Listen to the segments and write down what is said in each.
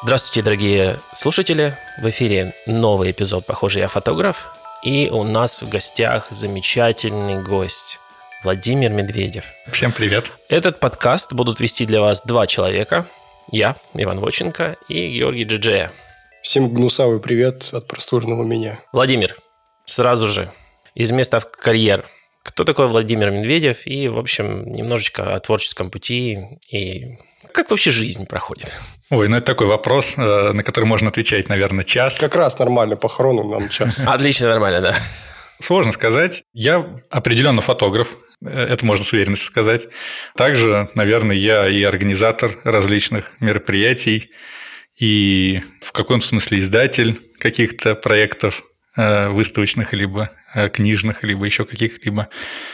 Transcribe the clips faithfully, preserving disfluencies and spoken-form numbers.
Здравствуйте, дорогие слушатели. В эфире новый эпизод «Похоже, я фотограф». И у нас в гостях замечательный гость Владимир Медведев. Всем привет. Этот подкаст будут вести для вас два человека. Я, Иван Воченко, и Георгий Джиджея. Всем гнусавый привет от просторного меня. Владимир, сразу же, из места в карьер. Кто такой Владимир Медведев? И, в общем, немножечко о творческом пути и как вообще жизнь проходит? Ой, ну это такой вопрос, на который можно отвечать, наверное, час. Как раз нормально, похоронным нам час. Отлично, нормально, да. Сложно сказать. Я определенно фотограф, это можно с уверенностью сказать. Также, наверное, я и организатор различных мероприятий, и в каком-то смысле издатель каких-то проектов выставочных, либо книжных, либо еще каких-либо.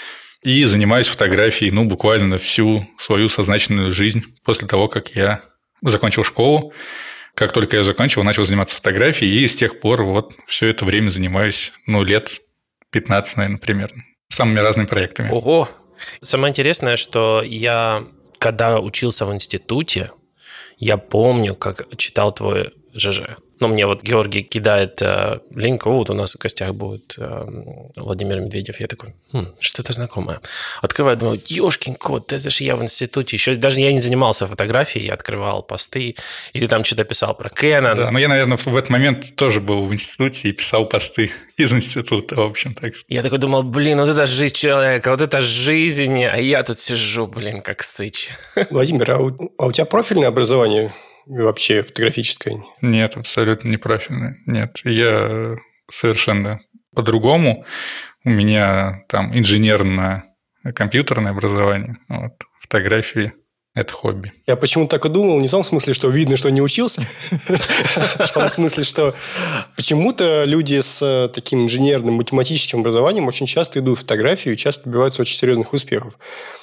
И занимаюсь фотографией, ну, буквально всю свою сознательную жизнь после того, как я закончил школу. Как только я закончил, начал заниматься фотографией, и с тех пор вот все это время занимаюсь, ну, лет пятнадцать, наверное, примерно, самыми разными проектами. Ого! Самое интересное, что я, когда учился в институте, я помню, как читал твой ЖЖ. Ну, мне вот Георгий кидает э, линк, вот у нас в гостях будет э, Владимир Медведев. Я такой, хм, что-то знакомое. Открываю, думаю, ёшкин кот, это же я в институте. Еще даже я не занимался фотографией, я открывал посты, и ты там что-то писал про Canon. Да, но я, наверное, в этот момент тоже был в институте и писал посты из института, в общем, так что. Я такой думал, блин, вот это жизнь человека, вот это жизнь, а я тут сижу, блин, как сыч. Владимир, а у, а у тебя профильное образование? Вообще фотографическое? Нет, абсолютно не профильное. Нет, я совершенно по-другому. У меня там инженерно-компьютерное образование. Вот. Фотографии – это хобби. Я почему-то так и думал, не в том смысле, что видно, что не учился, а в том смысле, что почему-то люди с таким инженерным математическим образованием очень часто идут в фотографию и часто добиваются очень серьезных успехов.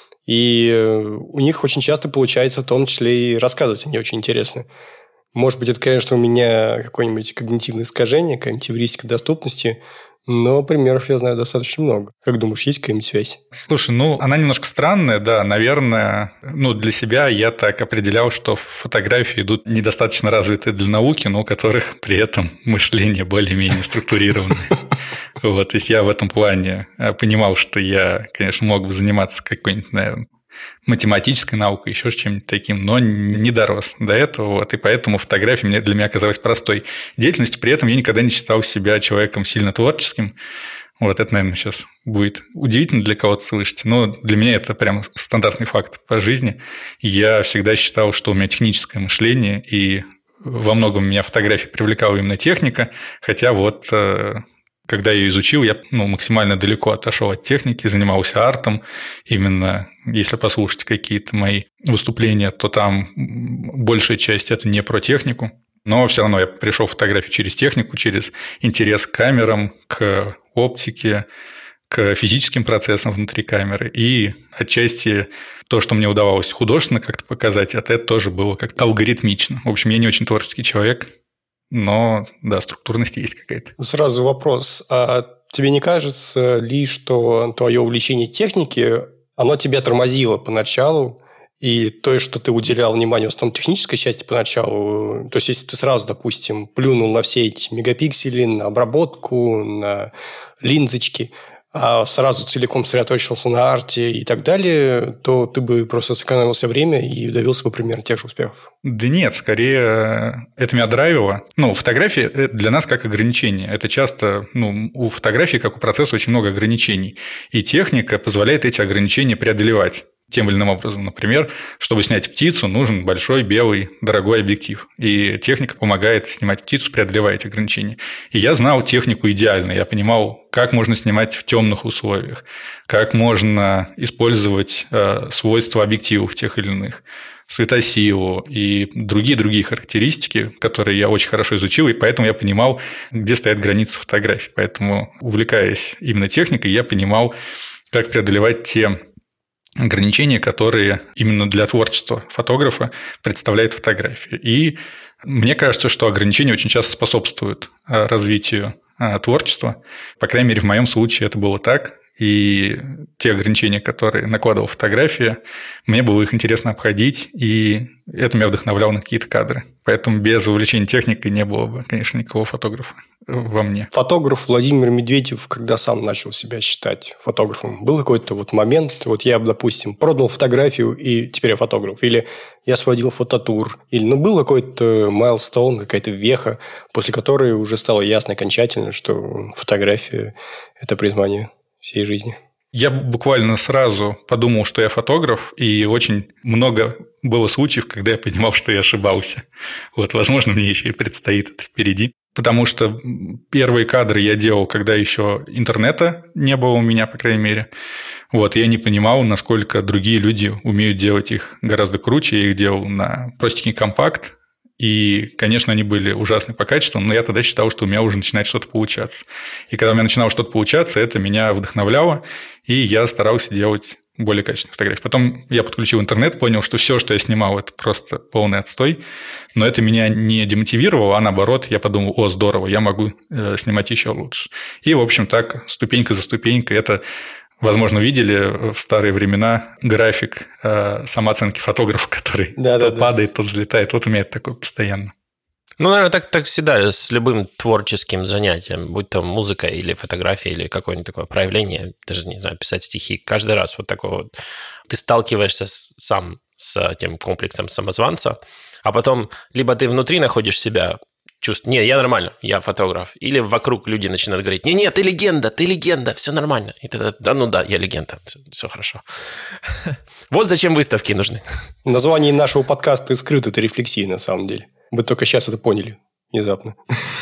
И у них очень часто получается в том числе и рассказывать они очень интересно. Может быть, это, конечно, у меня какое-нибудь когнитивное искажение, какая-нибудь эвристика доступности, но примеров я знаю достаточно много. Как думаешь, есть какая-нибудь связь? Слушай, ну, она немножко странная, да, наверное. Ну, для себя я так определял, что фотографии идут недостаточно развитые для науки, но у которых при этом мышление более-менее структурированное. Вот, то есть я в этом плане понимал, что я, конечно, мог бы заниматься какой-нибудь, наверное, математической наукой, еще чем-нибудь таким, но не дорос до этого. Вот, и поэтому фотография для меня оказалась простой деятельностью. При этом я никогда не считал себя человеком сильно творческим. Вот это, наверное, сейчас будет удивительно для кого-то слышать, но для меня это прям стандартный факт по жизни. Я всегда считал, что у меня техническое мышление, и во многом меня фотография привлекала именно техника, хотя вот когда я ее изучил, я ну, максимально далеко отошел от техники, занимался артом. Именно если послушать какие-то мои выступления, то там большая часть – это не про технику. Но все равно я пришел в фотографию через технику, через интерес к камерам, к оптике, к физическим процессам внутри камеры. И отчасти то, что мне удавалось художественно как-то показать, это тоже было как-то алгоритмично. В общем, я не очень творческий человек. Но, да, структурность есть какая-то. Сразу вопрос. А тебе не кажется ли, что твое увлечение техники, оно тебя тормозило поначалу, и то, что ты уделял внимание в основном технической части поначалу, то есть если ты сразу, допустим, плюнул на все эти мегапиксели, на обработку, на линзочки, а сразу целиком сосредоточился на арте и так далее, то ты бы просто сэкономился время и добился бы примерно тех же успехов. Да нет, скорее это меня драйвило. Ну, фотография для нас как ограничение. Это часто, ну, у фотографии, как у процесса, очень много ограничений. И техника позволяет эти ограничения преодолевать тем или иным образом. Например, чтобы снять птицу, нужен большой, белый, дорогой объектив. И техника помогает снимать птицу, преодолевая эти ограничения. И я знал технику идеально. Я понимал, как можно снимать в темных условиях, как можно использовать э, свойства объективов тех или иных, светосилу и другие-другие характеристики, которые я очень хорошо изучил, и поэтому я понимал, где стоят границы фотографии. Поэтому, увлекаясь именно техникой, я понимал, как преодолевать те ограничения, которые именно для творчества фотографа представляет фотография. И мне кажется, что ограничения очень часто способствуют развитию творчества. По крайней мере, в моем случае это было так. И те ограничения, которые накладывала фотография, мне было их интересно обходить. И это меня вдохновляло на какие-то кадры. Поэтому без увлечения техникой не было бы, конечно, никакого фотографа во мне. Фотограф Владимир Медведев, когда сам начал себя считать фотографом, был какой-то вот момент, вот я, допустим, продал фотографию, и теперь я фотограф, или я сводил фототур, или, ну, был какой-то майлстоун, какая-то веха, после которой уже стало ясно окончательно, что фотография – это призвание всей жизни. Я буквально сразу подумал, что я фотограф, и очень много было случаев, когда я понимал, что я ошибался. Вот, возможно, мне еще и предстоит это впереди. Потому что первые кадры я делал, когда еще интернета не было у меня, по крайней мере. Вот, я не понимал, насколько другие люди умеют делать их гораздо круче. Я их делал на простенький компакт. И, конечно, они были ужасны по качеству, но я тогда считал, что у меня уже начинает что-то получаться. И когда у меня начинало что-то получаться, это меня вдохновляло, и я старался делать более качественные фотографии. Потом я подключил интернет, понял, что все, что я снимал, это просто полный отстой, но это меня не демотивировало, а наоборот, я подумал, о, здорово, я могу снимать еще лучше. И, в общем, так, ступенька за ступенькой, это... Возможно, видели в старые времена график э, самооценки фотографа, который да, то да, падает, да. то взлетает. Вот у меня это такое постоянно. Ну, наверное, так, так всегда с любым творческим занятием, будь то музыка или фотография, или какое-нибудь такое проявление, даже, не знаю, писать стихи. Каждый раз вот такое вот. Ты сталкиваешься с, сам с тем комплексом самозванца, а потом либо ты внутри находишь себя, чувств. Не, я нормально, я фотограф. Или вокруг люди начинают говорить, не-не, ты легенда, ты легенда, все нормально. И тогда, да, ну да, я легенда, все, все хорошо. Вот зачем выставки нужны. Название нашего подкаста скрыто, это рефлексия на самом деле. Мы только сейчас это поняли внезапно.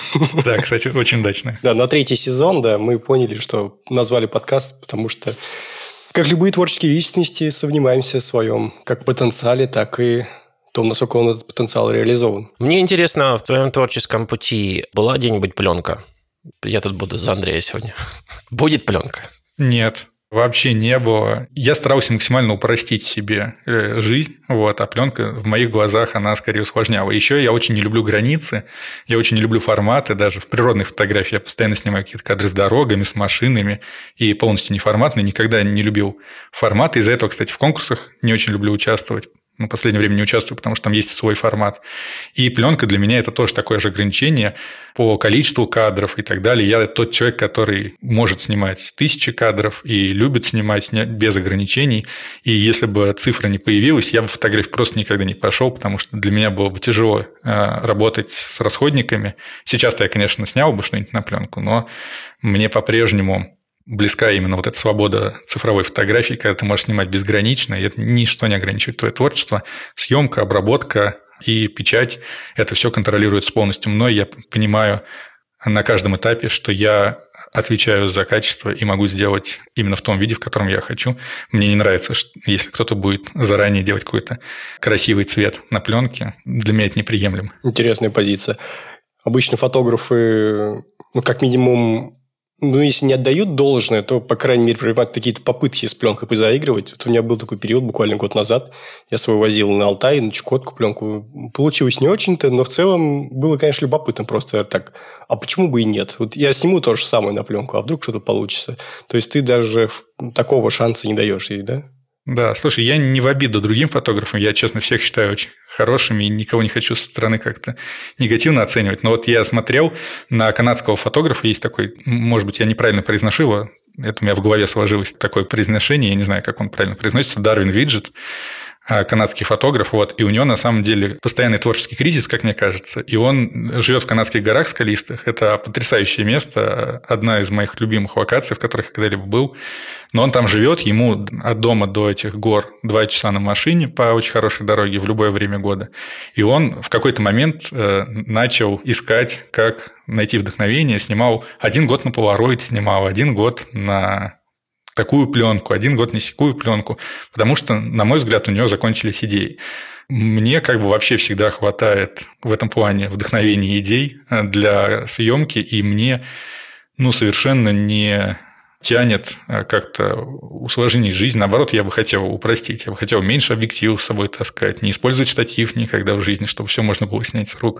Да, кстати, очень удачно. Да, на третий сезон, да, мы поняли, что назвали подкаст, потому что, как любые творческие личности, сомневаемся в своем как потенциале, так и в том, насколько он этот потенциал реализован. Мне интересно, в твоем творческом пути была где-нибудь пленка? Я тут буду за Андрея сегодня. Будет пленка? Нет, вообще не было. Я старался максимально упростить себе жизнь, вот, а пленка в моих глазах, она скорее усложняла. Еще я очень не люблю границы, я очень не люблю форматы, даже в природной фотографии я постоянно снимаю какие-то кадры с дорогами, с машинами, и полностью неформатные, никогда не любил форматы. Из-за этого, кстати, в конкурсах не очень люблю участвовать. Ну, в последнее время не участвую, потому что там есть свой формат. И пленка для меня – это тоже такое же ограничение по количеству кадров и так далее. Я тот человек, который может снимать тысячи кадров и любит снимать без ограничений. И если бы цифра не появилась, я бы в фотографию просто никогда не пошел, потому что для меня было бы тяжело работать с расходниками. Сейчас-то я, конечно, снял бы что-нибудь на пленку, но мне по-прежнему близка именно вот эта свобода цифровой фотографии, когда ты можешь снимать безгранично, и это ничто не ограничивает твое творчество. Съемка, обработка и печать – это все контролируется полностью мной. Я понимаю на каждом этапе, что я отвечаю за качество и могу сделать именно в том виде, в котором я хочу. Мне не нравится, если кто-то будет заранее делать какой-то красивый цвет на пленке. Для меня это неприемлемо. Интересная позиция. Обычно фотографы, ну, как минимум, ну, если не отдают должное, то, по крайней мере, принимают какие-то попытки с пленкой позаигрывать. Вот у меня был такой период буквально год назад. Я свой возил на Алтай, на Чукотку пленку. Получилось не очень-то, но в целом было, конечно, любопытно просто так. А почему бы и нет? Вот я сниму то же самое на пленку, а вдруг что-то получится? То есть ты даже такого шанса не даешь ей, да? Да, слушай, я не в обиду другим фотографам, я, честно, всех считаю очень хорошими и никого не хочу со стороны как-то негативно оценивать. Но вот я смотрел на канадского фотографа, есть такой, может быть, я неправильно произношу его, это у меня в голове сложилось такое произношение, я не знаю, как он правильно произносится, Дарвин Виджет, канадский фотограф, вот, и у него на самом деле постоянный творческий кризис, как мне кажется, и он живет в канадских горах скалистых, это потрясающее место, одна из моих любимых локаций, в которых я когда-либо был, но он там живет, ему от дома до этих гор два часа на машине по очень хорошей дороге в любое время года, и он в какой-то момент начал искать, как найти вдохновение, снимал один год на полароид, снимал один год на такую пленку, один год на сякую пленку, потому что, на мой взгляд, у него закончились идеи. Мне как бы вообще всегда хватает в этом плане вдохновения и идей для съемки, и мне ну, совершенно не тянет как-то усложнить жизнь. Наоборот, я бы хотел упростить, я бы хотел меньше объективов с собой таскать, не использовать штатив никогда в жизни, чтобы все можно было снять с рук.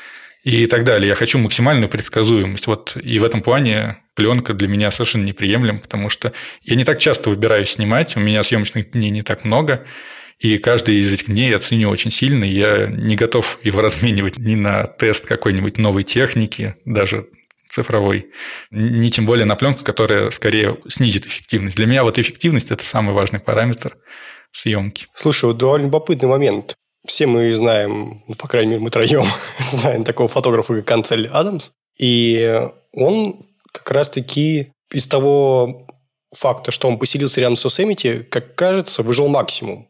И так далее. Я хочу максимальную предсказуемость. Вот и в этом плане пленка для меня совершенно неприемлема, потому что я не так часто выбираю снимать, у меня съемочных дней не так много, И каждый из этих дней я ценю очень сильно. Я не готов его разменивать ни на тест какой-нибудь новой техники, даже цифровой, ни тем более на пленку, которая скорее снизит эффективность. Для меня вот эффективность – это самый важный параметр съемки. Слушай, вот довольно любопытный момент. Все мы знаем, ну, по крайней мере, мы троем знаем такого фотографа, как Ансель Адамс. И он как раз-таки из того факта, что он поселился рядом с Йосемити, как кажется, выжил максимум.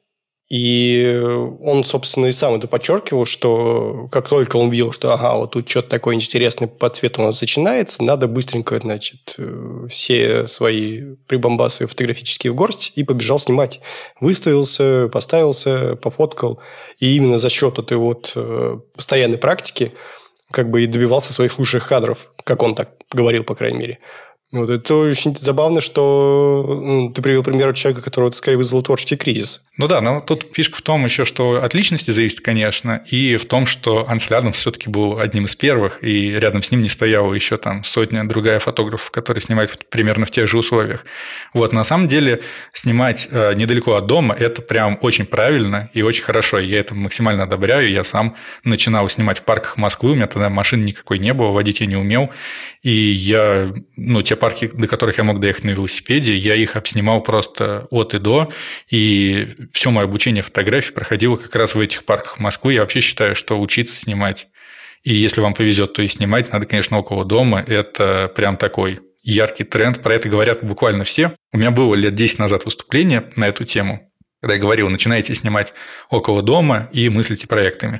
И он, собственно, и сам это подчеркивал, что как только он видел, что ага, вот тут что-то такое интересное по цвету у нас начинается, надо быстренько, значит, все свои прибамбасы фотографические в горсть и побежал снимать. Выставился, поставился, пофоткал. И именно за счет этой вот постоянной практики как бы и добивался своих лучших кадров, как он так говорил, по крайней мере. Вот это очень забавно, что ну, ты привел пример человека, которого это скорее вызвал творческий кризис. Ну да, но тут фишка в том еще, что от личности зависит, конечно, и в том, что Ансель Адамс все-таки был одним из первых, и рядом с ним не стояла еще там сотня другая фотографов, которые снимают примерно в тех же условиях. Вот, на самом деле снимать э, недалеко от дома – это прям очень правильно и очень хорошо. Я это максимально одобряю. Я сам начинал снимать в парках Москвы, у меня тогда машины никакой не было, водить я не умел, и я, ну, те парки, до которых я мог доехать на велосипеде, я их обснимал просто от и до, и все мое обучение фотографии проходило как раз в этих парках Москвы. Я вообще считаю, что учиться снимать, и если вам повезет, то и снимать надо, конечно, около дома. Это прям такой яркий тренд. Про это говорят буквально все. У меня было лет десять назад выступление на эту тему, когда я говорил, начинайте снимать около дома и мыслите проектами.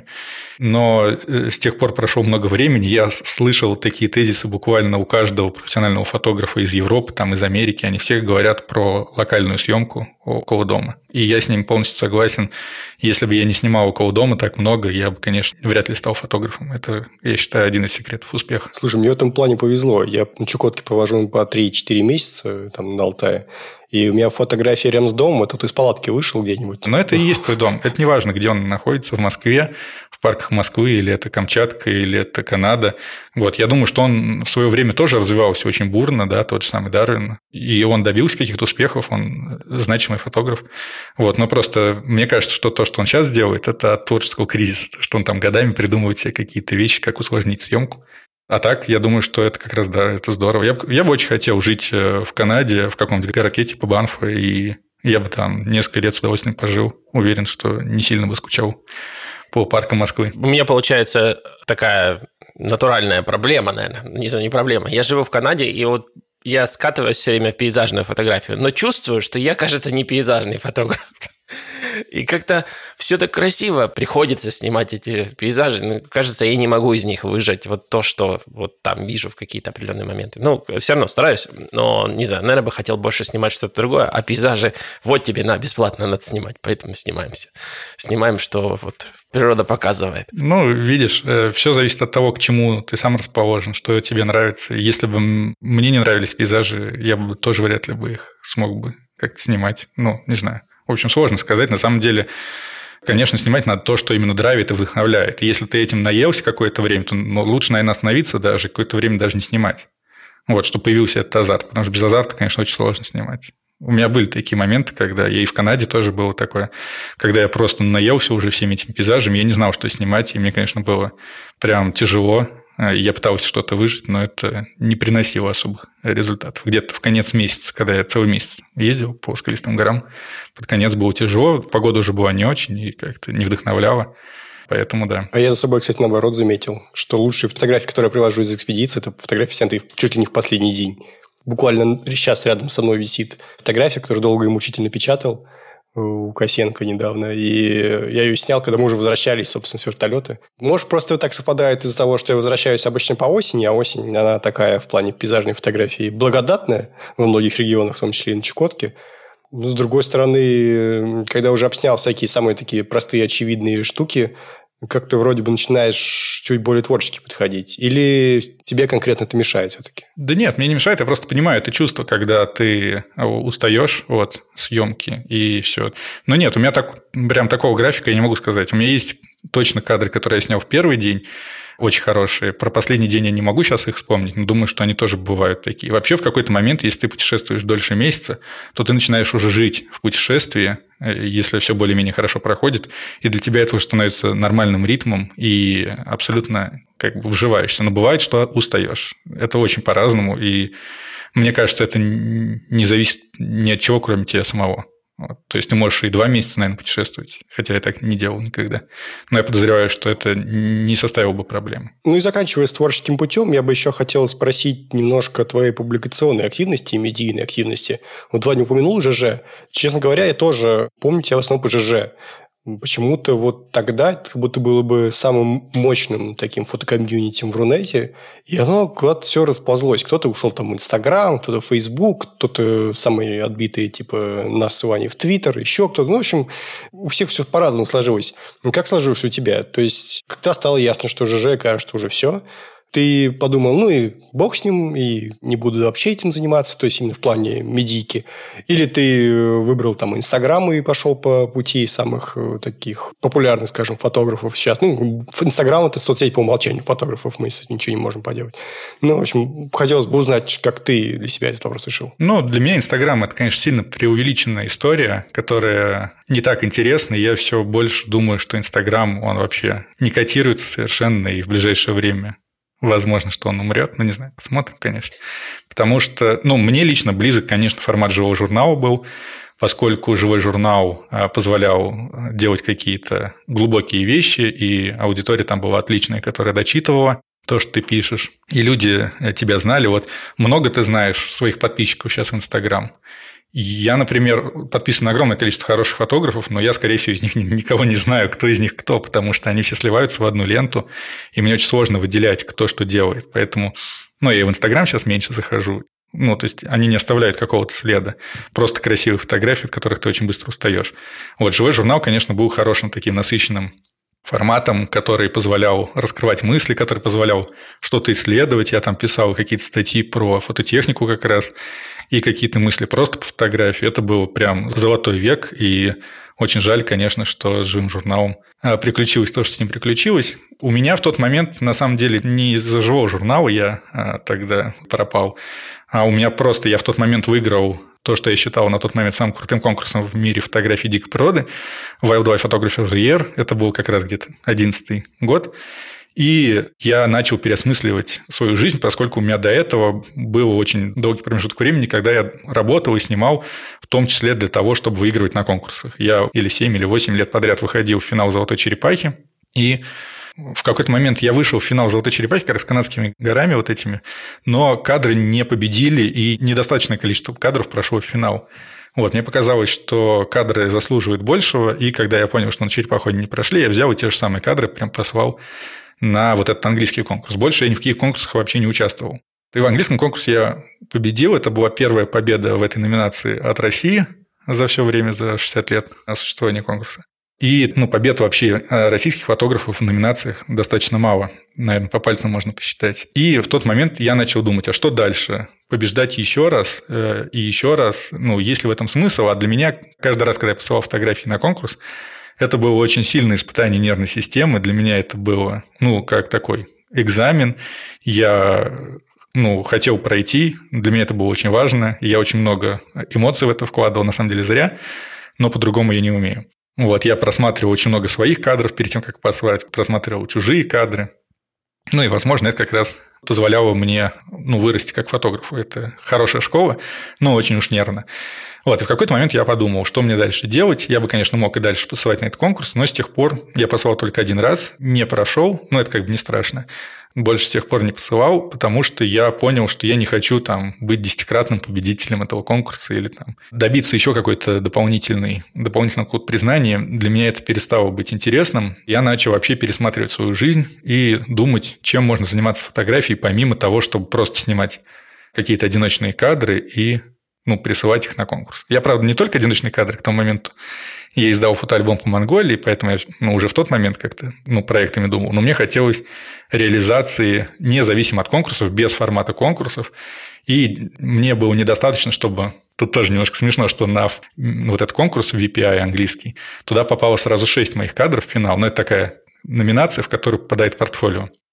Но с тех пор прошло много времени, я слышал такие тезисы буквально у каждого профессионального фотографа из Европы, там, из Америки. Они все говорят про локальную съемку около дома. И я с ними полностью согласен. Если бы я не снимал около дома так много, я бы, конечно, вряд ли стал фотографом. Это, я считаю, один из секретов успеха. Слушай, мне в этом плане повезло. Я на Чукотке провожу по три-четыре месяца там, на Алтае. И у меня фотография рядом с домом, я тут из палатки вышел где-нибудь. Но это и есть твой дом. Это не важно, где он находится, в Москве, в парках Москвы, или это Камчатка, или это Канада. Вот. Я думаю, что он в свое время тоже развивался очень бурно, да, тот же самый Дарвин. И он добился каких-то успехов, он значимый фотограф. Вот. Но просто мне кажется, что то, что он сейчас делает, это от творческого кризиса, что он там годами придумывает себе какие-то вещи, как усложнить съемку. А так, я думаю, что это как раз, да, это здорово. Я, я бы очень хотел жить в Канаде, в каком-то городке типа Банфа, и я бы там несколько лет с удовольствием пожил. Уверен, что не сильно бы скучал по паркам Москвы. У меня получается такая натуральная проблема, наверное. Не знаю, не проблема. Я живу в Канаде, и вот я скатываюсь все время в пейзажную фотографию, но чувствую, что я, кажется, не пейзажный фотограф. И как-то все так красиво приходится снимать эти пейзажи. Ну, кажется, я не могу из них выжать вот то, что вот там вижу в какие-то определенные моменты. Ну, все равно стараюсь, но, не знаю, наверное, бы хотел больше снимать что-то другое, а пейзажи вот тебе, на, бесплатно надо снимать, поэтому снимаемся. Снимаем, что вот природа показывает. Ну, видишь, все зависит от того, к чему ты сам расположен, что тебе нравится. Если бы мне не нравились пейзажи, я бы тоже вряд ли бы их смог бы как-то снимать. Ну, не знаю. В общем, сложно сказать. На самом деле, конечно, снимать надо то, что именно драйвит и вдохновляет. И если ты этим наелся какое-то время, то ну, лучше, наверное, остановиться даже, какое-то время даже не снимать. Вот, чтобы появился этот азарт. Потому что без азарта, конечно, очень сложно снимать. У меня были такие моменты, когда я и в Канаде тоже было такое, когда я просто наелся уже всеми этими пейзажами, я не знал, что снимать, и мне, конечно, было прям тяжело. Я пытался что-то выжить, но это не приносило особых результатов. Где-то в конец месяца, когда я целый месяц ездил по скалистым горам, под конец было тяжело, погода уже была не очень и как-то не вдохновляла. Поэтому да. А я за собой, кстати, наоборот заметил, что лучшие фотографии, которые я привожу из экспедиции, это фотографии, снятые чуть ли не в последний день. Буквально сейчас рядом со мной висит фотография, которую долго и мучительно печатал у Косенко недавно, и я ее снял, когда мы уже возвращались, собственно, с вертолета. Может, просто так совпадает из-за того, что я возвращаюсь обычно по осени, а осень, она такая в плане пейзажной фотографии благодатная во многих регионах, в том числе и на Чукотке. Но, с другой стороны, когда уже обснял всякие самые такие простые, очевидные штуки, как-то вроде бы начинаешь чуть более творчески подходить. Или тебе конкретно это мешает все-таки? Да нет, мне не мешает. Я просто понимаю это чувство, когда ты устаешь от съемки и все. Но нет, у меня так, прям такого графика я не могу сказать. У меня есть точно кадры, которые я снял в первый день. очень хорошие. Про последний день я не могу сейчас их вспомнить, но думаю, что они тоже бывают такие. Вообще, в какой-то момент, если ты путешествуешь дольше месяца, то ты начинаешь уже жить в путешествии, если все более-менее хорошо проходит, и для тебя это уже становится нормальным ритмом и абсолютно как бы вживаешься. Но бывает, что устаешь. Это очень по-разному, и мне кажется, это не зависит ни от чего, кроме тебя самого. Вот. То есть ты можешь и два месяца, наверное, путешествовать, хотя я так не делал никогда. Но я подозреваю, что это не составило бы проблемы. Ну и заканчивая с творческим путем, я бы еще хотел спросить немножко о твоей публикационной активности и медийной активности. Вот Ваня упомянул ЖЖ. Честно говоря, я тоже помню тебя в основном по ЖЖ. Почему-то вот тогда это как будто было бы самым мощным таким фотокомьюнити в Рунете, и оно куда-то все расползлось. Кто-то ушел там в Инстаграм, кто-то в Фейсбук, кто-то самые отбитые, типа нас с Ваней в Твиттер, еще кто-то. Ну, в общем, у всех все по-разному сложилось. Ну, как сложилось у тебя? То есть, когда стало ясно, что ЖЖ, кажется, уже все, ты подумал, ну и бог с ним, и не буду вообще этим заниматься, то есть именно в плане медийки. Или ты выбрал там Инстаграм и пошел по пути самых таких популярных, скажем, фотографов сейчас. Ну, Инстаграм – это соцсеть по умолчанию фотографов, мы с этим ничего не можем поделать. Ну, в общем, хотелось бы узнать, как ты для себя этот вопрос решил. Ну, для меня Инстаграм – это, конечно, сильно преувеличенная история, которая не так интересна, и я все больше думаю, что Инстаграм, он вообще не котируется совершенно, и в ближайшее время возможно, что он умрет, но не знаю, посмотрим, конечно. Потому что, ну, мне лично близок, конечно, формат живого журнала был, поскольку живой журнал позволял делать какие-то глубокие вещи, и аудитория там была отличная, которая дочитывала то, что ты пишешь, и люди тебя знали. Вот много ты знаешь своих подписчиков сейчас в Инстаграм. Я, например, подписан на огромное количество хороших фотографов, но я, скорее всего, из них никого не знаю, кто из них кто, потому что они все сливаются в одну ленту, и мне очень сложно выделять, кто что делает. Поэтому, ну, я и в Инстаграм сейчас меньше захожу. Ну, то есть, они не оставляют какого-то следа. Просто красивые фотографии, от которых ты очень быстро устаешь. Вот, живой журнал, конечно, был хорошим таким насыщенным форматом, который позволял раскрывать мысли, который позволял что-то исследовать. Я там писал какие-то статьи про фототехнику как раз и какие-то мысли просто по фотографии. Это был прям золотой век, и очень жаль, конечно, что с живым журналом приключилось то, что с ним приключилось. У меня в тот момент, на самом деле, не из-за живого журнала я тогда пропал, а у меня просто, я в тот момент выиграл то, что я считал на тот момент самым крутым конкурсом в мире фотографий дикой природы, Wildlife Photographer of the Year, это был как раз где-то одиннадцатый год, и я начал переосмысливать свою жизнь, поскольку у меня до этого был очень долгий промежуток времени, когда я работал и снимал, в том числе для того, чтобы выигрывать на конкурсах. Я или семь, или восемь лет подряд выходил в финал «Золотой черепахи», и в какой-то момент я вышел в финал «Золотой черепахи», как раз с канадскими горами вот этими, но кадры не победили, и недостаточное количество кадров прошло в финал. Вот, мне показалось, что кадры заслуживают большего, и когда я понял, что на черепаху не прошли, я взял и те же самые кадры прям послал на вот этот английский конкурс. Больше я ни в каких конкурсах вообще не участвовал. И в английском конкурсе я победил. Это была первая победа в этой номинации от России за все время, за шестьдесят лет существования конкурса. И ну, побед вообще российских фотографов в номинациях достаточно мало. Наверное, по пальцам можно посчитать. И в тот момент я начал думать, а что дальше? Побеждать еще раз э, и еще раз? Ну, есть ли в этом смысл? А для меня каждый раз, когда я посылал фотографии на конкурс, это было очень сильное испытание нервной системы. Для меня это было, ну, как такой экзамен. Я, ну, хотел пройти. Для меня это было очень важно. Я очень много эмоций в это вкладывал, на самом деле зря, но по-другому я не умею. Вот, я просматривал очень много своих кадров перед тем, как послать, просматривал чужие кадры. Ну, и, возможно, это как раз позволяло мне ну, вырасти как фотографу. Это хорошая школа, но очень уж нервно. Вот, и в какой-то момент я подумал, что мне дальше делать. Я бы, конечно, мог и дальше посылать на этот конкурс, но с тех пор я посылал только один раз, не прошел, но это как бы не страшно. Больше с тех пор не посылал, потому что я понял, что я не хочу там быть десятикратным победителем этого конкурса или там добиться еще какой-то дополнительной, дополнительного какого-то признания. Для меня это перестало быть интересным. Я начал вообще пересматривать свою жизнь и думать, чем можно заниматься фотографией, помимо того, чтобы просто снимать какие-то одиночные кадры и ну, присылать их на конкурс. Я, правда, не только одиночные кадры, к тому моменту я издал фотоальбом по Монголии, поэтому я ну, уже в тот момент как-то ну, проектами думал. Но мне хотелось реализации независимо от конкурсов, без формата конкурсов. И мне было недостаточно, чтобы... Тут тоже немножко смешно, что на вот этот конкурс ви пи ай английский, туда попало сразу шесть моих кадров в финал. Но это такая номинация, в которую попадает портфолио. То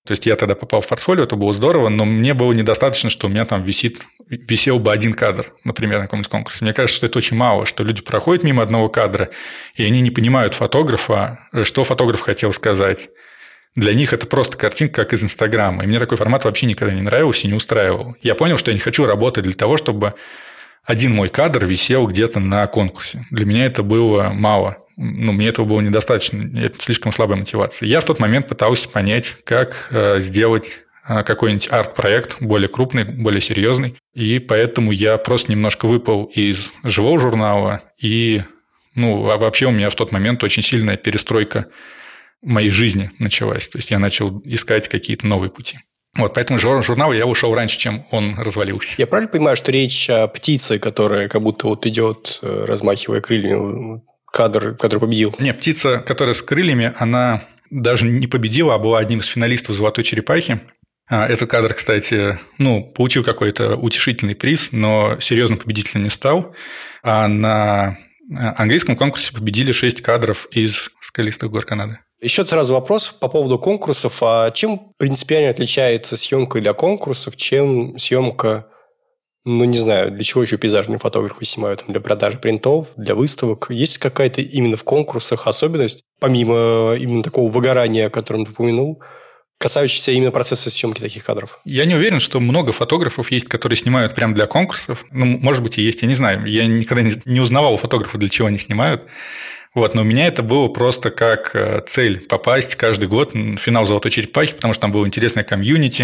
То есть я тогда попал в портфолио, это было здорово, но мне было недостаточно, что у меня там висит, висел бы один кадр, например, на каком-нибудь конкурсе. Мне кажется, что это очень мало, что люди проходят мимо одного кадра, и они не понимают фотографа, что фотограф хотел сказать. Для них это просто картинка, как из Инстаграма. И мне такой формат вообще никогда не нравился и не устраивал. Я понял, что я не хочу работать для того, чтобы один мой кадр висел где-то на конкурсе. Для меня это было мало. Ну, мне этого было недостаточно. Это слишком слабая мотивация. Я в тот момент пытался понять, как э, сделать э, какой-нибудь арт-проект более крупный, более серьезный. И поэтому я просто немножко выпал из живого журнала. И ну, вообще у меня в тот момент очень сильная перестройка моей жизни началась. То есть я начал искать какие-то новые пути. Вот, поэтому из журнала я ушел раньше, чем он развалился. Я правильно понимаю, что речь о птице, которая как будто вот идет, размахивая крыльями, кадр, который победил? Нет, птица, которая с крыльями, она даже не победила, а была одним из финалистов «Золотой черепахи». Этот кадр, кстати, ну, получил какой-то утешительный приз, но серьезным победителем не стал. А на английском конкурсе победили шесть кадров из «Скалистых гор Канады». Еще сразу вопрос по поводу конкурсов. А чем принципиально отличается съемка для конкурсов, чем съемка, ну, не знаю, для чего еще пейзажные фотографы снимают? Для продажи принтов, для выставок? Есть какая-то именно в конкурсах особенность, помимо именно такого выгорания, о котором ты упомянул, касающаяся именно процесса съемки таких кадров? Я не уверен, что много фотографов есть, которые снимают прямо для конкурсов. Ну, может быть, и есть, я не знаю. Я никогда не узнавал у фотографов, для чего они снимают. Вот, но у меня это было просто как цель – попасть каждый год в финал «Золотой черепахи», потому что там было интересное комьюнити,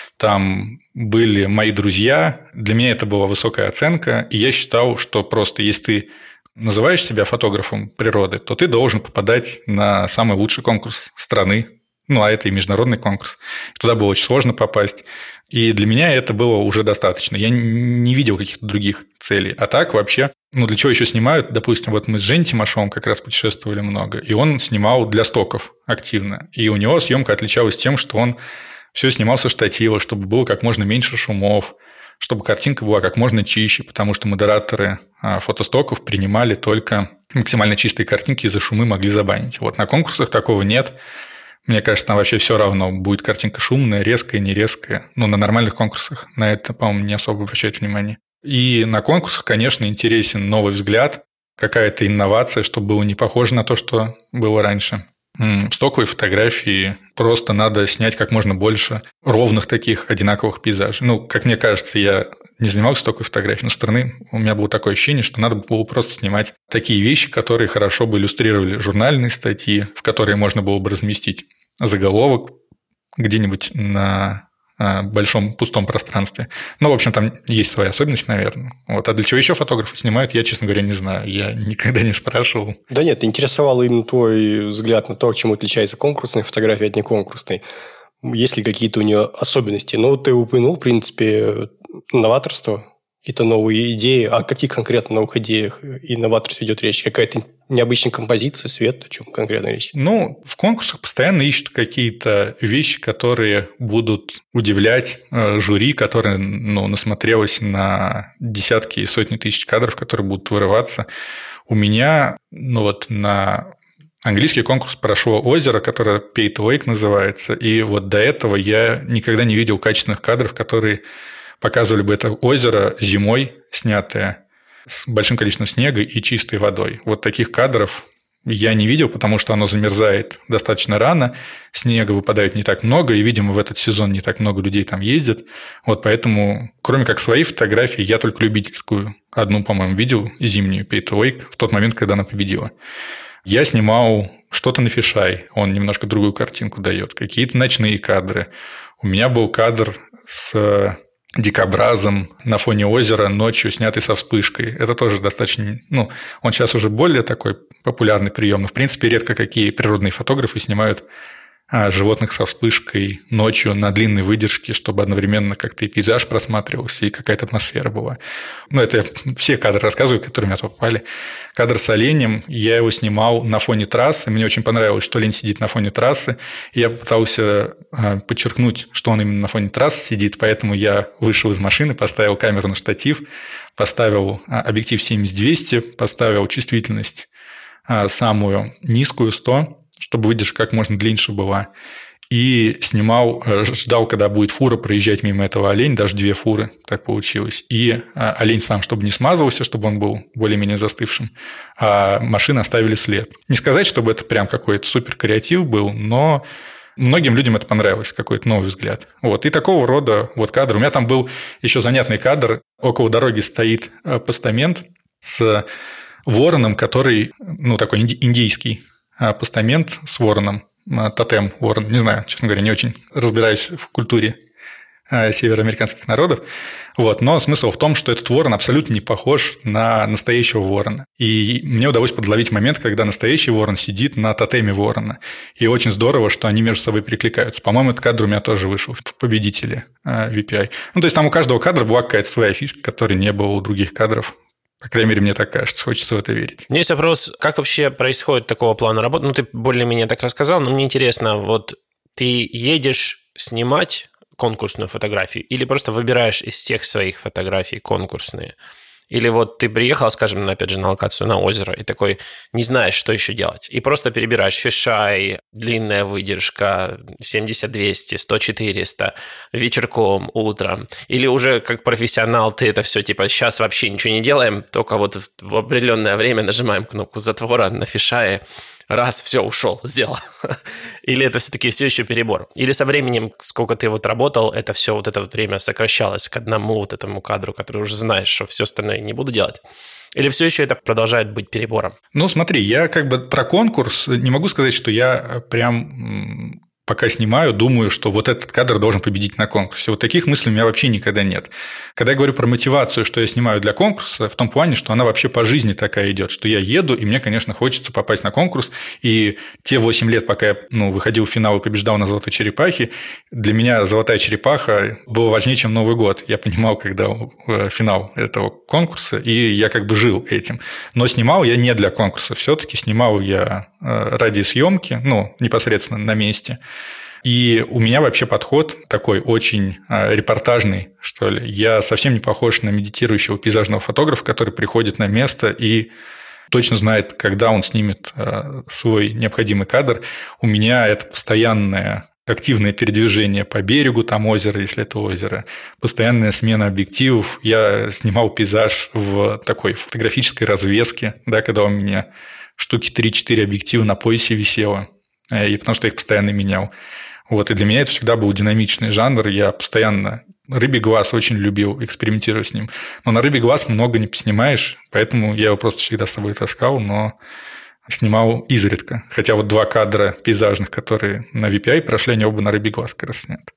там были мои друзья. Для меня это была высокая оценка, и я считал, что просто если ты называешь себя фотографом природы, то ты должен попадать на самый лучший конкурс страны. Ну, а это и международный конкурс. Туда было очень сложно попасть. И для меня это было уже достаточно. Я не видел каких-то других целей. А так вообще, ну, для чего еще снимают? Допустим, вот мы с Женей Тимошовым как раз путешествовали много, и он снимал для стоков активно. И у него съемка отличалась тем, что он все снимал со штатива, чтобы было как можно меньше шумов, чтобы картинка была как можно чище, потому что модераторы фотостоков принимали только максимально чистые картинки, и за шумы могли забанить. Вот на конкурсах такого нет. Мне кажется, там вообще все равно, будет картинка шумная, резкая, не резкая. Но на нормальных конкурсах на это, по-моему, не особо обращают внимание. И на конкурсах, конечно, интересен новый взгляд, какая-то инновация, чтобы было не похоже на то, что было раньше. В стоковой фотографии просто надо снять как можно больше ровных таких одинаковых пейзажей. Ну, как мне кажется, я не занимался стоковой фотографией, но со стороны у меня было такое ощущение, что надо было просто снимать такие вещи, которые хорошо бы иллюстрировали журнальные статьи, в которые можно было бы разместить заголовок где-нибудь на большом пустом пространстве. Ну, в общем, там есть своя особенность, наверное. Вот. А для чего еще фотографы снимают, я, честно говоря, не знаю. Я никогда не спрашивал. Да нет, интересовал именно твой взгляд на то, чем отличается конкурсная фотография от неконкурсной. Есть ли какие-то у нее особенности? Ну, ты упомянул, в принципе, новаторство, какие-то новые идеи. О каких конкретно новых идеях и новаторстве идет речь? Какая-то необычная композиция, свет, о чем конкретно речь? Ну, в конкурсах постоянно ищут какие-то вещи, которые будут удивлять жюри, которое, ну, насмотрелось на десятки и сотни тысяч кадров, которые будут вырываться. У меня, ну вот на английский конкурс прошло «Озеро», которое Pay to Lake называется, и вот до этого я никогда не видел качественных кадров, которые показывали бы это озеро зимой, снятое с большим количеством снега и чистой водой. Вот таких кадров я не видел, потому что оно замерзает достаточно рано, снега выпадает не так много, и, видимо, в этот сезон не так много людей там ездит. Вот поэтому, кроме как своей фотографии, я только любительскую одну, по-моему, видел, зимнюю Pay to Lake, в тот момент, когда она победила. Я снимал что-то на фишай, он немножко другую картинку дает, какие-то ночные кадры. У меня был кадр с дикобразом на фоне озера ночью, снятый со вспышкой. Это тоже достаточно... Ну, он сейчас уже более такой популярный прием, но, в принципе, редко какие природные фотографы снимают а, животных со вспышкой ночью на длинной выдержке, чтобы одновременно как-то и пейзаж просматривался, и какая-то атмосфера была. Ну, это я все кадры рассказываю, которые у меня попали. Кадр с оленем, я его снимал на фоне трассы. Мне очень понравилось, что олень сидит на фоне трассы. И я попытался а, подчеркнуть, что он именно на фоне трассы сидит, поэтому я вышел из машины, поставил камеру на штатив, поставил а, объектив семьдесят двести, поставил чувствительность а, самую низкую, сто, чтобы выдержка как можно длиннее была. и снимал, ждал, когда будет фура проезжать мимо этого оленя, даже две фуры, так получилось. И олень сам, чтобы не смазывался, чтобы он был более-менее застывшим, а машины оставили след. Не сказать, чтобы это прям какой-то супер креатив был, но многим людям это понравилось, какой-то новый взгляд. Вот. И такого рода вот кадр. У меня там был еще занятный кадр. Около дороги стоит постамент с вороном, который, ну, такой индийский постамент с вороном. Тотем ворон. Не знаю, честно говоря, не очень разбираюсь в культуре североамериканских народов. Вот. Но смысл в том, что этот ворон абсолютно не похож на настоящего ворона. И мне удалось подловить момент, когда настоящий ворон сидит на тотеме ворона. И очень здорово, что они между собой перекликаются. По-моему, этот кадр у меня тоже вышел в победителе ви пи ай. Ну, то есть там у каждого кадра была какая-то своя фишка, которой не было у других кадров. По крайней мере, мне так кажется. Хочется в это верить. У меня есть вопрос, как вообще происходит такого плана работы? Ну, ты более-менее так рассказал, но мне интересно, вот ты едешь снимать конкурсную фотографию или просто выбираешь из всех своих фотографий конкурсные? Или вот ты приехал, скажем, опять же, на локацию на озеро и такой не знаешь, что еще делать. И просто перебираешь фишай, длинная выдержка, семьдесят двести, сто четыреста, вечерком, утром. Или уже как профессионал ты это все типа сейчас вообще ничего не делаем, только вот в определенное время нажимаем кнопку затвора на фишае. Раз, все, ушел, сделал. Или это все-таки все еще перебор? Или со временем, сколько ты вот работал, это все вот это время сокращалось к одному вот этому кадру, который уже знаешь, что все остальное не буду делать? Или все еще это продолжает быть перебором? Ну, смотри, я как бы про конкурс не могу сказать, что я прям... пока снимаю, думаю, что вот этот кадр должен победить на конкурсе. Вот таких мыслей у меня вообще никогда нет. Когда я говорю про мотивацию, что я снимаю для конкурса, в том плане, что она вообще по жизни такая идет, что я еду, и мне, конечно, хочется попасть на конкурс. И те восемь лет, пока я ну, выходил в финал и побеждал на «Золотой черепахе», для меня «Золотая черепаха» была важнее, чем Новый год. Я понимал, когда финал этого конкурса, и я как бы жил этим. Но снимал я не для конкурса. Все-таки снимал я ради съемки, ну, непосредственно на месте. И у меня вообще подход такой очень репортажный, что ли. Я совсем не похож на медитирующего пейзажного фотографа, который приходит на место и точно знает, когда он снимет свой необходимый кадр. У меня это постоянное активное передвижение по берегу там озера, если это озеро, постоянная смена объективов. Я снимал пейзаж в такой фотографической развеске, да, когда у меня штуки три-четыре объектива на поясе висело, и потому что я их постоянно менял. Вот, и для меня это всегда был динамичный жанр, я постоянно... Рыбий глаз очень любил, экспериментировать с ним. Но на рыбий глаз много не поснимаешь, поэтому я его просто всегда с собой таскал, но снимал изредка. Хотя вот два кадра пейзажных, которые на ви пи ай прошли, они оба на рыбий глаз как раз сняты.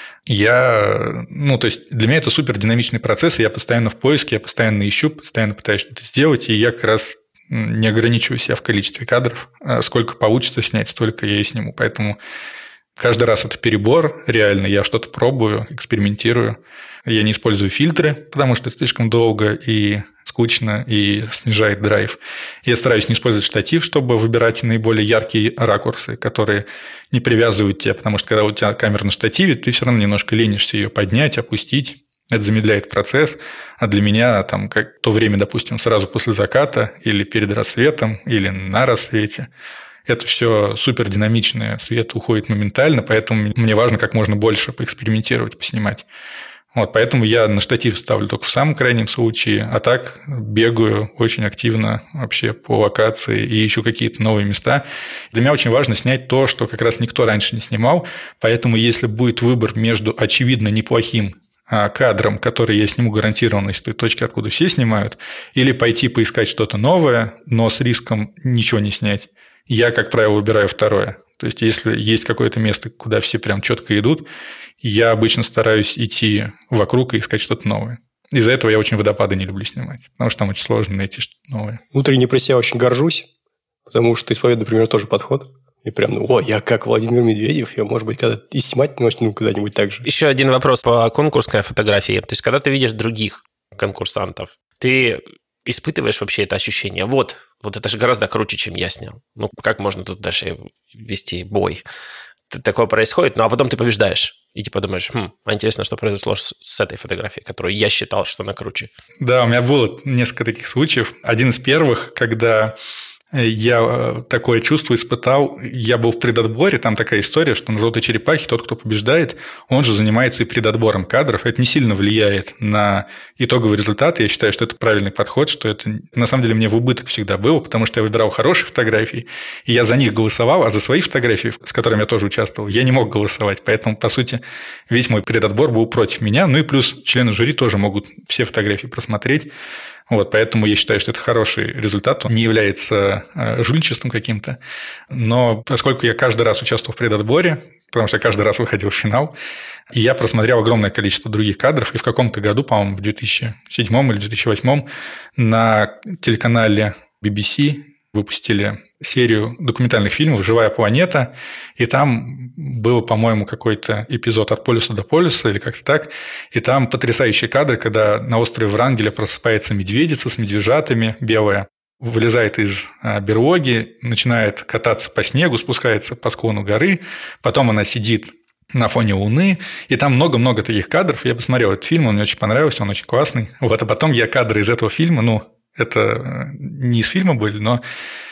Я, ну, то есть для меня это супер динамичный процесс, и я постоянно в поиске, я постоянно ищу, постоянно пытаюсь что-то сделать, и я как раз не ограничиваю себя в количестве кадров. Сколько получится снять, столько я и сниму. Поэтому каждый раз это перебор, реально. Я что-то пробую, экспериментирую. Я не использую фильтры, потому что это слишком долго и скучно, и снижает драйв. Я стараюсь не использовать штатив, чтобы выбирать наиболее яркие ракурсы, которые не привязывают тебя, потому что когда у тебя камера на штативе, ты все равно немножко ленишься ее поднять, опустить. Это замедляет процесс, а для меня там как то время, допустим, сразу после заката или перед рассветом, или на рассвете, это все супер динамичное, свет уходит моментально, поэтому мне важно как можно больше поэкспериментировать, поснимать. Вот, поэтому я на штатив ставлю только в самом крайнем случае, а так бегаю очень активно вообще по локации и ищу какие-то новые места. Для меня очень важно снять то, что как раз никто раньше не снимал, поэтому если будет выбор между очевидно неплохим кадром, который я сниму гарантированно из той точки, откуда все снимают, или пойти поискать что-то новое, но с риском ничего не снять, я, как правило, выбираю второе. То есть, если есть какое-то место, куда все прям четко идут, я обычно стараюсь идти вокруг и искать что-то новое. Из-за этого я очень водопады не люблю снимать, потому что там очень сложно найти что-то новое. Внутренне про себя очень горжусь, потому что исповедую, например, тоже подход. И прям, ну, о, я как Владимир Медведев, я, может быть, когда и снимать начну куда-нибудь так же. Еще один вопрос по конкурсной фотографии. То есть, когда ты видишь других конкурсантов, ты испытываешь вообще это ощущение? Вот, вот это же гораздо круче, чем я снял. Ну, как можно тут дальше вести бой? Такое происходит, ну, а потом ты побеждаешь. И типа думаешь, хм, а интересно, что произошло с, с этой фотографией, которую я считал, что она круче. Да, у меня было несколько таких случаев. Один из первых, когда Я такое чувство испытал. Я был в предотборе, там такая история, что на «Золотой черепахе» тот, кто побеждает, он же занимается и предотбором кадров. Это не сильно влияет на итоговый результат. Я считаю, что это правильный подход, что это на самом деле мне в убыток всегда было, потому что я выбирал хорошие фотографии, и я за них голосовал, а за свои фотографии, с которыми я тоже участвовал, я не мог голосовать. Поэтому, по сути, весь мой предотбор был против меня. Ну и плюс члены жюри тоже могут все фотографии просмотреть. Вот, поэтому я считаю, что это хороший результат. Он не является жульничеством каким-то. Но поскольку я каждый раз участвовал в предотборе, потому что я каждый раз выходил в финал, и я просмотрел огромное количество других кадров, и в каком-то году, по-моему, в две тысячи седьмом или две тысячи восьмом на телеканале би би си выпустили серию документальных фильмов «Живая планета», и там был, по-моему, какой-то эпизод «От полюса до полюса» или как-то так, и там потрясающие кадры, когда на острове Врангеля просыпается медведица с медвежатами, белая, вылезает из берлоги, начинает кататься по снегу, спускается по склону горы, потом она сидит на фоне Луны, и там много-много таких кадров. Я посмотрел этот фильм, он мне очень понравился, он очень классный. Вот, а потом я кадры из этого фильма, ну, это не из фильма были, но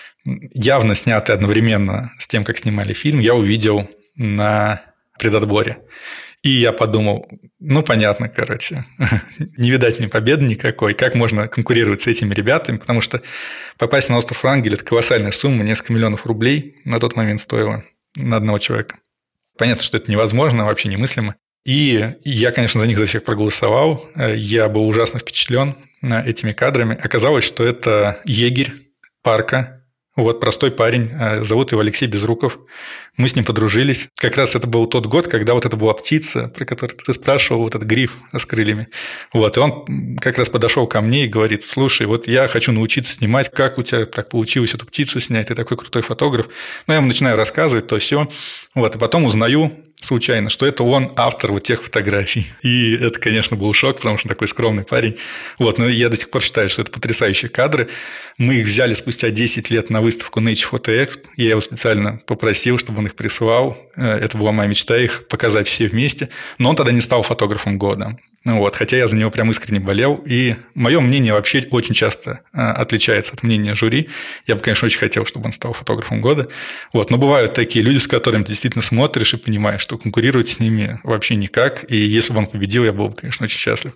явно снятые одновременно с тем, как снимали фильм, я увидел на предотборе. И я подумал, ну, понятно, короче, не видать мне победы никакой, как можно конкурировать с этими ребятами, потому что попасть на остров Врангель – это колоссальная сумма, несколько миллионов рублей на тот момент стоило на одного человека. Понятно, что это невозможно, вообще немыслимо. И я, конечно, за них за всех проголосовал. Я был ужасно впечатлен этими кадрами. Оказалось, что это егерь парка. Вот простой парень, зовут его Алексей Безруков. Мы с ним подружились. Как раз это был тот год, когда вот это была птица, про которую ты спрашивал, вот этот гриф с крыльями. Вот, и он как раз подошел ко мне и говорит: слушай, вот я хочу научиться снимать, как у тебя так получилось эту птицу снять, ты такой крутой фотограф. Ну, я ему начинаю рассказывать, то все. Вот, и потом узнаю случайно, что это он автор вот тех фотографий. И это, конечно, был шок, потому что он такой скромный парень. Вот, но я до сих пор считаю, что это потрясающие кадры. Мы их взяли спустя десять лет на выставку Nature Photo Expo. Я его специально попросил, чтобы он их прислал. Это была моя мечта, их показать все вместе. Но он тогда не стал фотографом года. Вот, хотя я за него прям искренне болел. И мое мнение вообще очень часто отличается от мнения жюри. Я бы, конечно, очень хотел, чтобы он стал фотографом года. Вот, но бывают такие люди, с которыми ты действительно смотришь и понимаешь, что конкурировать с ними вообще никак. И если бы он победил, я был бы, конечно, очень счастлив.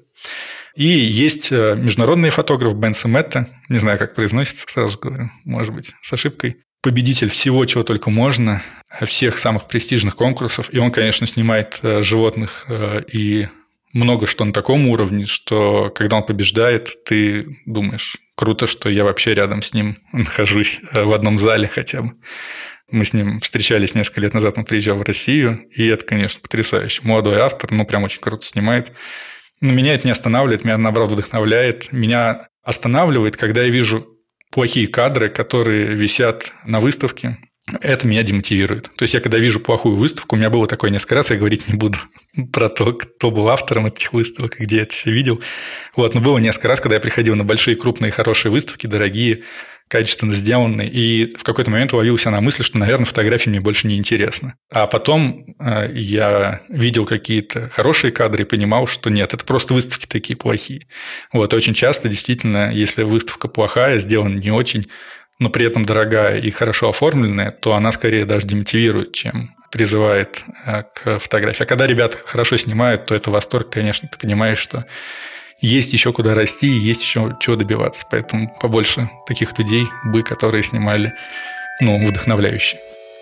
И есть международный фотограф Бенсон Метта. Не знаю, как произносится, сразу говорю, может быть, с ошибкой. Победитель всего, чего только можно, всех самых престижных конкурсов. И он, конечно, снимает животных и много что на таком уровне, что когда он побеждает, ты думаешь, круто, что я вообще рядом с ним нахожусь в одном зале хотя бы. Мы с ним встречались несколько лет назад, он приезжал в Россию, и это, конечно, потрясающе. Молодой автор, ну, прям очень круто снимает. Но меня это не останавливает, меня, наоборот, вдохновляет. Меня останавливает, когда я вижу плохие кадры, которые висят на выставке. Это меня демотивирует. То есть я, когда вижу плохую выставку, у меня было такое несколько раз, я говорить не буду про то, кто был автором этих выставок, где я это все видел. Вот, но было несколько раз, когда я приходил на большие, крупные, хорошие выставки, дорогие, качественно сделанные, и в какой-то момент ловился на мысли, что, наверное, фотографии мне больше не интересно. А потом э, я видел какие-то хорошие кадры и понимал, что нет, это просто выставки такие плохие. Вот, очень часто, действительно, если выставка плохая, сделана не очень, но при этом дорогая и хорошо оформленная, то она скорее даже демотивирует, чем призывает к фотографии. А когда ребята хорошо снимают, то это восторг, конечно, ты понимаешь, что есть еще куда расти, есть еще чего добиваться. Поэтому побольше таких людей бы, которые снимали, ну, вдохновляюще.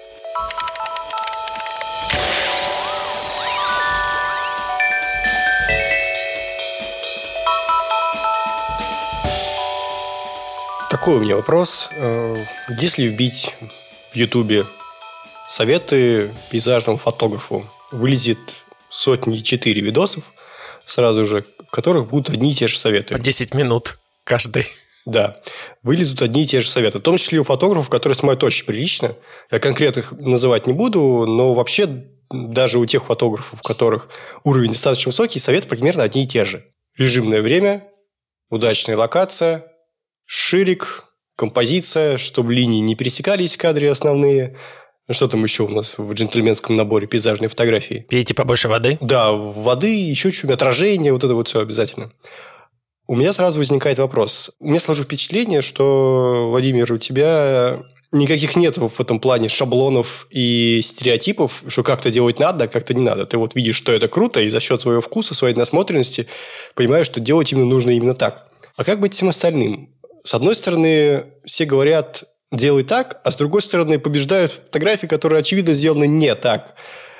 Такой у меня вопрос. Если вбить в Ютубе советы пейзажному фотографу, вылезет сотни-четыре видосов сразу же, в которых будут одни и те же советы. По десять минут каждый. Да. Вылезут одни и те же советы. В том числе и у фотографов, которые снимают очень прилично. Я конкретно их называть не буду, но вообще даже у тех фотографов, у которых уровень достаточно высокий, советы примерно одни и те же. Режимное время, удачная локация, ширик, композиция, чтобы линии не пересекались в кадре основные. Что там еще у нас в джентльменском наборе пейзажной фотографии? Пейте побольше воды. Да, воды, еще чуть-чуть, отражение, вот это вот все обязательно. У меня сразу возникает вопрос. У меня сложилось впечатление, что, Владимир, у тебя никаких нет в этом плане шаблонов и стереотипов, что как-то делать надо, а как-то не надо. Ты вот видишь, что это круто, и за счет своего вкуса, своей насмотренности понимаешь, что делать именно нужно именно так. А как быть всем остальным? С одной стороны, все говорят, делай так, а с другой стороны, побеждают фотографии, которые, очевидно, сделаны не так.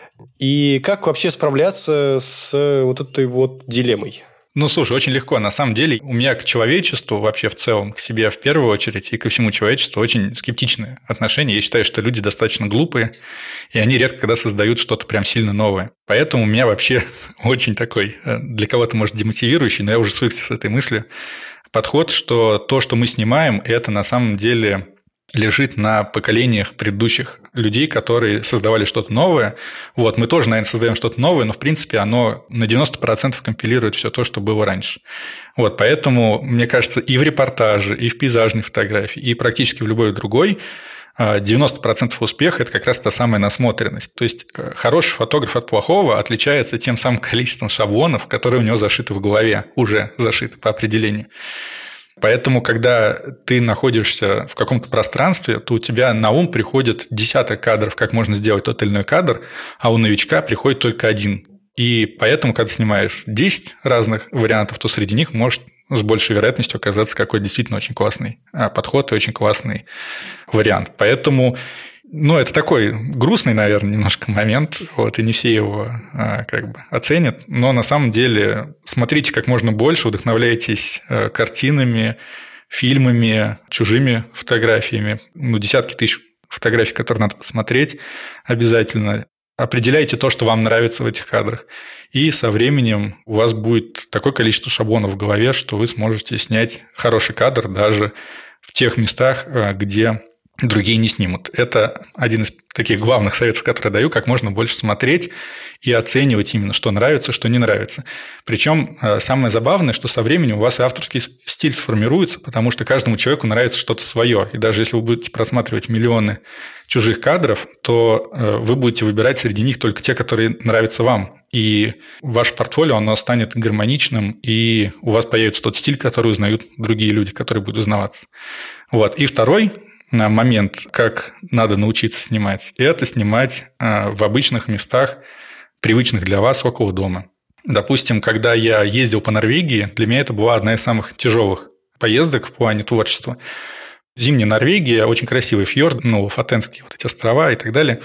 И как вообще справляться с вот этой вот дилеммой? Ну, слушай, очень легко. На самом деле, у меня к человечеству вообще в целом, к себе в первую очередь и ко всему человечеству очень скептичные отношения. Я считаю, что люди достаточно глупые, и они редко когда создают что-то прям сильно новое. Поэтому у меня вообще очень такой, для кого-то, может, демотивирующий, но я уже свыкся с этой мыслью, подход, что то, что мы снимаем, это на самом деле лежит на поколениях предыдущих людей, которые создавали что-то новое. Вот, мы тоже, наверное, создаем что-то новое, но, в принципе, оно на девяносто процентов компилирует все то, что было раньше. Вот, поэтому, мне кажется, и в репортаже, и в пейзажной фотографии, и практически в любой другой девяносто процентов успеха – это как раз та самая насмотренность. То есть, хороший фотограф от плохого отличается тем самым количеством шаблонов, которые у него зашиты в голове, уже зашиты по определению. Поэтому, когда ты находишься в каком-то пространстве, то у тебя на ум приходит десяток кадров, как можно сделать тот или иной кадр, а у новичка приходит только один. И поэтому, когда снимаешь десять разных вариантов, то среди них может с большей вероятностью оказаться какой-то действительно очень классный подход и очень классный вариант. Поэтому... Ну, это такой грустный, наверное, немножко момент, вот, и не все его а, как бы оценят, но на самом деле смотрите как можно больше, вдохновляйтесь а, картинами, фильмами, чужими фотографиями, ну, десятки тысяч фотографий, которые надо посмотреть обязательно. Определяйте то, что вам нравится в этих кадрах, и со временем у вас будет такое количество шаблонов в голове, что вы сможете снять хороший кадр даже в тех местах, где другие не снимут. Это один из таких главных советов, которые я даю, как можно больше смотреть и оценивать именно, что нравится, что не нравится. Причем самое забавное, что со временем у вас и авторский стиль сформируется, потому что каждому человеку нравится что-то свое. И даже если вы будете просматривать миллионы чужих кадров, то вы будете выбирать среди них только те, которые нравятся вам. И ваше портфолио, оно станет гармоничным, и у вас появится тот стиль, который узнают другие люди, которые будут узнаваться. Вот. И второй момент, как надо научиться снимать, это снимать в обычных местах, привычных для вас, около дома. Допустим, когда я ездил по Норвегии, для меня это была одна из самых тяжелых поездок в плане творчества. Зимняя Норвегия, очень красивый фьорд, ну, Лофотенские вот эти острова и так далее.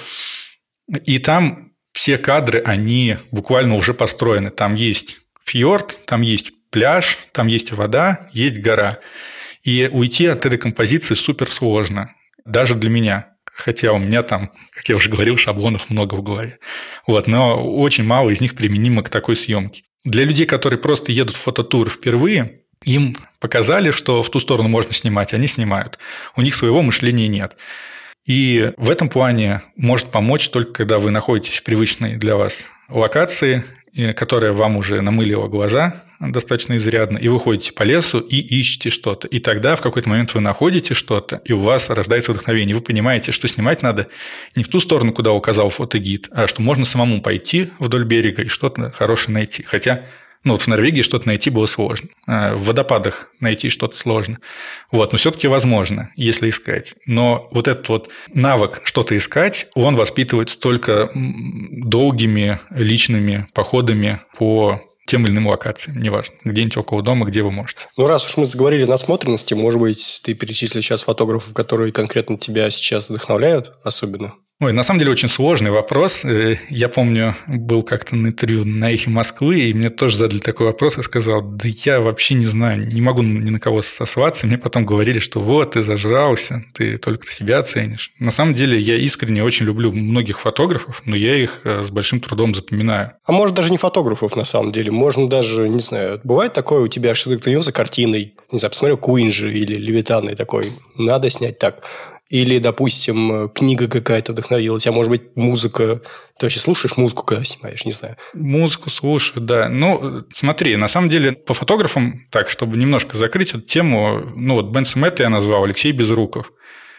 И там все кадры, они буквально уже построены. Там есть фьорд, там есть пляж, там есть вода, есть гора. И уйти от этой композиции супер сложно, даже для меня. Хотя у меня там, как я уже говорил, шаблонов много в голове. Вот, но очень мало из них применимо к такой съемке. Для людей, которые просто едут в фототур впервые, им показали, что в ту сторону можно снимать, они снимают. У них своего мышления нет. И в этом плане может помочь только когда вы находитесь в привычной для вас локации, которая вам уже намылила глаза достаточно изрядно, и вы ходите по лесу и ищете что-то. И тогда в какой-то момент вы находите что-то, и у вас рождается вдохновение. Вы понимаете, что снимать надо не в ту сторону, куда указал фотогид, а что можно самому пойти вдоль берега и что-то хорошее найти. Хотя... Ну, вот в Норвегии что-то найти было сложно. В водопадах найти что-то сложно. Вот, но все-таки возможно, если искать. Но вот этот вот навык что-то искать, он воспитывается только долгими личными походами по тем или иным локациям, неважно, где-нибудь около дома, где вы можете. Ну, раз уж мы заговорили о насмотренности, может быть, ты перечислишь сейчас фотографов, которые конкретно тебя сейчас вдохновляют особенно? Ой, на самом деле очень сложный вопрос. Я помню, был как-то на интервью на «Эхе Москвы», и мне тоже задали такой вопрос, и сказал, да я вообще не знаю, не могу ни на кого сослаться. Мне потом говорили, что вот, ты зажрался, ты только себя оценишь. На самом деле я искренне очень люблю многих фотографов, но я их с большим трудом запоминаю. А может, даже не фотографов, на самом деле. Можно даже, не знаю, бывает такое у тебя, что ты вдохновился картиной, не знаю, посмотрел Куинджи или Левитана и такой, надо снять так. Или, допустим, книга какая-то вдохновила тебя, может быть, музыка. Ты вообще слушаешь музыку, когда снимаешь, не знаю. Музыку слушаю, да. Ну, смотри, на самом деле, по фотографам, так, чтобы немножко закрыть эту тему, ну, вот Бенсо Мэтта я назвал, Алексей Безруков.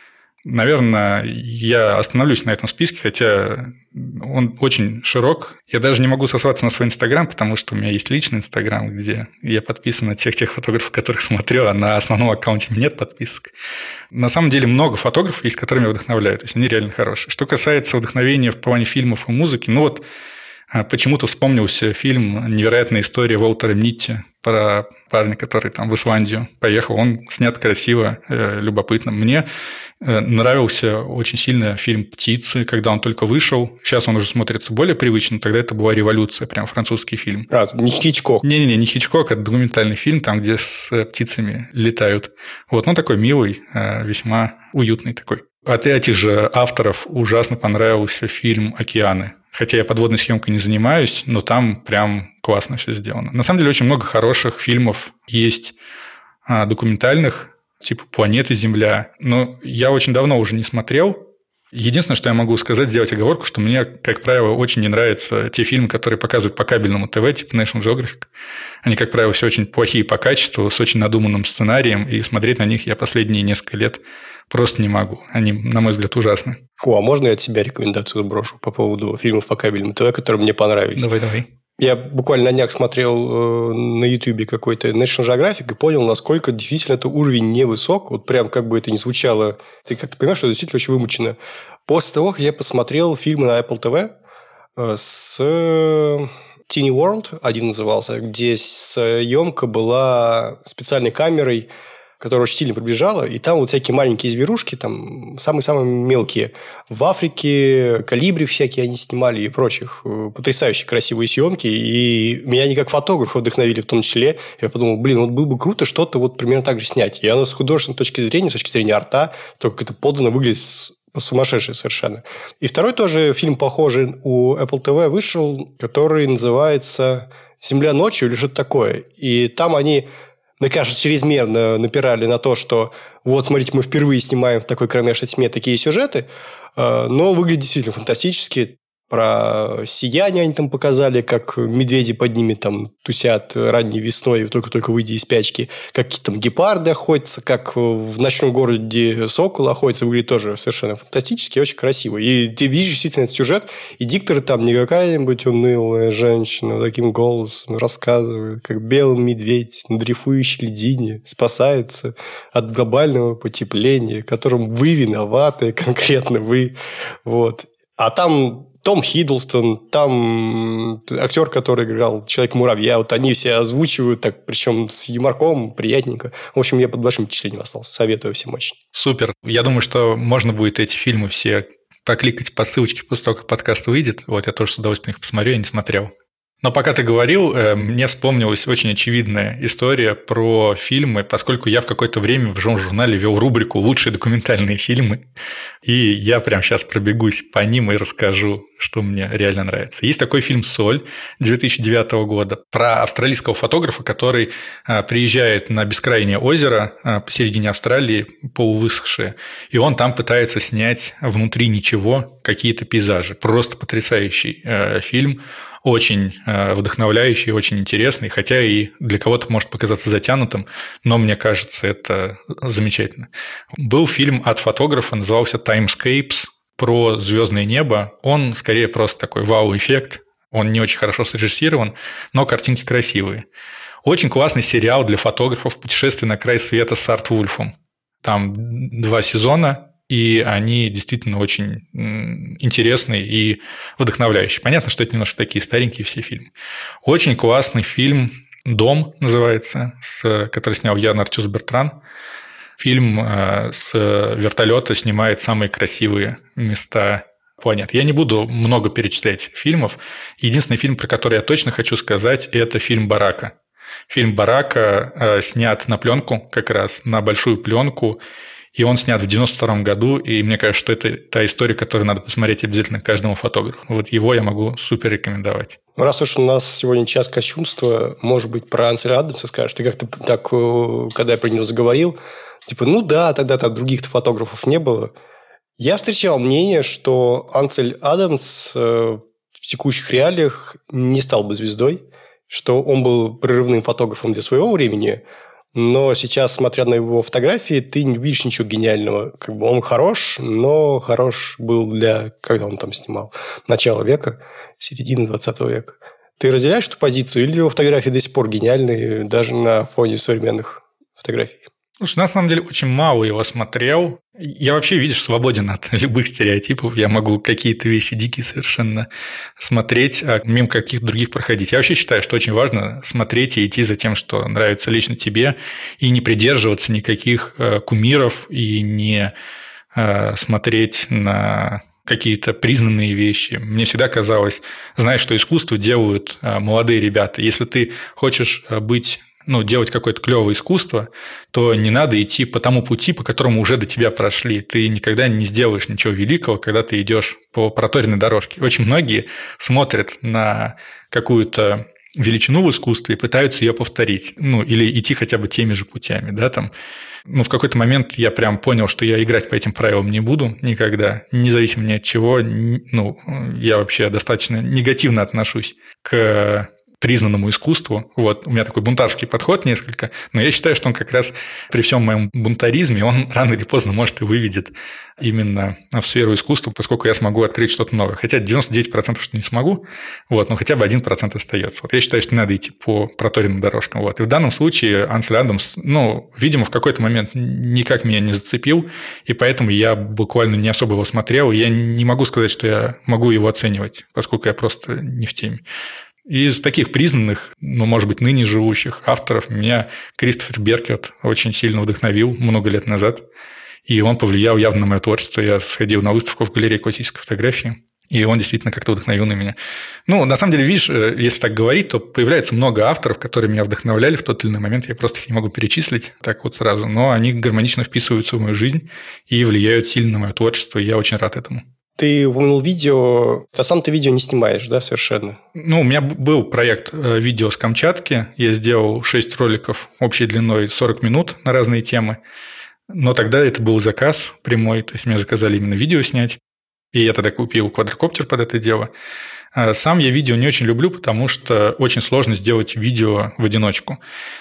Наверное, я остановлюсь на этом списке, хотя он очень широк. Я даже не могу сослаться на свой Инстаграм, потому что у меня есть личный Инстаграм, где я подписан на тех тех фотографов, которых смотрю, а на основном аккаунте нет подписок. На самом деле много фотографов есть, которые меня вдохновляют. То есть они реально хорошие. Что касается вдохновения в плане фильмов и музыки, ну вот почему-то вспомнился фильм «Невероятная история» Уолтера Митти про парня, который там в Исландию поехал. Он снят красиво, любопытно. Мне нравился очень сильно фильм «Птицы», когда он только вышел. Сейчас он уже смотрится более привычно. Тогда это была революция, прям французский фильм. А, не Хичкок. Не-не-не, не Хичкок, это документальный фильм, там, где с птицами летают. Вот, ну, такой милый, весьма уютный такой. От этих же авторов ужасно понравился фильм «Океаны». Хотя я подводной съемкой не занимаюсь, но там прям классно все сделано. На самом деле очень много хороших фильмов есть а, документальных, типа «Планета Земля». Но я очень давно уже не смотрел. Единственное, что я могу сказать, сделать оговорку, что мне, как правило, очень не нравятся те фильмы, которые показывают по кабельному ТВ, типа National Geographic. Они, как правило, все очень плохие по качеству, с очень надуманным сценарием, и смотреть на них я последние несколько лет просто не могу. Они, на мой взгляд, ужасны. Фу, а можно я от себя рекомендацию брошу по поводу фильмов по кабельному ТВ, которые мне понравились? Давай, давай. Я буквально на днях смотрел э, на Ютубе какой-то National Geographic и понял, насколько действительно это уровень невысок. Вот прям как бы это ни звучало. Ты как-то понимаешь, что это действительно очень вымучено. После того, как я посмотрел фильмы на Apple ти ви э, с Tiny World, один назывался, где съемка была специальной камерой, которая очень сильно приближала, и там вот всякие маленькие зверушки, там самые-самые мелкие. В Африке колибри всякие они снимали и прочих. Потрясающе красивые съемки, и меня они как фотографа вдохновили в том числе. Я подумал, блин, вот было бы круто что-то вот примерно так же снять. И оно с художественной точки зрения, с точки зрения арта, то, как это подано, выглядит сумасшедший совершенно. И второй тоже фильм похожий у Apple ти ви вышел, который называется «Земля ночью» или что-то такое. И там они... Мне кажется, чрезмерно напирали на то, что вот, смотрите, мы впервые снимаем в такой кромешной тьме такие сюжеты, но выглядит действительно фантастически. Про сияние они там показали, как медведи под ними там тусят ранней весной, только-только выйдя из спячки, как какие-то там гепарды охотятся, как в ночном городе сокол охотятся, выглядит тоже совершенно фантастически и очень красиво. И ты видишь действительно этот сюжет, и диктор там не какая-нибудь унылая женщина таким голосом рассказывает, как белый медведь на дрейфующей льдине спасается от глобального потепления, которым вы виноваты, конкретно вы. Вот. А там... Том Хиддлстон, там актер, который играл Человека-муравья, вот они все озвучивают, так, причем с юморком, приятненько. В общем, я под большим впечатлением остался. Советую всем очень. Супер. Я думаю, что можно будет эти фильмы все покликать по ссылочке после того, как подкаст выйдет. Вот я тоже с удовольствием их посмотрю, я не смотрел. Но пока ты говорил, мне вспомнилась очень очевидная история про фильмы, поскольку я в какое-то время в журнале вел рубрику «Лучшие документальные фильмы», и я прямо сейчас пробегусь по ним и расскажу, что мне реально нравится. Есть такой фильм «Соль» две тысячи девятого года про австралийского фотографа, который приезжает на бескрайнее озеро посередине Австралии, полувысохшее, и он там пытается снять внутри ничего какие-то пейзажи. Просто потрясающий фильм. Очень вдохновляющий, очень интересный, хотя и для кого-то может показаться затянутым, но мне кажется, это замечательно. Был фильм от фотографа, назывался «Timescapes», про звездное небо. Он скорее просто такой вау-эффект, он не очень хорошо срежиссирован, но картинки красивые. Очень классный сериал для фотографов «Путешествие на край света» с Арт Вульфом. Там два сезона, и они действительно очень интересные и вдохновляющие. Понятно, что это немножко такие старенькие все фильмы. Очень классный фильм «Дом» называется, с, который снял Ян Артюс Бертран. Фильм с вертолета снимает самые красивые места планеты. Я не буду много перечислять фильмов. Единственный фильм, про который я точно хочу сказать, это фильм «Барака». Фильм «Барака» снят на пленку, как раз на большую пленку. И он снят в девяносто втором году, и мне кажется, что это та история, которую надо посмотреть обязательно каждому фотографу. Вот его я могу супер рекомендовать. Раз уж у нас сегодня час кощунства, может быть, про Анселя Адамса скажешь? Ты как-то так, когда я про него заговорил, типа, ну да, тогда там других-то фотографов не было. Я встречал мнение, что Ансель Адамс в текущих реалиях не стал бы звездой, что он был прорывным фотографом для своего времени, Но сейчас, смотря на его фотографии, ты не видишь ничего гениального. Как бы он хорош, но хорош был для... Когда он там снимал? Начало века, середины двадцатого века. Ты разделяешь эту позицию, или его фотографии до сих пор гениальные даже на фоне современных фотографий? Слушай, на самом деле очень мало его смотрел. Я вообще, видишь, свободен от любых стереотипов. Я могу какие-то вещи дикие совершенно смотреть, а мимо каких-то других проходить. Я вообще считаю, что очень важно смотреть и идти за тем, что нравится лично тебе, и не придерживаться никаких кумиров, и не смотреть на какие-то признанные вещи. Мне всегда казалось, знаешь, что искусство делают молодые ребята. Если ты хочешь быть... ну, делать какое-то клевое искусство, то не надо идти по тому пути, по которому уже до тебя прошли. Ты никогда не сделаешь ничего великого, когда ты идешь по проторенной дорожке. Очень многие смотрят на какую-то величину в искусстве и пытаются ее повторить. Ну, или идти хотя бы теми же путями, да, там. Ну, в какой-то момент я прям понял, что я играть по этим правилам не буду никогда, независимо ни от чего. Ну, я вообще достаточно негативно отношусь к признанному искусству. Вот, у меня такой бунтарский подход несколько, но я считаю, что он как раз при всем моем бунтаризме, он рано или поздно, может, и выведет именно в сферу искусства, поскольку я смогу открыть что-то новое. Хотя девяносто девять процентов что не смогу, вот, но хотя бы один процент остается. Вот я считаю, что не надо идти по проторенным дорожкам. Вот. И в данном случае Ансель Адамс, ну, видимо, в какой-то момент никак меня не зацепил, и поэтому я буквально не особо его смотрел, и я не могу сказать, что я могу его оценивать, поскольку я просто не в теме. Из таких признанных, ну, может быть, ныне живущих авторов меня Кристофер Беркет очень сильно вдохновил много лет назад, и он повлиял явно на мое творчество. Я сходил на выставку в галерее классической фотографии, и он действительно как-то вдохновил на меня. Ну, на самом деле, видишь, если так говорить, то появляется много авторов, которые меня вдохновляли в тот или иной момент. Я просто их не могу перечислить так вот сразу, но они гармонично вписываются в мою жизнь и влияют сильно на мое творчество, и я очень рад этому. Ты упомянул видео, а сам ты видео не снимаешь, да, совершенно? Ну, у меня был проект видео с Камчатки. Я сделал шесть роликов общей длиной сорок минут на разные темы. Но тогда это был заказ прямой, то есть меня заказали именно видео снять. И я тогда купил квадрокоптер под это дело. Сам я видео не очень люблю, потому что очень сложно сделать видео в одиночку.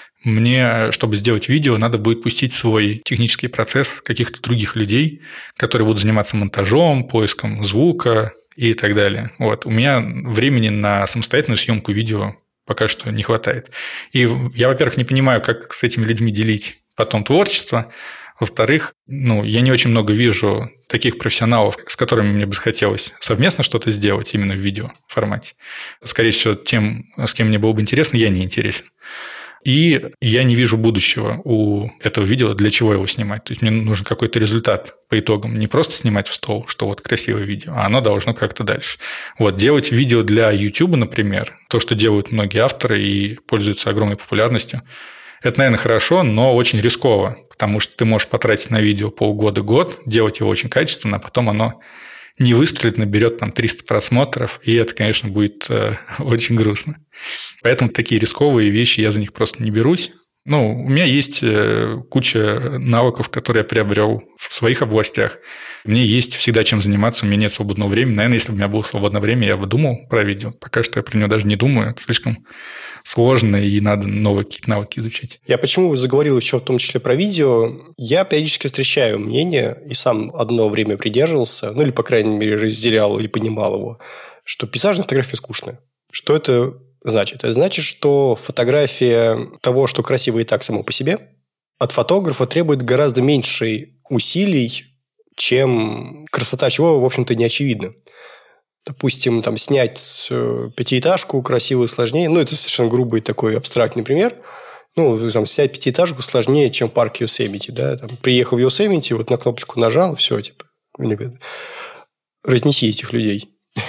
Мне, чтобы сделать видео, надо будет пустить свой технический процесс каких-то других людей, которые будут заниматься монтажом, поиском звука и так далее. Вот. У меня времени на самостоятельную съемку видео пока что не хватает. И я, во-первых, не понимаю, как с этими людьми делить потом творчество. Во-вторых, ну, я не очень много вижу таких профессионалов, с которыми мне бы хотелось совместно что-то сделать именно в видео формате. Скорее всего, тем, с кем мне было бы интересно, я не интересен. И я не вижу будущего у этого видео, для чего его снимать. То есть мне нужен какой-то результат по итогам. Не просто снимать в стол, что вот красивое видео, а оно должно как-то дальше. Вот делать видео для YouTube, например, то, что делают многие авторы и пользуются огромной популярностью, это, наверное, хорошо, но очень рисково, потому что ты можешь потратить на видео полгода-год, делать его очень качественно, а потом оно не выстрелит, наберет там триста просмотров, и это, конечно, будет э, очень грустно. Поэтому такие рисковые вещи, я за них просто не берусь. Ну, у меня есть э, куча навыков, которые я приобрел в своих областях. Мне есть всегда чем заниматься, у меня нет свободного времени. Наверное, если бы у меня было свободное время, я бы думал про видео. Пока что я про него даже не думаю, это слишком сложно, и надо новые какие-то навыки изучить. Я почему заговорил еще в том числе про видео? Я периодически встречаю мнение, и сам одно время придерживался, ну или, по крайней мере, разделял и понимал его, что пейзажная фотография скучная. Что это значит? Это значит, что фотография того, что красиво и так само по себе, от фотографа требует гораздо меньшей усилий, чем красота чего, в общем-то, не очевидно. Допустим, там, снять пятиэтажку красиво сложнее. Ну, это совершенно грубый такой абстрактный пример. Ну, там, снять пятиэтажку сложнее, чем парк Йосемити. Да? Там, приехал в Йосемити, вот на кнопочку нажал, все, типа, разнеси этих людей.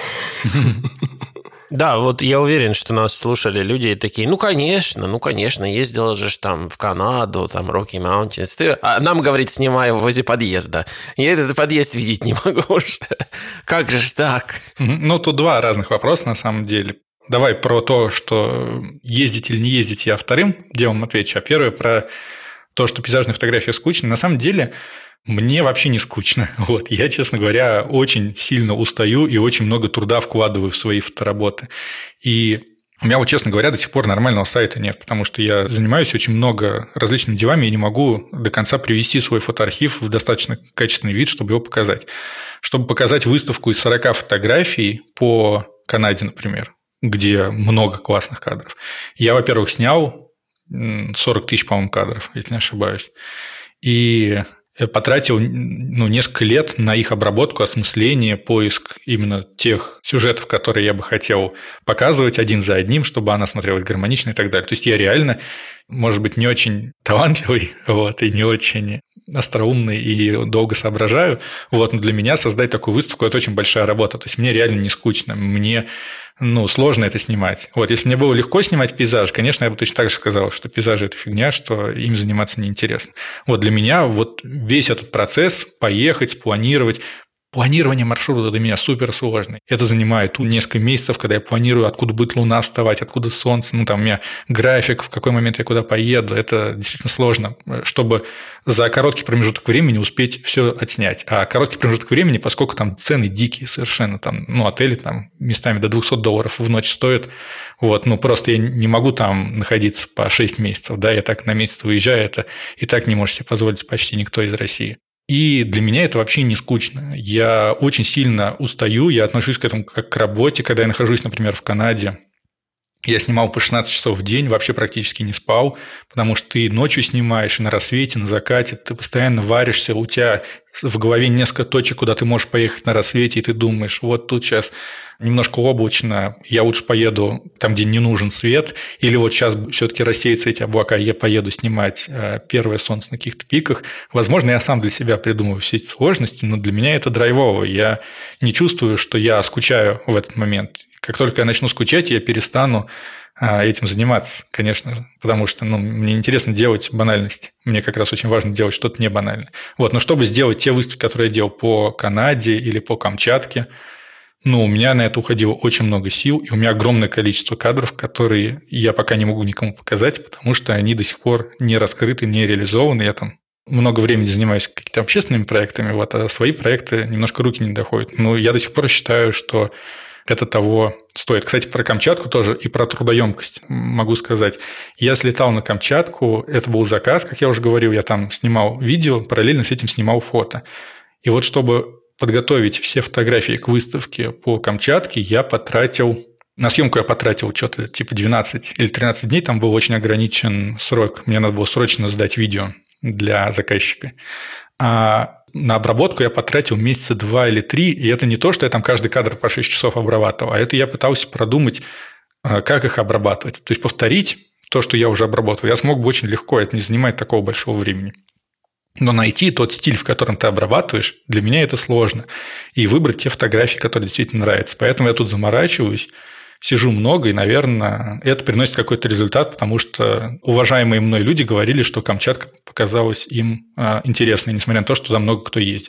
Да, вот я уверен, что нас слушали люди такие, ну, конечно, ну, конечно, ездил же там в Канаду, там, Rocky Mountains. Ты... А нам, говорит, снимай возле подъезда. Я этот подъезд видеть не могу уже. Как же ж так? Ну, тут два разных вопроса, на самом деле. Давай про то, что ездить или не ездить, я вторым делом отвечу. А первое про то, что пейзажная фотография скучная. На самом деле... Мне вообще не скучно. Вот. Я, честно говоря, очень сильно устаю и очень много труда вкладываю в свои фотоработы. И У меня, вот, честно говоря, до сих пор нормального сайта нет, потому что я занимаюсь очень много различными делами и не могу до конца привести свой фотоархив в достаточно качественный вид, чтобы его показать. Чтобы показать выставку из сорока фотографий по Канаде, например, где много классных кадров, я, во-первых, снял сорок тысяч, по-моему, кадров, если не ошибаюсь, и потратил ну, несколько лет на их обработку, осмысление, поиск именно тех сюжетов, которые я бы хотел показывать один за одним, чтобы она смотрелась гармонично и так далее. То есть я реально, может быть, не очень талантливый, вот, и не очень остроумный и долго соображаю, вот, но для меня создать такую выставку – это очень большая работа. То есть мне реально не скучно, мне ну, сложно это снимать. Вот, если мне было легко снимать пейзаж, конечно, я бы точно так же сказал, что пейзажи – это фигня, что им заниматься неинтересно. Вот для меня вот весь этот процесс – поехать, спланировать. Планирование маршрута для меня супер сложно. Это занимает несколько месяцев, когда я планирую, откуда будет луна вставать, откуда солнце, ну там у меня график, в какой момент я куда поеду. Это действительно сложно, чтобы за короткий промежуток времени успеть все отснять. А короткий промежуток времени, поскольку там цены дикие совершенно, там, ну, отели там местами до двухсот долларов в ночь стоят, вот, ну, просто я не могу там находиться по шесть месяцев, да, я так на месяц выезжаю, это и так не может себе позволить почти никто из России. И для меня это вообще не скучно. Я очень сильно устаю, я отношусь к этому как к работе. Когда я нахожусь, например, в Канаде, я снимал по шестнадцать часов в день, вообще практически не спал, потому что ты ночью снимаешь, и на рассвете, на закате, ты постоянно варишься, у тебя в голове несколько точек, куда ты можешь поехать на рассвете, и ты думаешь, вот тут сейчас немножко облачно, я лучше поеду там, где не нужен свет, или вот сейчас все-таки рассеются эти облака, я поеду снимать первое солнце на каких-то пиках. Возможно, я сам для себя придумываю все эти сложности, но для меня это драйвово. Я не чувствую, что я скучаю в этот момент. Как только я начну скучать, я перестану этим заниматься, конечно же, потому что ну, мне интересно делать банальности. Мне как раз очень важно делать что-то не банальное. Вот, но чтобы сделать те выставки, которые я делал по Канаде или по Камчатке, ну, у меня на это уходило очень много сил, и у меня огромное количество кадров, которые я пока не могу никому показать, потому что они до сих пор не раскрыты, не реализованы. Я там много времени занимаюсь какими-то общественными проектами, вот, а свои проекты немножко руки не доходят. Но я до сих пор считаю, что это того стоит. Кстати, про Камчатку тоже и про трудоемкость могу сказать. Я слетал на Камчатку, это был заказ, как я уже говорил, я там снимал видео, параллельно с этим снимал фото. И вот чтобы подготовить все фотографии к выставке по Камчатке, я потратил... На съемку я потратил что-то типа двенадцать или тринадцать дней, там был очень ограничен срок. Мне надо было срочно сдать видео для заказчика. А на обработку я потратил месяца два или три, и это не то, что я там каждый кадр по шесть часов обрабатывал, а это я пытался продумать, как их обрабатывать. То есть повторить то, что я уже обработал, я смог бы очень легко, это не занимает такого большого времени. Но найти тот стиль, в котором ты обрабатываешь, для меня это сложно. И выбрать те фотографии, которые действительно нравятся. Поэтому я тут заморачиваюсь, сижу много, и, наверное, это приносит какой-то результат, потому что уважаемые мной люди говорили, что Камчатка показалась им интересной, несмотря на то, что туда много кто ездит.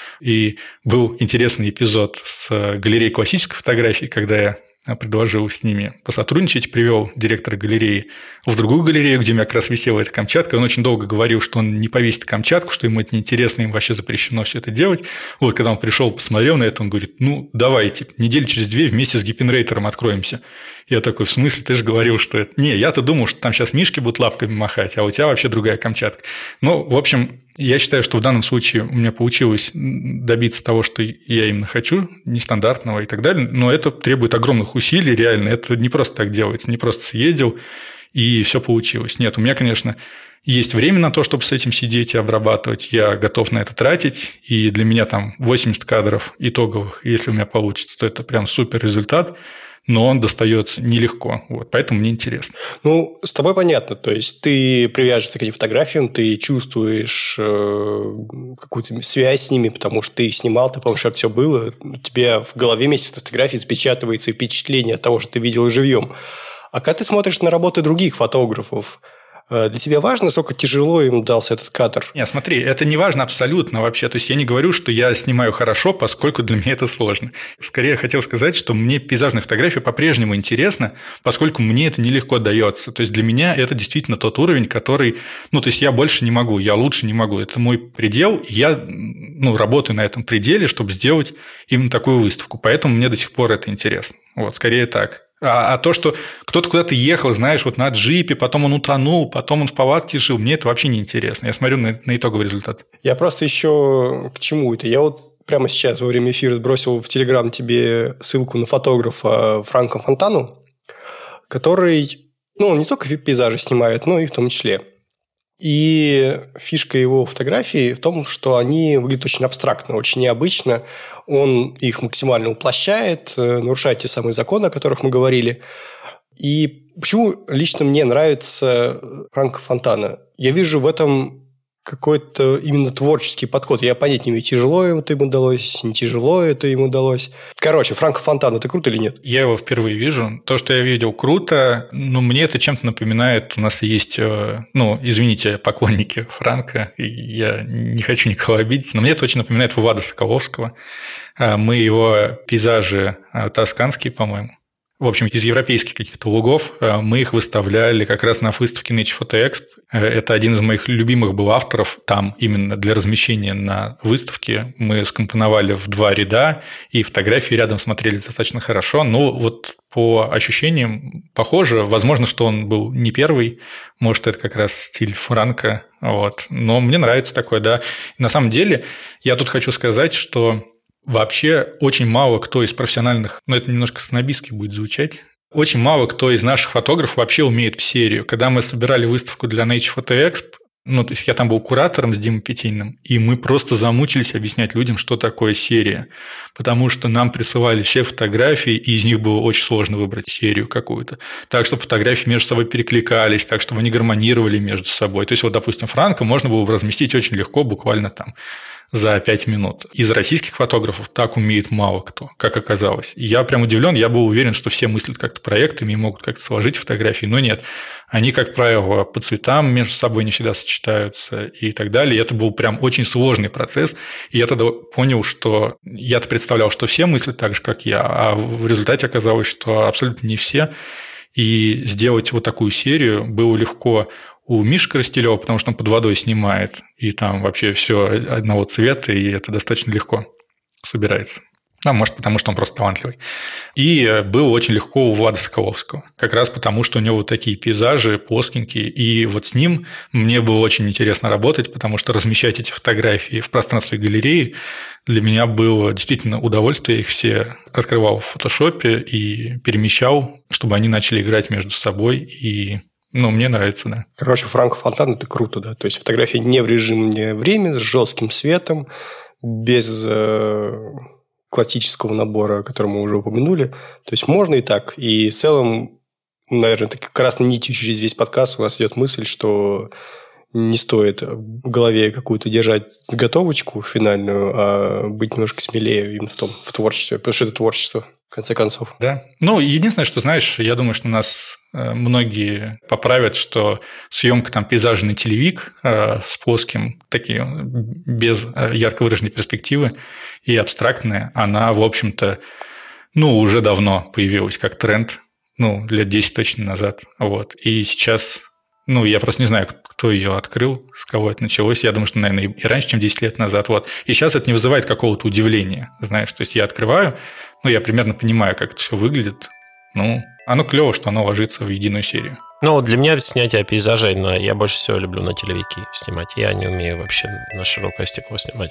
И был интересный эпизод с галереей классической фотографии, когда я предложил с ними посотрудничать, привел директора галереи в другую галерею, где у меня как раз висела эта Камчатка. Он очень долго говорил, что он не повесит Камчатку, что ему это неинтересно, им вообще запрещено все это делать. Вот, когда он пришел, посмотрел на это, он говорит, ну, давайте, недели через две вместе с гиппенрейтером откроемся. Я такой, в смысле, ты же говорил, что это... Не, я-то думал, что там сейчас мишки будут лапками махать, а у тебя вообще другая Камчатка. Ну, в общем, я считаю, что в данном случае у меня получилось добиться того, что я именно хочу, нестандартного и так далее, но это требует огромных усилий, реально. Это не просто так делается, не просто съездил, и все получилось. Нет, у меня, конечно, есть время на то, чтобы с этим сидеть и обрабатывать. Я готов на это тратить, и для меня там восемьдесят кадров итоговых, если у меня получится, то это прям супер результат. Но он достается нелегко. Вот, поэтому мне интересно. Ну, с тобой понятно. То есть, ты привяжешься к этим фотографиям, ты чувствуешь э, какую-то связь с ними, потому что ты их снимал, ты помнишь, как все было. У тебя в голове вместе с фотографией запечатывается впечатление от того, что ты видел живьем. А когда ты смотришь на работы других фотографов, для тебя важно, насколько тяжело им дался этот кадр? Нет, смотри, это не важно абсолютно вообще. То есть, я не говорю, что я снимаю хорошо, поскольку для меня это сложно. Скорее, я хотел сказать, что мне пейзажная фотография по-прежнему интересна, поскольку мне это нелегко дается. То есть, для меня это действительно тот уровень, который... Ну, то есть, я больше не могу, я лучше не могу. Это мой предел, и я ну, работаю на этом пределе, чтобы сделать именно такую выставку. Поэтому мне до сих пор это интересно. Вот, скорее так. А, а то, что кто-то куда-то ехал, знаешь, вот на джипе, потом он утонул, потом он в палатке жил, мне это вообще не интересно. Я смотрю на, на итоговый результат. Я просто еще к чему это? Я вот прямо сейчас во время эфира сбросил в Телеграм тебе ссылку на фотографа Франко Фонтану, который, ну, он не только пейзажи снимает, но и в том числе. И фишка его фотографий в том, что они выглядят очень абстрактно, очень необычно. Он их максимально уплощает, нарушает те самые законы, о которых мы говорили. И почему лично мне нравится Франко Фонтана? Я вижу в этом какой-то именно творческий подход. Я понять не имею, тяжело это ему удалось, не тяжело это ему удалось. Короче, Франко Фонтана, это круто или нет? Я его впервые вижу. То, что я видел, круто. Но мне это чем-то напоминает. У нас есть, ну, извините, поклонники Франко. Я не хочу никого обидеть, но мне это очень напоминает Влада Соколовского. Мы его пейзажи тосканские, по-моему, в общем, из европейских каких-то лугов, мы их выставляли как раз на выставке Nature Photo Expo. Это один из моих любимых был авторов там именно для размещения на выставке. Мы скомпоновали в два ряда, и фотографии рядом смотрелись достаточно хорошо. Но вот по ощущениям похоже. Возможно, что он был не первый. Может, это как раз стиль Франко. Вот. Но мне нравится такое, да. На самом деле, я тут хочу сказать, что вообще очень мало кто из профессиональных, но это немножко снобистски будет звучать, очень мало кто из наших фотографов вообще умеет в серию. Когда мы собирали выставку для Nature Photo Expo, ну, то есть я там был куратором с Димой Петининым, и мы просто замучились объяснять людям, что такое серия, потому что нам присылали все фотографии, и из них было очень сложно выбрать серию какую-то, так, чтобы фотографии между собой перекликались, так, чтобы они гармонировали между собой. То есть, вот, допустим, Франко можно было бы разместить очень легко, буквально там за пять минут. Из российских фотографов так умеет мало кто, как оказалось. И я прям удивлен, я был уверен, что все мыслят как-то проектами и могут как-то сложить фотографии, но нет. Они, как правило, по цветам между собой не всегда сочетаются и так далее. И это был прям очень сложный процесс. И я тогда понял, что я-то представлял, что все мыслят так же, как я, а в результате оказалось, что абсолютно не все. И сделать вот такую серию было легко у Миши Коростелева, потому что он под водой снимает, и там вообще все одного цвета, и это достаточно легко собирается. А может, потому что он просто талантливый. И было очень легко у Влада Соколовского, как раз потому, что у него вот такие пейзажи плоскенькие, и вот с ним мне было очень интересно работать, потому что размещать эти фотографии в пространстве галереи для меня было действительно удовольствие. Их все открывал в фотошопе и перемещал, чтобы они начали играть между собой, и ну, мне нравится, да. Короче, Франко Фонтана – это круто, да. То есть, фотографии не в режиме времени, с жестким светом, без э, классического набора, который мы уже упомянули. То есть, можно и так. И в целом, наверное, так красной нитью через весь подкаст у нас идет мысль, что не стоит в голове какую-то держать заготовочку финальную, а быть немножко смелее именно в том, в творчестве, потому что это творчество, в конце концов. Да. Ну, единственное, что, знаешь, я думаю, что нас многие поправят, что съемка там пейзажный телевик э, с плоским, такие, без ярко выраженной перспективы и абстрактная, она, в общем-то, ну, уже давно появилась как тренд, ну, лет десять точно назад, вот. И сейчас, ну, я просто не знаю, кто ее открыл, с кого это началось. Я думаю, что, наверное, и раньше, чем десять лет назад, вот. И сейчас это не вызывает какого-то удивления, знаешь, то есть я открываю, ну, я примерно понимаю, как это все выглядит, ну, оно клево, что оно ложится в единую серию. Ну, для меня снятие пейзажей, но я больше всего люблю на телевики снимать. Я не умею вообще на широкое стекло снимать.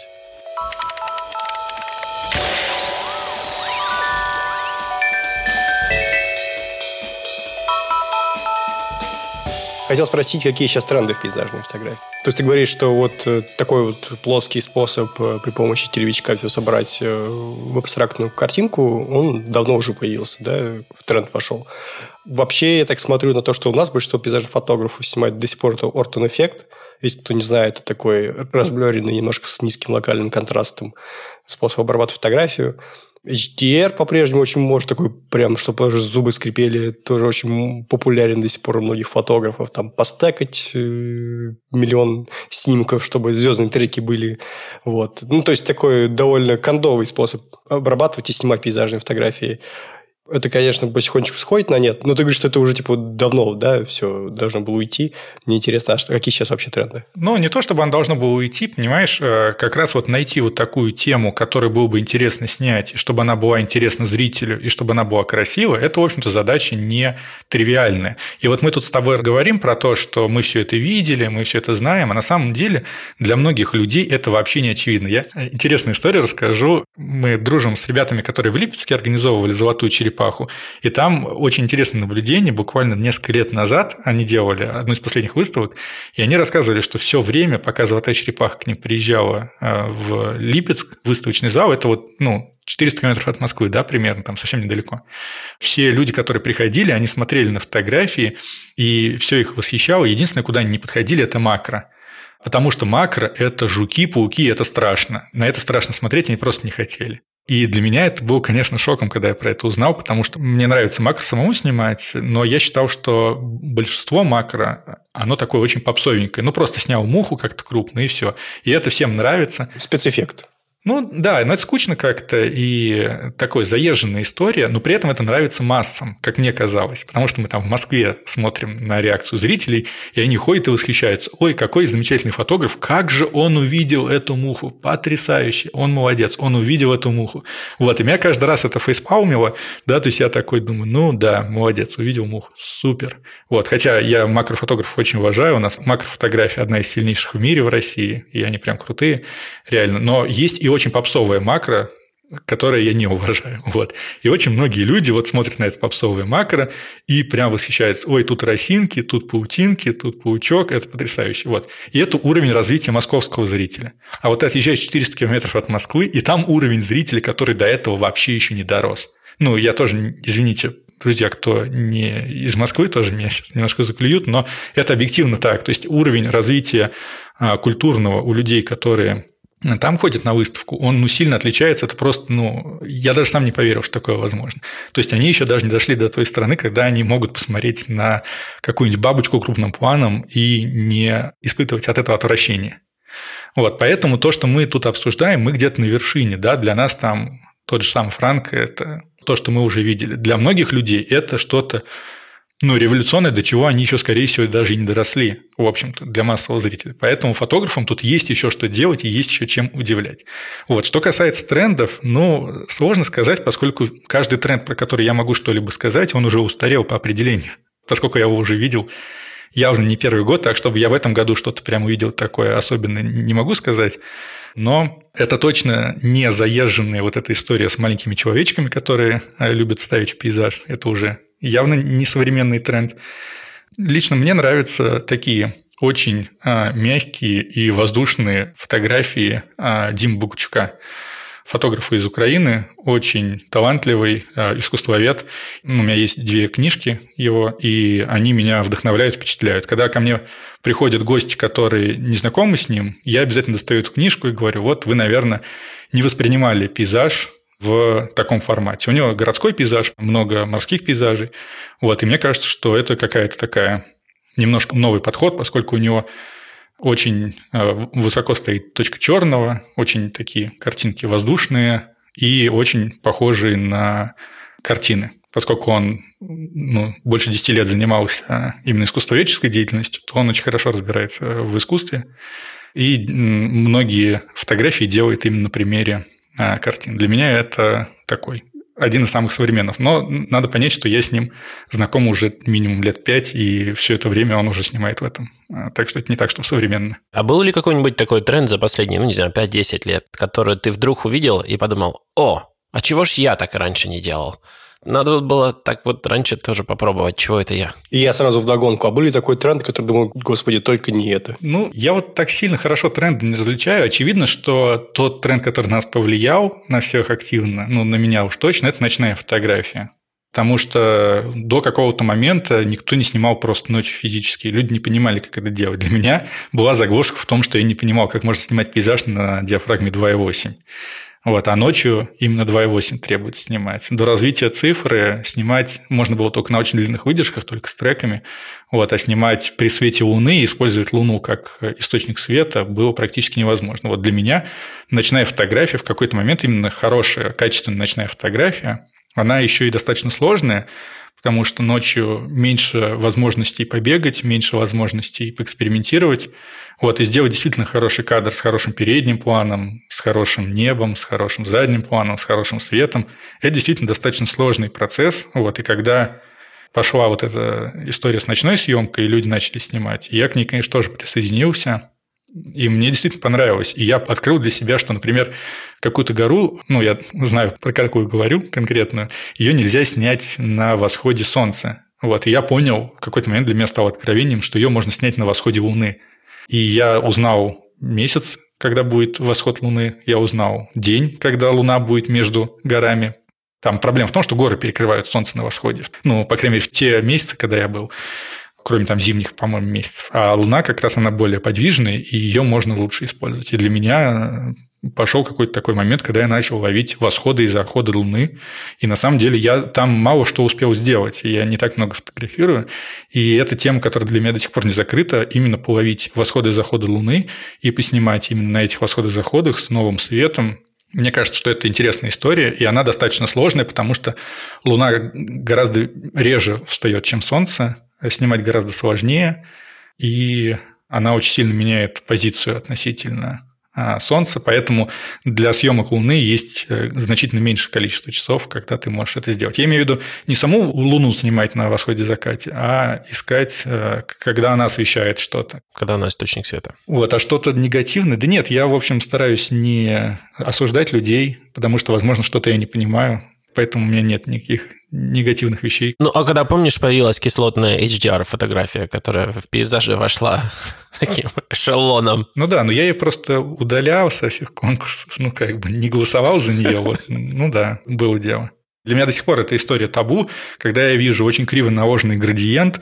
Хотел спросить, какие сейчас тренды в пейзажной фотографии? То есть ты говоришь, что вот такой вот плоский способ при помощи телевичка все собрать в абстрактную картинку, он давно уже появился, да, в тренд вошел. Вообще, я так смотрю на то, что у нас большинство пейзажных фотографов снимают до сих пор это Orton-эффект. Если кто не знает, это такой разблеренный, немножко с низким локальным контрастом способ обрабатывать фотографию. эйч ди ар по-прежнему очень может такой, прям, чтобы даже зубы скрипели, тоже очень популярен до сих пор у многих фотографов. Там постекать э, миллион снимков, чтобы звездные треки были. Вот. Ну, то есть, такой довольно кондовый способ обрабатывать и снимать пейзажные фотографии. Это, конечно, потихонечку сходит на нет, но ты говоришь, что это уже типа давно, да, все должно было уйти. Мне интересно, а что, какие сейчас вообще тренды? Ну, не то, чтобы оно должно было уйти, понимаешь, как раз вот найти вот такую тему, которую было бы интересно снять, и чтобы она была интересна зрителю, и чтобы она была красивая, это, в общем-то, задача не тривиальная. И вот мы тут с тобой говорим про то, что мы все это видели, мы все это знаем, а на самом деле для многих людей это вообще не очевидно. Я интересную историю расскажу. Мы дружим с ребятами, которые в Липецке организовывали «Золотую черепаху», и там очень интересное наблюдение. Буквально несколько лет назад они делали одну из последних выставок, и они рассказывали, что все время, пока «Золотая черепаха» к ним приезжала в Липецк, выставочный зал, это вот, ну, четыреста километров от Москвы, да, примерно, там совсем недалеко. Все люди, которые приходили, они смотрели на фотографии, и все их восхищало. Единственное, куда они не подходили, это макро. Потому что макро – это жуки, пауки, это страшно. На это страшно смотреть, они просто не хотели. И для меня это было, конечно, шоком, когда я про это узнал, потому что мне нравится макро самому снимать, но я считал, что большинство макро, оно такое очень попсовенькое. Ну, просто снял муху как-то крупно, и все. И это всем нравится. Спецэффект. Ну, да, но это скучно как-то и такая заезженная история, но при этом это нравится массам, как мне казалось, потому что мы там в Москве смотрим на реакцию зрителей, и они ходят и восхищаются. Ой, какой замечательный фотограф, как же он увидел эту муху, потрясающе, он молодец, он увидел эту муху. Вот, и меня каждый раз это фейспалмило, да, то есть я такой думаю, ну да, молодец, увидел муху, супер. Вот, хотя я макрофотографов очень уважаю, у нас макрофотография одна из сильнейших в мире в России, и они прям крутые, реально, но есть и очень попсовое макро, которое я не уважаю. Вот. И очень многие люди вот смотрят на это попсовое макро и прям восхищаются. Ой, тут росинки, тут паутинки, тут паучок. Это потрясающе. Вот. И это уровень развития московского зрителя. А вот ты отъезжаешь четыреста километров от Москвы, и там уровень зрителя, который до этого вообще еще не дорос. Ну, я тоже, извините, друзья, кто не из Москвы, тоже меня сейчас немножко заклюют, но это объективно так. То есть уровень развития культурного у людей, которые там ходят на выставку, он ну, сильно отличается, это просто, ну, я даже сам не поверил, что такое возможно. То есть они еще даже не дошли до той стороны, когда они могут посмотреть на какую-нибудь бабочку крупным планом и не испытывать от этого отвращения. Вот, поэтому то, что мы тут обсуждаем, мы где-то на вершине, да, для нас там тот же самый Франко – это то, что мы уже видели. Для многих людей это что-то, ну, революционное, до чего они еще, скорее всего, даже и не доросли, в общем-то, для массового зрителя. Поэтому фотографам тут есть еще что делать и есть еще чем удивлять. Вот. Что касается трендов, ну, сложно сказать, поскольку каждый тренд, про который я могу что-либо сказать, он уже устарел по определению, поскольку я его уже видел явно не первый год, так чтобы я в этом году что-то прям увидел такое особенное, не могу сказать. Но это точно не заезженная вот эта история с маленькими человечками, которые любят ставить в пейзаж. Это уже явно не современный тренд. Лично мне нравятся такие очень а, мягкие и воздушные фотографии а, Димы Богучука, фотографа из Украины, очень талантливый а, искусствовед. У меня есть две книжки его, и они меня вдохновляют, впечатляют. Когда ко мне приходят гости, которые не знакомы с ним, я обязательно достаю эту книжку и говорю, вот вы, наверное, не воспринимали пейзаж в таком формате. У него городской пейзаж, много морских пейзажей. Вот, и мне кажется, что это какая-то такая немножко новый подход, поскольку у него очень высоко стоит точка черного, очень такие картинки воздушные и очень похожие на картины. Поскольку он ну, больше десяти лет занимался именно искусствоведческой деятельностью, то он очень хорошо разбирается в искусстве. И многие фотографии делает именно на примере картин. Для меня это такой один из самых современных. Но надо понять, что я с ним знаком уже минимум лет пять, и все это время он уже снимает в этом. Так что это не так, что современно. А был ли какой-нибудь такой тренд за последние, ну, не знаю, пять-десять лет, который ты вдруг увидел и подумал, о, а чего ж я так раньше не делал? Надо было так вот раньше тоже попробовать, чего это я. И я сразу вдогонку. А был ли такой тренд, который думал, господи, только не это? Ну, я вот так сильно хорошо тренды не различаю. Очевидно, что тот тренд, который нас повлиял на всех активно, ну, на меня уж точно, это ночная фотография. Потому что до какого-то момента никто не снимал просто ночью физически. Люди не понимали, как это делать. Для меня была загвоздка в том, что я не понимал, как можно снимать пейзаж на диафрагме два и восемь. Вот, а ночью именно два и восемь требуется снимать. До развития цифры снимать можно было только на очень длинных выдержках, только с треками. Вот, а снимать при свете Луны и использовать Луну как источник света было практически невозможно. Вот для меня ночная фотография в какой-то момент, именно хорошая, качественная ночная фотография, она еще и достаточно сложная, потому что ночью меньше возможностей побегать, меньше возможностей поэкспериментировать. Вот, и сделать действительно хороший кадр с хорошим передним планом, с хорошим небом, с хорошим задним планом, с хорошим светом. Это действительно достаточно сложный процесс. Вот, и когда пошла вот эта история с ночной съемкой, и люди начали снимать, я к ней, конечно, тоже присоединился. И мне действительно понравилось. И я открыл для себя, что, например, какую-то гору, ну, я знаю, про какую говорю конкретную, ее нельзя снять на восходе солнца. Вот, и я понял, в какой-то момент для меня стало откровением, что ее можно снять на восходе Луны. И я узнал месяц, когда будет восход Луны, я узнал день, когда Луна будет между горами. Там проблема в том, что горы перекрывают солнце на восходе. Ну, по крайней мере, в те месяцы, когда я был, кроме там зимних, по-моему, месяцев. А Луна как раз она более подвижная, и ее можно лучше использовать. И для меня пошел какой-то такой момент, когда я начал ловить восходы и заходы Луны. И на самом деле я там мало что успел сделать. Я не так много фотографирую. И это тема, которая для меня до сих пор не закрыта, именно половить восходы и заходы Луны и поснимать именно на этих восходах и заходах с новым светом. Мне кажется, что это интересная история, и она достаточно сложная, потому что Луна гораздо реже встает, чем Солнце. Снимать гораздо сложнее, и она очень сильно меняет позицию относительно Солнца, поэтому для съемок Луны есть значительно меньшее количество часов, когда ты можешь это сделать. Я имею в виду не саму Луну снимать на восходе-закате, а искать, когда она освещает что-то. Когда она источник света. Вот, а что-то негативное? Да нет, я, в общем, стараюсь не осуждать людей, потому что, возможно, что-то я не понимаю. Поэтому у меня нет никаких негативных вещей. Ну, а когда, помнишь, появилась кислотная эйч ди ар-фотография, которая в пейзаже вошла таким эшелоном? Ну да, но я ее просто удалял со всех конкурсов, ну как бы не голосовал за нее. Вот. Ну да, было дело. Для меня до сих пор это история табу. Когда я вижу очень криво наложенный градиент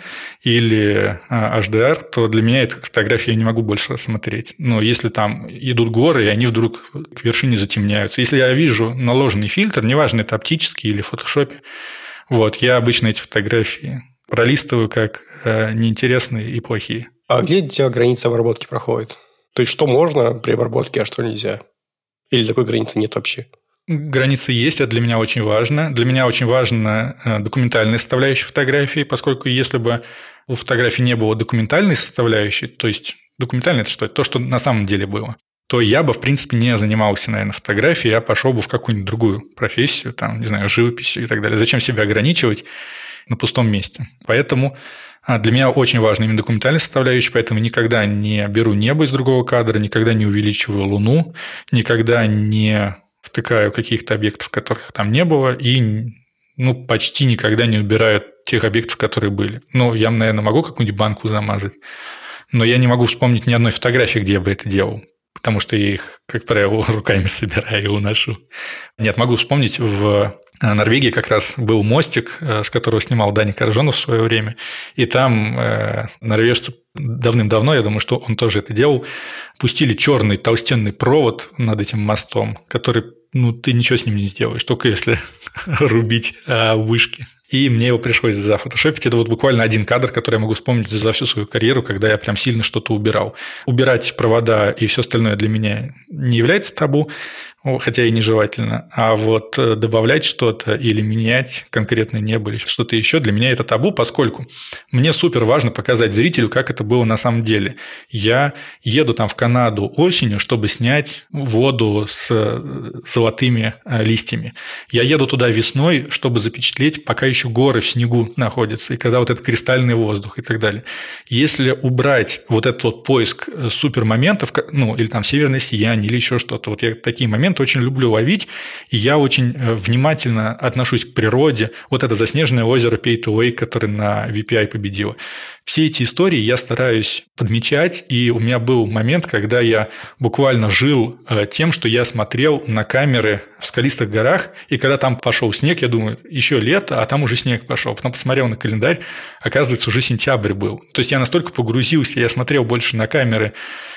или эйч ди ар, то для меня эту фотографию я не могу больше рассмотреть. Но если там идут горы, и они вдруг к вершине затемняются. Если я вижу наложенный фильтр, неважно, это оптический или в фотошопе, вот, я обычно эти фотографии пролистываю как э, неинтересные и плохие. А где у тебя граница обработки проходит? То есть, что можно при обработке, а что нельзя? Или такой границы нет вообще? Границы есть, это для меня очень важно. Для меня очень важна документальная составляющая фотографии, поскольку если бы у фотографии не было документальной составляющей, то есть документальное – это что? Это то, что на самом деле было, то я бы, в принципе, не занимался, наверное, фотографией, я пошел бы в какую-нибудь другую профессию, там, не знаю, живописью и так далее. Зачем себя ограничивать на пустом месте? Поэтому для меня очень важна именно документальная составляющая, поэтому никогда не беру небо из другого кадра, никогда не увеличиваю Луну, никогда не втыкаю каких-то объектов, которых там не было, и ну, почти никогда не убираю тех объектов, которые были. Ну, я, наверное, могу какую-нибудь банку замазать, но я не могу вспомнить ни одной фотографии, где я бы это делал, потому что я их, как правило, руками собираю и уношу. Нет, могу вспомнить, в Норвегии как раз был мостик, с которого снимал Даня Каражонов в свое время, и там э, норвежцы давным-давно, я думаю, что он тоже это делал, пустили черный толстенный провод над этим мостом, который, ну, ты ничего с ним не сделаешь, только если рубить а, вышки. И мне его пришлось зафотошопить. Это вот буквально один кадр, который я могу вспомнить за всю свою карьеру, когда я прям сильно что-то убирал. Убирать провода и все остальное для меня не является табу, хотя и нежелательно. А вот добавлять что-то или менять конкретное небо или что-то еще, для меня это табу, поскольку мне супер важно показать зрителю, как это было на самом деле. Я еду там в Канаду осенью, чтобы снять воду с золотыми листьями. Я еду туда весной, чтобы запечатлеть, пока еще горы в снегу находятся, и когда вот этот кристальный воздух и так далее. Если убрать вот этот вот поиск супермоментов, ну, или там северное сияние, или еще что-то, вот я такие моменты очень люблю ловить, и я очень внимательно отношусь к природе. Вот это заснеженное озеро Пейто Лейк, которое на ви пи ай победило. Все эти истории я стараюсь подмечать, и у меня был момент, когда я буквально жил тем, что я смотрел на камеры в скалистых горах, и когда там пошел снег, я думаю, еще лето, а там уже снег пошел. Потом посмотрел на календарь, оказывается, уже сентябрь был. То есть я настолько погрузился, я смотрел больше на камеры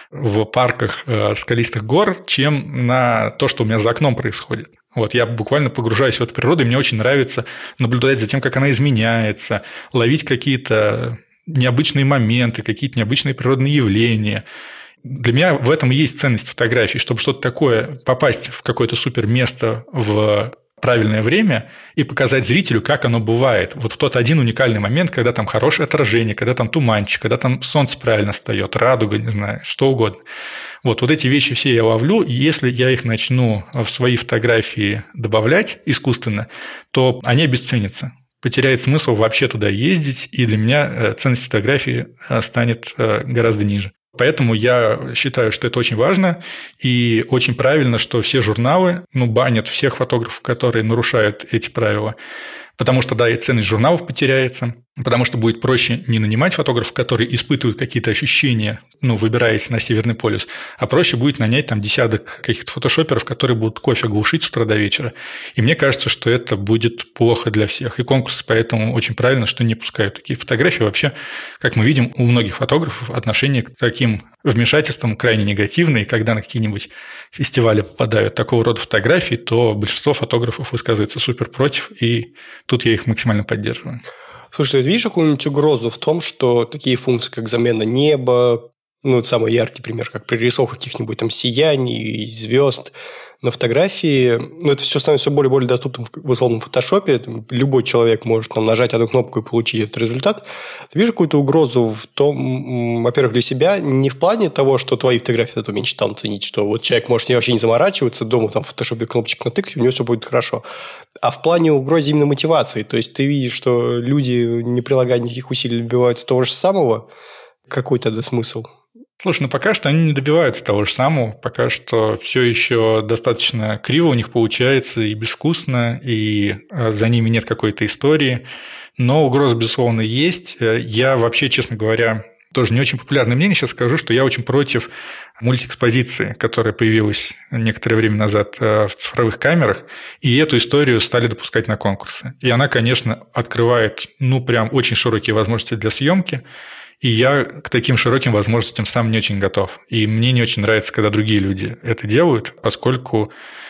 в парках скалистых гор, чем на то, что у меня за окном происходит. Вот, я буквально погружаюсь в эту природу, и мне очень нравится наблюдать за тем, как она изменяется, ловить какие-то необычные моменты, какие-то необычные природные явления. Для меня в этом и есть ценность фотографии, чтобы что-то такое, попасть в какое-то супер место в правильное время и показать зрителю, как оно бывает. Вот в тот один уникальный момент, когда там хорошее отражение, когда там туманчик, когда там солнце правильно встает, радуга, не знаю, что угодно. Вот, вот эти вещи все я ловлю, и если я их начну в свои фотографии добавлять искусственно, то они обесценятся. Потеряет смысл вообще туда ездить, и для меня ценность фотографии станет гораздо ниже. Поэтому я считаю, что это очень важно, и очень правильно, что все журналы ну, банят всех фотографов, которые нарушают эти правила. Потому что, да, и ценность журналов потеряется, потому что будет проще не нанимать фотографов, которые испытывают какие-то ощущения, ну, выбираясь на Северный полюс, а проще будет нанять там десяток каких-то фотошоперов, которые будут кофе глушить с утра до вечера. И мне кажется, что это будет плохо для всех. И конкурсы поэтому очень правильно, что не пускают такие фотографии. Вообще, как мы видим, у многих фотографов отношение к таким вмешательствам крайне негативное, и когда на какие-нибудь фестивали попадают такого рода фотографии, то большинство фотографов высказывается супер против, и тут я их максимально поддерживаю. Слушай, ты видишь какую-нибудь угрозу в том, что такие функции, как замена неба, ну, это самый яркий пример, как прорисовка каких-нибудь там сияний, звезд на фотографии, ну, это все становится все более и более доступным в условном фотошопе. Там любой человек может там, нажать одну кнопку и получить этот результат. Ты видишь какую-то угрозу в том, во-первых, для себя, не в плане того, что твои фотографии это умеешь там ценить, что вот человек может вообще не заморачиваться, дома там в фотошопе кнопочек натыкать, у него все будет хорошо. А в плане угрозы именно мотивации. То есть, ты видишь, что люди, не прилагая никаких усилий, добиваются того же самого. Какой тогда смысл? Слушай, ну пока что они не добиваются того же самого, пока что все еще достаточно криво у них получается и безвкусно, и за ними нет какой-то истории, но угроза, безусловно, есть. Я вообще, честно говоря, тоже не очень популярное мнение сейчас скажу, что я очень против мультиэкспозиции, которая появилась некоторое время назад в цифровых камерах, и эту историю стали допускать на конкурсы. И она, конечно, открывает, ну, прям очень широкие возможности для съемки. И я к таким широким возможностям сам не очень готов. И мне не очень нравится, когда другие люди это делают, поскольку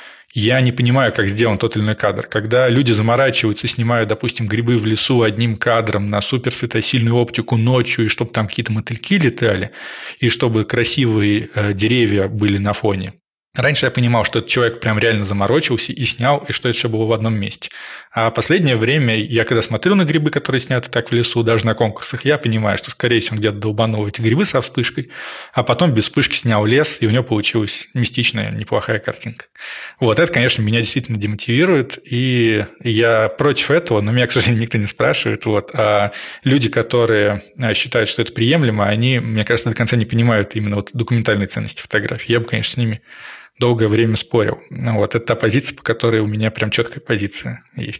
я не понимаю, как сделан тот или иной кадр. Когда люди заморачиваются и снимают, допустим, грибы в лесу одним кадром на суперсветосильную оптику ночью, и чтобы там какие-то мотыльки летали, и чтобы красивые деревья были на фоне. Раньше я понимал, что этот человек прям реально заморочился и снял, и что это все было в одном месте. А последнее время я, когда смотрю на грибы, которые сняты так в лесу, даже на конкурсах, я понимаю, что, скорее всего, он где-то долбанул эти грибы со вспышкой, а потом без вспышки снял лес, и у него получилась мистичная, неплохая картинка. Вот это, конечно, меня действительно демотивирует, и я против этого, но меня, к сожалению, никто не спрашивает. Вот. А люди, которые считают, что это приемлемо, они, мне кажется, до конца не понимают именно вот документальной ценности фотографии. Я бы, конечно, с ними долгое время спорил. Вот это та позиция, по которой у меня прям четкая позиция есть.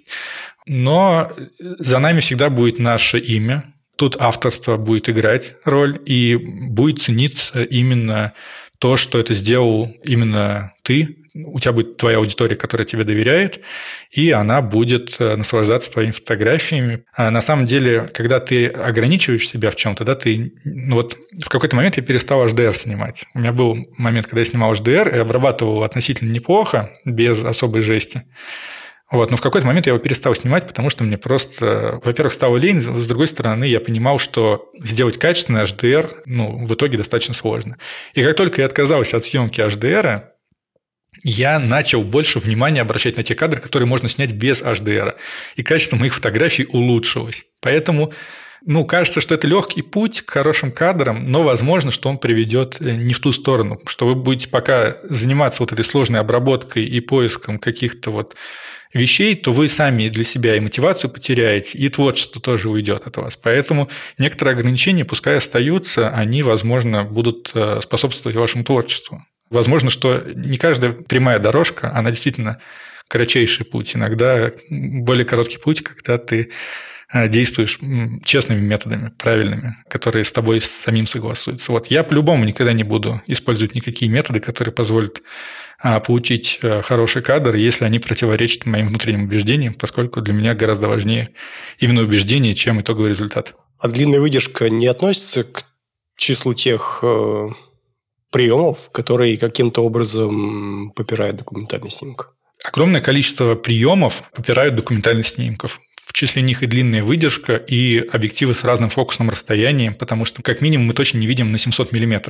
Но за нами всегда будет наше имя. Тут авторство будет играть роль, и будет цениться именно то, что это сделал именно ты. У тебя будет твоя аудитория, которая тебе доверяет, и она будет наслаждаться твоими фотографиями. А на самом деле, когда ты ограничиваешь себя в чем-то, да, ты, ну вот в какой-то момент я перестал эйч ди ар снимать. У меня был момент, когда я снимал эйч ди ар и обрабатывал относительно неплохо, без особой жести. Вот, но в какой-то момент я его перестал снимать, потому что мне просто, во-первых, стало лень, с другой стороны, я понимал, что сделать качественный эйч ди ар, ну, в итоге достаточно сложно. И как только я отказался от съемки эйч ди ар, я начал больше внимания обращать на те кадры, которые можно снять без эйч ди ар. И качество моих фотографий улучшилось. Поэтому, ну, кажется, что это легкий путь к хорошим кадрам, но возможно, что он приведет не в ту сторону, что вы будете пока заниматься вот этой сложной обработкой и поиском каких-то вот вещей, то вы сами для себя и мотивацию потеряете, и творчество тоже уйдет от вас. Поэтому некоторые ограничения, пускай остаются, они, возможно, будут способствовать вашему творчеству. Возможно, что не каждая прямая дорожка, она действительно кратчайший путь. Иногда более короткий путь, когда ты действуешь честными методами, правильными, которые с тобой самим согласуются. Вот я по-любому никогда не буду использовать никакие методы, которые позволят получить хороший кадр, если они противоречат моим внутренним убеждениям, поскольку для меня гораздо важнее именно убеждение, чем итоговый результат. А длинная выдержка не относится к числу тех э, приемов, которые каким-то образом попирают документальный снимок? Огромное количество приемов попирают документальных снимков. В числе них и длинная выдержка, и объективы с разным фокусным расстоянием, потому что, как минимум, мы точно не видим на семьсот миллиметров.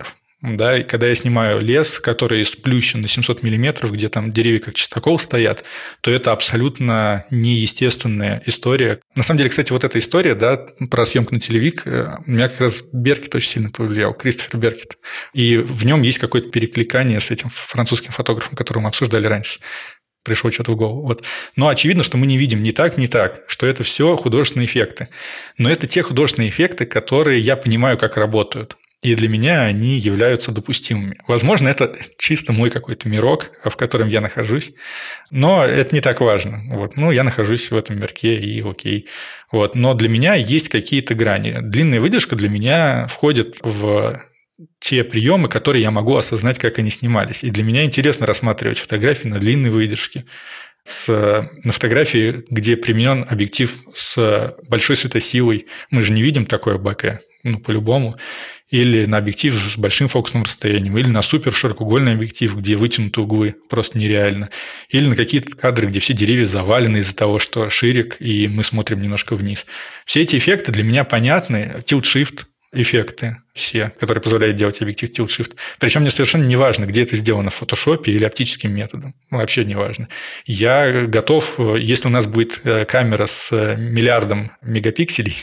Да, и когда я снимаю лес, который сплющен на семьсот миллиметров, где там деревья как чистокол стоят, то это абсолютно неестественная история. На самом деле, кстати, вот эта история, да, про съемку на телевик, меня как раз Беркет очень сильно повлиял, Кристофер Беркет. И в нем есть какое-то перекликание с этим французским фотографом, которого мы обсуждали раньше. Пришло что-то в голову. Вот. Но очевидно, что мы не видим ни так, ни так, что это все художественные эффекты. Но это те художественные эффекты, которые я понимаю, как работают. И для меня они являются допустимыми. Возможно, это чисто мой какой-то мирок, в котором я нахожусь, но это не так важно. Вот. Ну, я нахожусь в этом мирке, и окей. Вот. Но для меня есть какие-то грани. Длинная выдержка для меня входит в те приемы, которые я могу осознать, как они снимались. И для меня интересно рассматривать фотографии на длинной выдержке, с, на фотографии, где применен объектив с большой светосилой. Мы же не видим такое бокэ, ну, по-любому. Или на объектив с большим фокусным расстоянием, или на супер широкоугольный объектив, где вытянуты углы просто нереально, или на какие-то кадры, где все деревья завалены из-за того, что ширик, и мы смотрим немножко вниз. Все эти эффекты для меня понятны. Tilt-shift эффекты все, которые позволяют делать объектив tilt-shift. Причем мне совершенно не важно, где это сделано, в фотошопе или оптическим методом. Вообще не важно. Я готов, если у нас будет камера с миллиардом мегапикселей,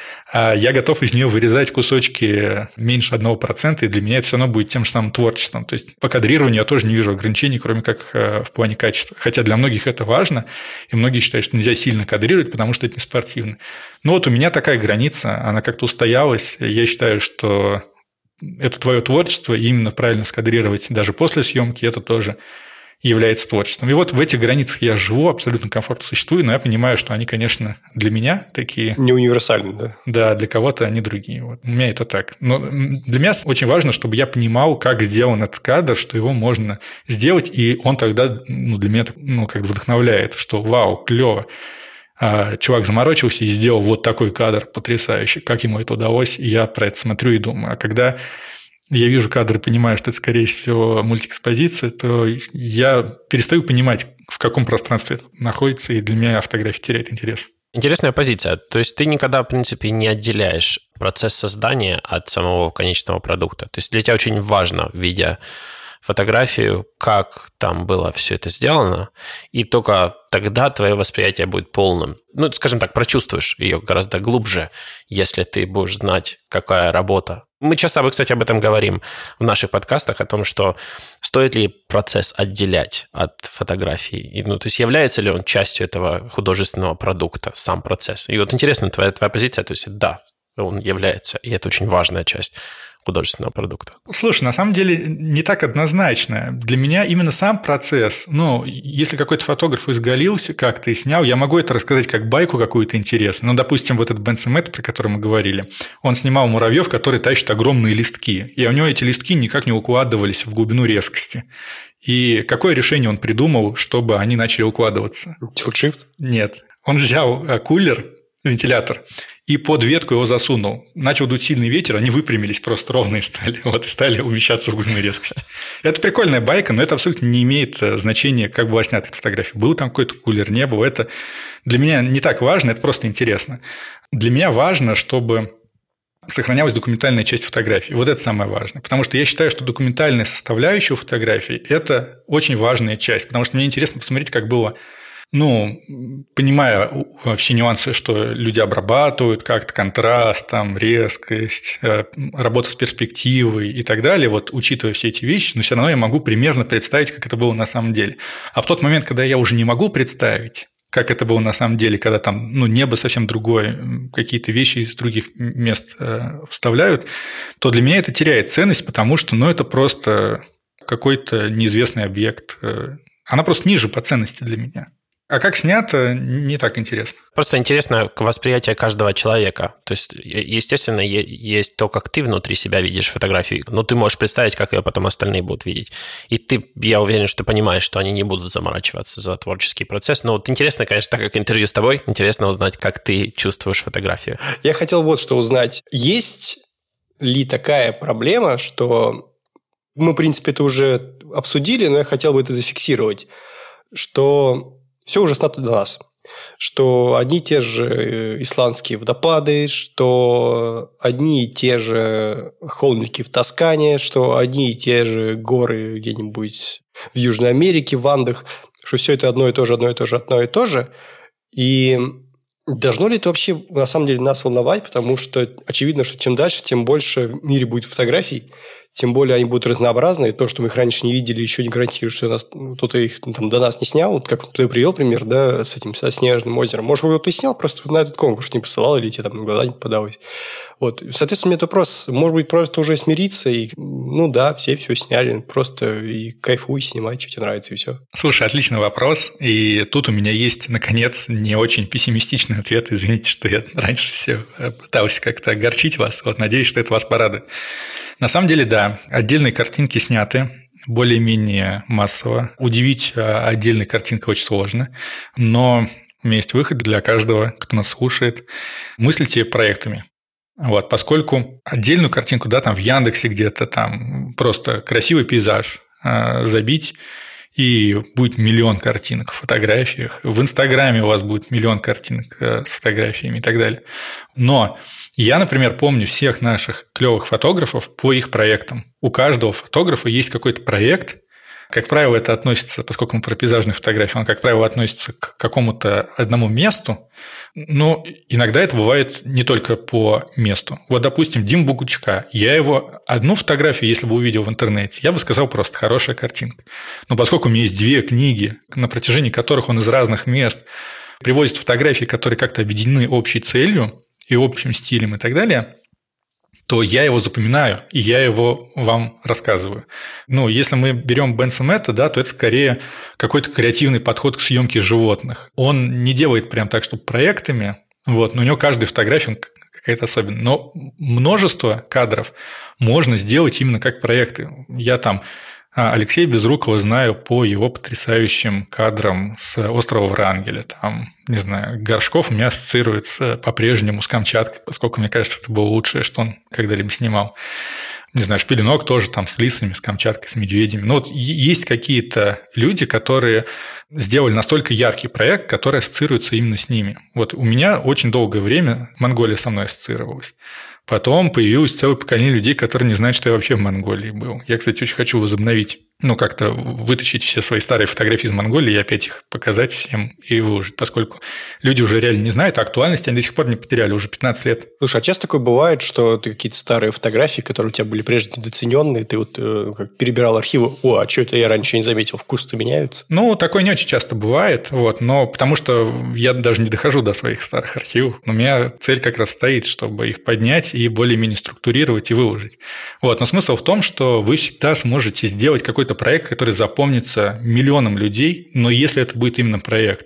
я готов из нее вырезать кусочки меньше одного процента, и для меня это все равно будет тем же самым творчеством. То есть по кадрированию я тоже не вижу ограничений, кроме как в плане качества. Хотя для многих это важно, и многие считают, что нельзя сильно кадрировать, потому что это не спортивно. Но вот у меня такая граница, она как-то устоялась. Я считаю, что это твое творчество, и именно правильно скадрировать даже после съемки, это тоже является творчеством. И вот в этих границах я живу, абсолютно комфортно существую, но я понимаю, что они, конечно, для меня такие... Не универсальны, да? Да, для кого-то они другие. Вот. У меня это так. Но для меня очень важно, чтобы я понимал, как сделан этот кадр, что его можно сделать, и он тогда ну, для меня ну, как бы вдохновляет, что вау, клево. А чувак заморочился и сделал вот такой кадр потрясающий. Как ему это удалось? И я про это смотрю и думаю. А когда... я вижу кадр и понимаю, что это, скорее всего, мультиэкспозиция, то я перестаю понимать, в каком пространстве это находится, и для меня фотография теряет интерес. Интересная позиция. То есть ты никогда, в принципе, не отделяешь процесс создания от самого конечного продукта. То есть для тебя очень важно, видя фотографию, как там было все это сделано, и только тогда твое восприятие будет полным. Ну, скажем так, прочувствуешь ее гораздо глубже, если ты будешь знать, какая работа. Мы часто, кстати, об этом говорим в наших подкастах, о том, что стоит ли процесс отделять от фотографии. И, ну, то есть является ли он частью этого художественного продукта, сам процесс. И вот интересна твоя, твоя позиция, то есть да, он является, и это очень важная часть художественного продукта. Слушай, на самом деле не так однозначно. Для меня именно сам процесс, ну, если какой-то фотограф изгалился как-то и снял, я могу это рассказать как байку какую-то интересную. Ну, допустим, вот этот Бенсон Мэтт, про который мы говорили, он снимал муравьев, которые тащат огромные листки, и у него эти листки никак не укладывались в глубину резкости. И какое решение он придумал, чтобы они начали укладываться? Tilt-shift? Нет. Он взял кулер, вентилятор, и под ветку его засунул. Начал дуть сильный ветер, они выпрямились просто ровно и стали, вот, и стали умещаться в глубину резкости. Это прикольная байка, но это абсолютно не имеет значения, как была снята эта фотография. Был там какой-то кулер, не был. Это для меня не так важно, это просто интересно. Для меня важно, чтобы сохранялась документальная часть фотографии. Вот это самое важное. Потому что я считаю, что документальная составляющая фотографии – это очень важная часть. Потому что мне интересно посмотреть, как было... Ну, понимая все нюансы, что люди обрабатывают, как-то контраст, там, резкость, работа с перспективой и так далее, вот учитывая все эти вещи, но все равно я могу примерно представить, как это было на самом деле. А в тот момент, когда я уже не могу представить, как это было на самом деле, когда там ну, небо совсем другое, какие-то вещи из других мест э, вставляют, то для меня это теряет ценность, потому что ну, это просто какой-то неизвестный объект. Она просто ниже по ценности для меня. А как снято, не так интересно. Просто интересно восприятие каждого человека. То есть, естественно, есть то, как ты внутри себя видишь фотографию, но ты можешь представить, как ее потом остальные будут видеть. И ты, я уверен, что понимаешь, что они не будут заморачиваться за творческий процесс. Но вот интересно, конечно, так как интервью с тобой, интересно узнать, как ты чувствуешь фотографию. Я хотел вот что узнать. Есть ли такая проблема, что мы, в принципе, это уже обсудили, но я хотел бы это зафиксировать, что... все уже снято до нас. что одни и те же исландские водопады, что одни и те же холмики в Тоскане, что одни и те же горы где-нибудь в Южной Америке, в Андах, что все это одно и то же, одно и то же, одно и то же. И должно ли это вообще на самом деле нас волновать? Потому что очевидно, что чем дальше, тем больше в мире будет фотографий, тем более они будут разнообразны. То, что мы их раньше не видели, еще не гарантирует, что нас, кто-то их там, до нас не снял. Вот как ты привел пример, да, с этим со Снежным озером. Может, кто-то и снял, просто на этот конкурс не посылал, или тебе там на глаза не попадалось. Вот. Соответственно, у меня вопрос, может быть, просто уже смириться, и, ну да, все все сняли, просто и кайфуй, снимай, что тебе нравится, и все. Слушай, отличный вопрос, и тут у меня есть, наконец, не очень пессимистичный ответ. Извините, что я раньше все пытался как-то огорчить вас. Вот, надеюсь, что это вас порадует. На самом деле, да, отдельные картинки сняты более-менее массово. Удивить отдельной картинкой очень сложно, но у меня есть выход для каждого, кто нас слушает. Мыслите проектами. Вот, поскольку отдельную картинку, да, там в Яндексе где-то там просто красивый пейзаж э, забить, и будет миллион картинок в фотографиях. В Инстаграме у вас будет миллион картинок э, с фотографиями и так далее. Но я, например, помню всех наших клевых фотографов по их проектам. У каждого фотографа есть какой-то проект. Как правило, это относится, поскольку мы про пейзажные фотографии, он, как правило, относится к какому-то одному месту, но иногда это бывает не только по месту. Вот, допустим, Дим Бугучка. Я его одну фотографию, если бы увидел в интернете, я бы сказал просто хорошая картинка. Но поскольку у меня есть две книги, на протяжении которых он из разных мест привозит фотографии, которые как-то объединены общей целью и общим стилем и так далее, то я его запоминаю, и я его вам рассказываю. Ну, если мы берем Бенса Мэтта, да, то это скорее какой-то креативный подход к съемке животных. Он не делает прям так, чтобы проектами, вот, но у него каждая фотография какая-то особенная. Но множество кадров можно сделать именно как проекты. Я там Алексея Безрукова знаю по его потрясающим кадрам с острова Врангеля. Там, не знаю, Горшков у меня ассоциируется по-прежнему с Камчаткой, поскольку, мне кажется, это было лучшее, что он когда-либо снимал. Не знаю, Шпилинок тоже там с лисами, с Камчаткой, с медведями. Но вот есть какие-то люди, которые сделали настолько яркий проект, который ассоциируется именно с ними. Вот у меня очень долгое время Монголия со мной ассоциировалась. Потом появилось целое поколение людей, которые не знают, что я вообще в Монголии был. Я, кстати, очень хочу возобновить, ну, как-то вытащить все свои старые фотографии из Монголии и опять их показать всем и выложить, поскольку люди уже реально не знают, а актуальность они до сих пор не потеряли, уже пятнадцать лет. Слушай, а часто такое бывает, что ты какие-то старые фотографии, которые у тебя были прежде недооцененные, ты вот э, как перебирал архивы, о, а что это я раньше не заметил, вкусы-то меняются? Ну, такое не очень часто бывает, вот, но потому что я даже не дохожу до своих старых архивов. У меня цель как раз стоит, чтобы их поднять и более-менее структурировать и выложить. Вот, но смысл в том, что вы всегда сможете сделать какой-то проект, который запомнится миллионам людей, но если это будет именно проект.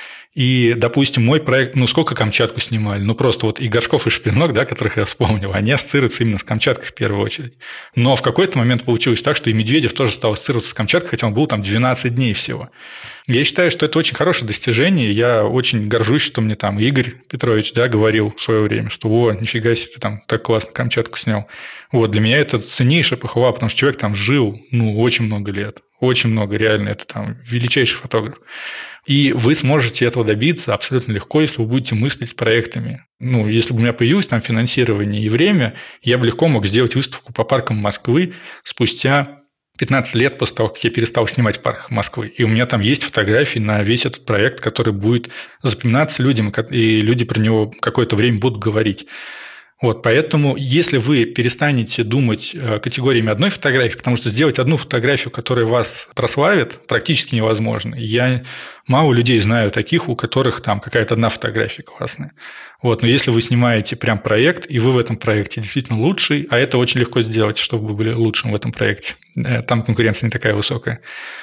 И, допустим, мой проект, ну, сколько Камчатку снимали? Ну, просто вот и Горшков, и Шпилинок, да, которых я вспомнил, они ассоциируются именно с Камчаткой в первую очередь. Но в какой-то момент получилось так, что и Медведев тоже стал ассоциироваться с Камчаткой, хотя он был там двенадцать дней всего. Я считаю, что это очень хорошее достижение. Я очень горжусь, что мне там Игорь Петрович, да, говорил в свое время, что «О, нифига себе, ты там так классно Камчатку снял». Вот, для меня это ценнейшая похвала, потому что человек там жил, ну, очень много лет. Очень много, реально, это там величайший фотограф. И вы сможете этого добиться абсолютно легко, если вы будете мыслить проектами. Ну, если бы у меня появилось там финансирование и время, я бы легко мог сделать выставку по паркам Москвы спустя пятнадцать лет после того, как я перестал снимать в парках Москвы. И у меня там есть фотографии на весь этот проект, который будет запоминаться людям, и люди про него какое-то время будут говорить. Вот, поэтому, если вы перестанете думать категориями одной фотографии, потому что сделать одну фотографию, которая вас прославит, практически невозможно. Я мало людей знаю таких, у которых там какая-то одна фотография классная. Вот, но если вы снимаете прям проект, и вы в этом проекте действительно лучший, а это очень легко сделать, чтобы вы были лучшим в этом проекте, там конкуренция не такая высокая,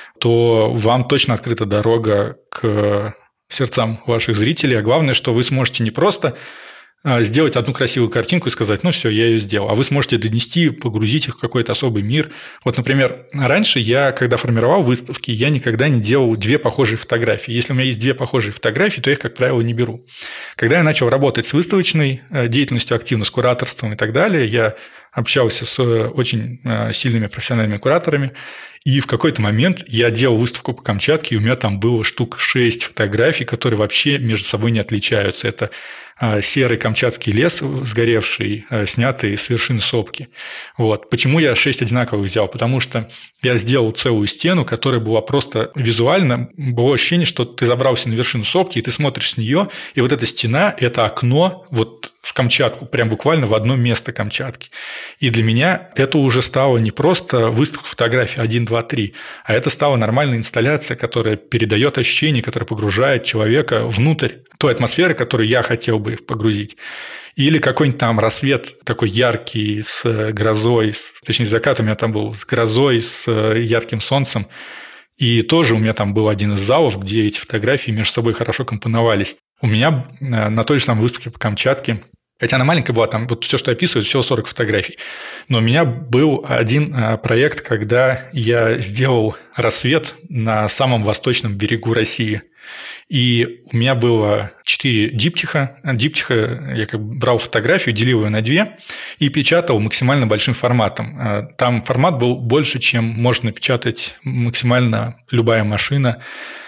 то вам точно открыта дорога к сердцам ваших зрителей. А главное, что вы сможете не просто сделать одну красивую картинку и сказать, ну все, я ее сделал. А вы сможете донести, погрузить их в какой-то особый мир. Вот, например, раньше я, когда формировал выставки, я никогда не делал две похожие фотографии. Если у меня есть две похожие фотографии, то я их, как правило, не беру. Когда я начал работать с выставочной деятельностью активно, с кураторством и так далее, я общался с очень сильными профессиональными кураторами, и в какой-то момент я делал выставку по Камчатке, и у меня там было штук шесть фотографий, которые вообще между собой не отличаются. Это серый камчатский лес сгоревший, снятый с вершины сопки. Вот. Почему я шесть одинаковых взял? Потому что я сделал целую стену, которая была просто визуально, было ощущение, что ты забрался на вершину сопки, и ты смотришь с нее, и вот эта стена – это окно вот в Камчатку, прям буквально в одно место Камчатки. И для меня это уже стало не просто выставка фотографий один, два, три, а это стала нормальная инсталляция, которая передает ощущение, которая погружает человека внутрь той атмосферы, которую я хотел бы погрузить. Или какой-нибудь там рассвет такой яркий с грозой, с, точнее, закат у меня там был с грозой, с ярким солнцем. И тоже у меня там был один из залов, где эти фотографии между собой хорошо компоновались. У меня на той же самой выставке по Камчатке, хотя она маленькая была, там вот все, что описывают, всего сорок фотографий. Но у меня был один проект, когда я сделал рассвет на самом восточном берегу России. И у меня было четыре диптиха. Диптиха я как бы брал фотографию, делил ее на две и печатал максимально большим форматом. Там формат был больше, чем можно печатать максимально любая машина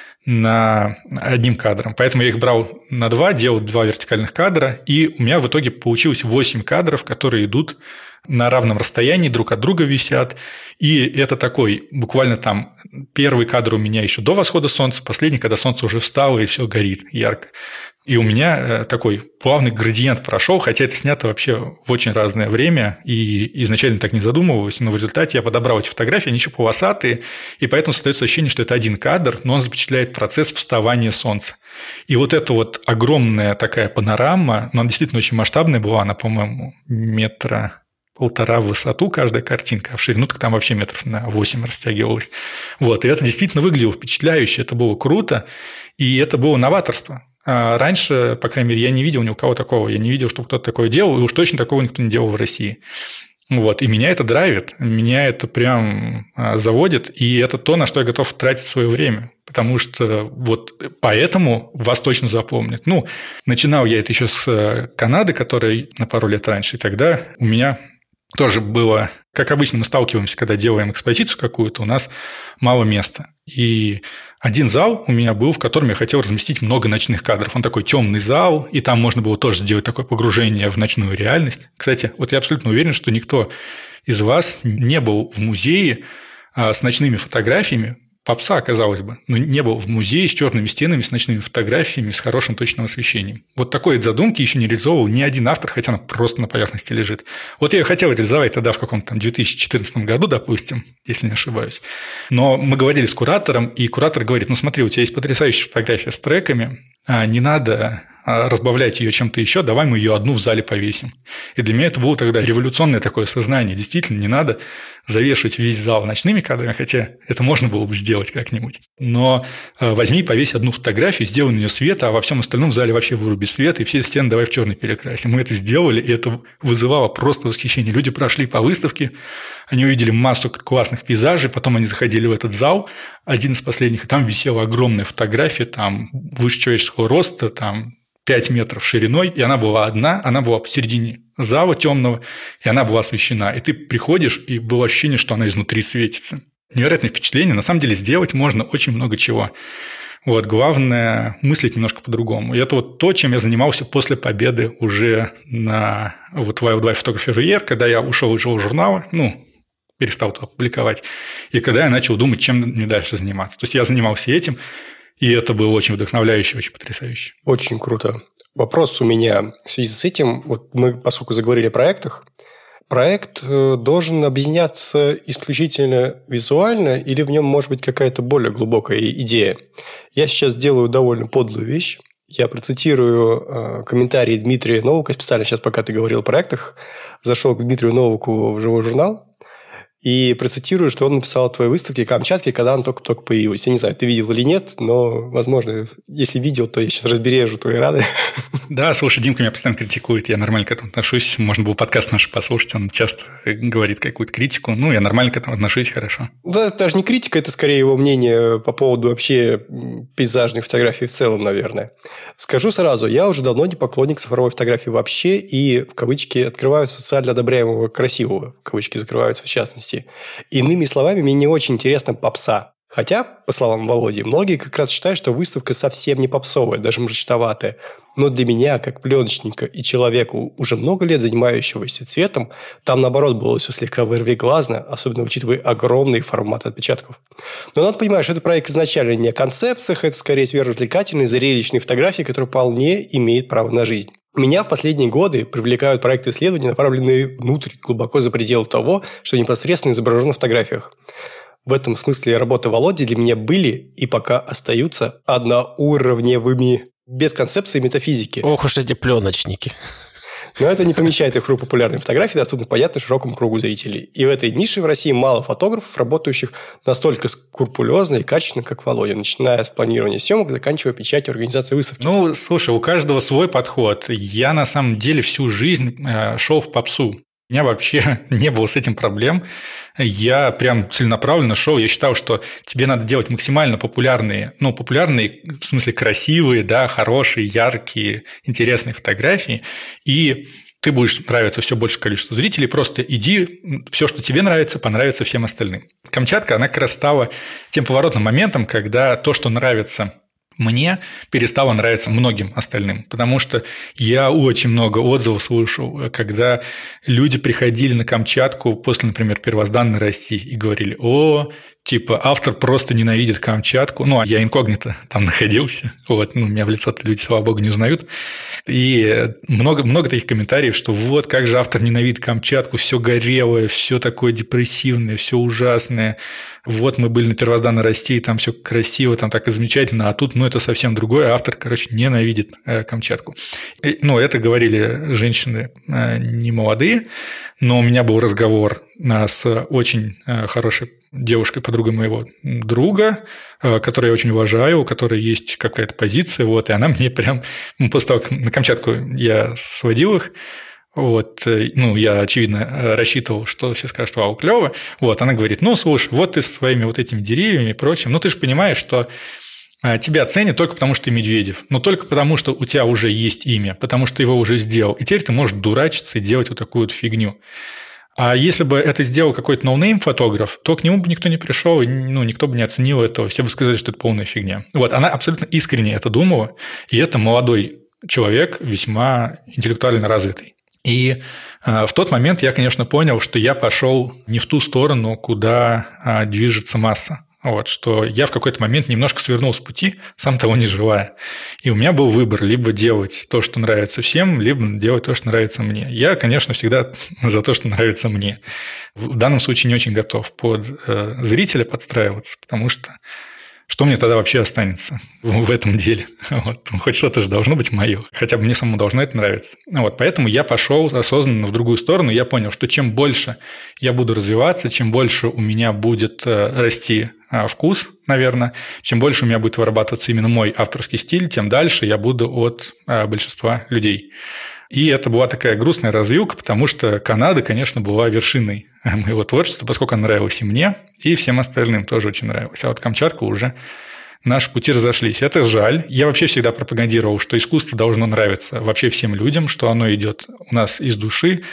на одним кадром. Поэтому я их брал на два, делал два вертикальных кадра, и у меня в итоге получилось восемь кадров, которые идут на равном расстоянии, друг от друга висят. И это такой, буквально там, первый кадр у меня еще до восхода солнца, последний, когда солнце уже встало и все горит ярко. И у меня такой плавный градиент прошел, хотя это снято вообще в очень разное время, и изначально так не задумывалось, но в результате я подобрал эти фотографии, они еще полосатые, и поэтому создается ощущение, что это один кадр, но он запечатляет процесс вставания солнца. И вот эта вот огромная такая панорама, но она действительно очень масштабная была, она, по-моему, метра полтора в высоту каждая картинка, а в ширину так там вообще метров на восемь растягивалась. Вот, и это действительно выглядело впечатляюще, это было круто, и это было новаторство. А раньше, по крайней мере, я не видел ни у кого такого, я не видел, чтобы кто-то такое делал, и уж точно такого никто не делал в России. Вот, и меня это драйвит, меня это прям заводит, и это то, на что я готов тратить свое время. Потому что вот поэтому вас точно запомнят. Ну, начинал я это еще с Канады, которая на пару лет раньше, и тогда у меня тоже было, как обычно мы сталкиваемся, когда делаем экспозицию какую-то, у нас мало места. И один зал у меня был, в котором я хотел разместить много ночных кадров. Он такой темный зал, и там можно было тоже сделать такое погружение в ночную реальность. Кстати, вот я абсолютно уверен, что никто из вас не был в музее с ночными фотографиями. Попса, казалось бы, но не был в музее с черными стенами, с ночными фотографиями, с хорошим точным освещением. Вот такой задумки еще не реализовывал ни один автор, хотя она просто на поверхности лежит. Вот я ее хотел реализовать тогда в каком-то там две тысячи четырнадцатом году, допустим, если не ошибаюсь. Но мы говорили с куратором, и куратор говорит, ну смотри, у тебя есть потрясающая фотография с треками, а не надо разбавлять ее чем-то еще, давай мы ее одну в зале повесим. И для меня это было тогда революционное такое сознание. Действительно, не надо завешивать весь зал ночными кадрами, хотя это можно было бы сделать как-нибудь. Но возьми и повесь одну фотографию, сделай на нее свет, а во всем остальном в зале вообще выруби свет, и все стены давай в черный перекрасим. Мы это сделали, и это вызывало просто восхищение. Люди прошли по выставке, они увидели массу классных пейзажей, потом они заходили в этот зал, один из последних, и там висела огромная фотография, там выше человеческого роста, там пять метров шириной, и она была одна, она была посередине зала темного, и она была освещена. И ты приходишь, и было ощущение, что она изнутри светится. Невероятное впечатление. На самом деле сделать можно очень много чего. Вот, главное мыслить немножко по-другому. И это вот то, чем я занимался после победы уже на вот Wildlife Photography Year, когда я ушел из журнала, ну, перестал это публиковать, и когда я начал думать, чем мне дальше заниматься. То есть я занимался этим, и это было очень вдохновляюще, очень потрясающе. Очень круто. Вопрос у меня в связи с этим. Вот мы, поскольку заговорили о проектах, проект должен объединяться исключительно визуально или в нем может быть какая-то более глубокая идея? Я сейчас делаю довольно подлую вещь. Я процитирую э, комментарии Дмитрия Новака. Специально сейчас, пока ты говорил о проектах, зашел к Дмитрию Новаку в живой журнал и процитирую, что он написал о твоей выставке Камчатки, когда она только-только появилась. Я не знаю, ты видел или нет, но, возможно, если видел, то я сейчас разбережу твои рады. Да, слушай, Димка меня постоянно критикует, я нормально к этому отношусь. Можно было подкаст наш послушать, он часто говорит какую-то критику. Ну, я нормально к этому отношусь, хорошо. Да, это даже не критика, это скорее его мнение по поводу вообще пейзажной фотографии в целом, наверное. Скажу сразу, я уже давно не поклонник цифровой фотографии вообще, и в кавычки открываю социально одобряемого красивого, в кавычки закрываются в частности. Иными словами, мне не очень интересна попса. Хотя, по словам Володи, многие как раз считают, что выставка совсем не попсовая, даже мрачноватая. Но для меня, как пленочника и человеку, уже много лет занимающегося цветом, там, наоборот, было все слегка вырвиглазно, особенно учитывая огромный формат отпечатков. Но надо понимать, что это проект изначально не о концепциях, это скорее сверхразвлекательные, зрелищные фотографии, которые вполне имеют право на жизнь. Меня в последние годы привлекают проекты исследований, направленные внутрь, глубоко за пределы того, что непосредственно изображено в фотографиях. В этом смысле работы Володи для меня были и пока остаются одноуровневыми, без концепции метафизики. Ох уж эти пленочники. Но это не помещает их в группу популярной фотографии, доступно понятно широкому кругу зрителей. И в этой нише в России мало фотографов, работающих настолько скрупулезно и качественно, как Володя, начиная с планирования съемок, заканчивая печатью организации выставки. Ну, слушай, у каждого свой подход. Я на самом деле всю жизнь э, шел в попсу. У меня вообще не было с этим проблем. Я прям целенаправленно шел. Я считал, что тебе надо делать максимально популярные, ну, популярные, в смысле красивые, да, хорошие, яркие, интересные фотографии. И ты будешь нравиться все большее количество зрителей. Просто иди, все, что тебе нравится, понравится всем остальным. Камчатка, она как раз стала тем поворотным моментом, когда то, что нравится мне, перестало нравиться многим остальным, потому что я очень много отзывов слышал, когда люди приходили на Камчатку после, например, первозданной России и говорили: о, типа, автор просто ненавидит Камчатку. Ну, а я инкогнито там находился. Вот, ну, меня в лицо-то люди, слава богу, не узнают. И много, много таких комментариев, что вот, как же автор ненавидит Камчатку, все горелое, все такое депрессивное, все ужасное. Вот мы были на первозданной России, там все красиво, там так и замечательно, а тут, ну, это совсем другое. Автор, короче, ненавидит э, Камчатку. И, ну, это говорили женщины э, не молодые, но у меня был разговор э, с очень э, хорошей девушкой, подругой моего друга, которую я очень уважаю, у которой есть какая-то позиция, вот, и она мне прям, после того, как на Камчатку я сводил их, вот, ну, я, очевидно, рассчитывал, что все скажут: вау, клево, вот, она говорит: ну, слушай, вот ты со своими вот этими деревьями и прочим, ну, ты же понимаешь, что тебя ценят только потому, что ты Медведев, но только потому, что у тебя уже есть имя, потому что ты его уже сделал, и теперь ты можешь дурачиться и делать вот такую вот фигню. А если бы это сделал какой-то ноунейм-фотограф, то к нему бы никто не пришел, и, ну, никто бы не оценил этого, все бы сказали, что это полная фигня. Вот, она абсолютно искренне это думала, и это молодой человек, весьма интеллектуально развитый. И э, в тот момент я, конечно, понял, что я пошел не в ту сторону, куда э, движется масса. Вот, что я в какой-то момент немножко свернул с пути, сам того не желая. И у меня был выбор: либо делать то, что нравится всем, либо делать то, что нравится мне. Я, конечно, всегда за то, что нравится мне. В данном случае не очень готов под э, зрителя подстраиваться, потому что что мне тогда вообще останется в этом деле? Вот. Хоть что-то же должно быть мое. Хотя бы мне самому должно это нравиться. Вот. Поэтому я пошел осознанно в другую сторону. Я понял, что чем больше я буду развиваться, чем больше у меня будет расти вкус, наверное, чем больше у меня будет вырабатываться именно мой авторский стиль, тем дальше я буду от большинства людей. И это была такая грустная развилка, потому что Канада, конечно, была вершиной моего творчества, поскольку она нравилась и мне, и всем остальным тоже очень нравилась. А вот Камчатка уже наши пути разошлись. Это жаль. Я вообще всегда пропагандировал, что искусство должно нравиться вообще всем людям, что оно идет у нас из души,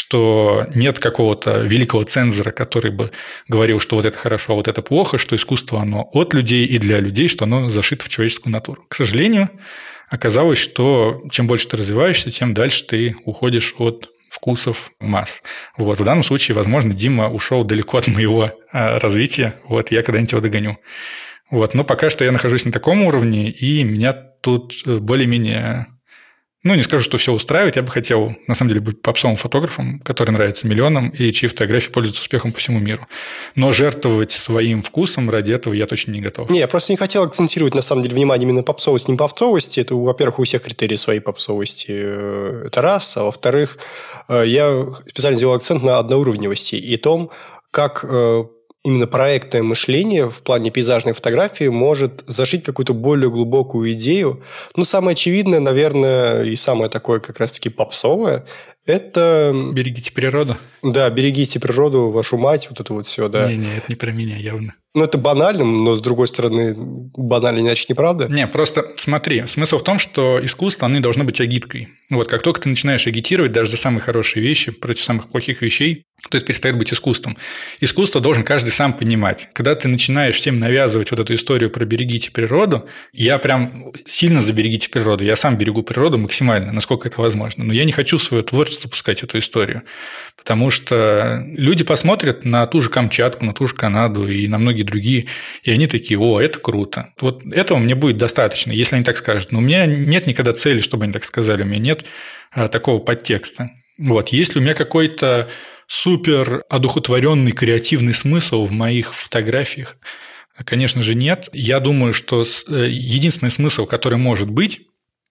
что нет какого-то великого цензора, который бы говорил, что вот это хорошо, а вот это плохо, что искусство оно от людей и для людей, что оно зашито в человеческую натуру. К сожалению, оказалось, что чем больше ты развиваешься, тем дальше ты уходишь от вкусов масс. Вот. В данном случае, возможно, Дима ушел далеко от моего а, развития. Вот. Я когда-нибудь его догоню. Вот. Но пока что я нахожусь на таком уровне, и меня тут более-менее... Ну, не скажу, что все устраивает. Я бы хотел, на самом деле, быть попсовым фотографом, который нравится миллионам, и чьи фотографии пользуются успехом по всему миру. Но жертвовать своим вкусом ради этого я точно не готов. Не, я просто не хотел акцентировать, на самом деле, внимание именно на попсовости, не попсовости. Это, во-первых, у всех критерии своей попсовости. Это раз. А во-вторых, я специально сделал акцент на одноуровневости и том, как э, именно проектное мышление в плане пейзажной фотографии может зашить какую-то более глубокую идею. Ну, самое очевидное, наверное, и самое такое как раз-таки попсовое, это... Берегите природу. Да, берегите природу, вашу мать, вот это вот все, да. Не-не, это не про меня явно. Ну, это банально, но, с другой стороны, банально, иначе неправда. Не, просто смотри, смысл в том, что искусство, оно не должно быть агиткой. Вот, как только ты начинаешь агитировать даже за самые хорошие вещи против самых плохих вещей, то это перестает быть искусством. Искусство должен каждый сам понимать. Когда ты начинаешь всем навязывать вот эту историю про берегите природу, я прям сильно за берегите природу. Я сам берегу природу максимально, насколько это возможно. Но я не хочу в свое творчество пускать эту историю. Потому что люди посмотрят на ту же Камчатку, на ту же Канаду и на многие другие, и они такие: о, это круто. Вот этого мне будет достаточно, если они так скажут. Но у меня нет никогда цели, чтобы они так сказали. У меня нет а, такого подтекста. Вот. Если у меня какой-то супер одухотворенный креативный смысл в моих фотографиях, конечно же, нет. Я думаю, что единственный смысл, который может быть,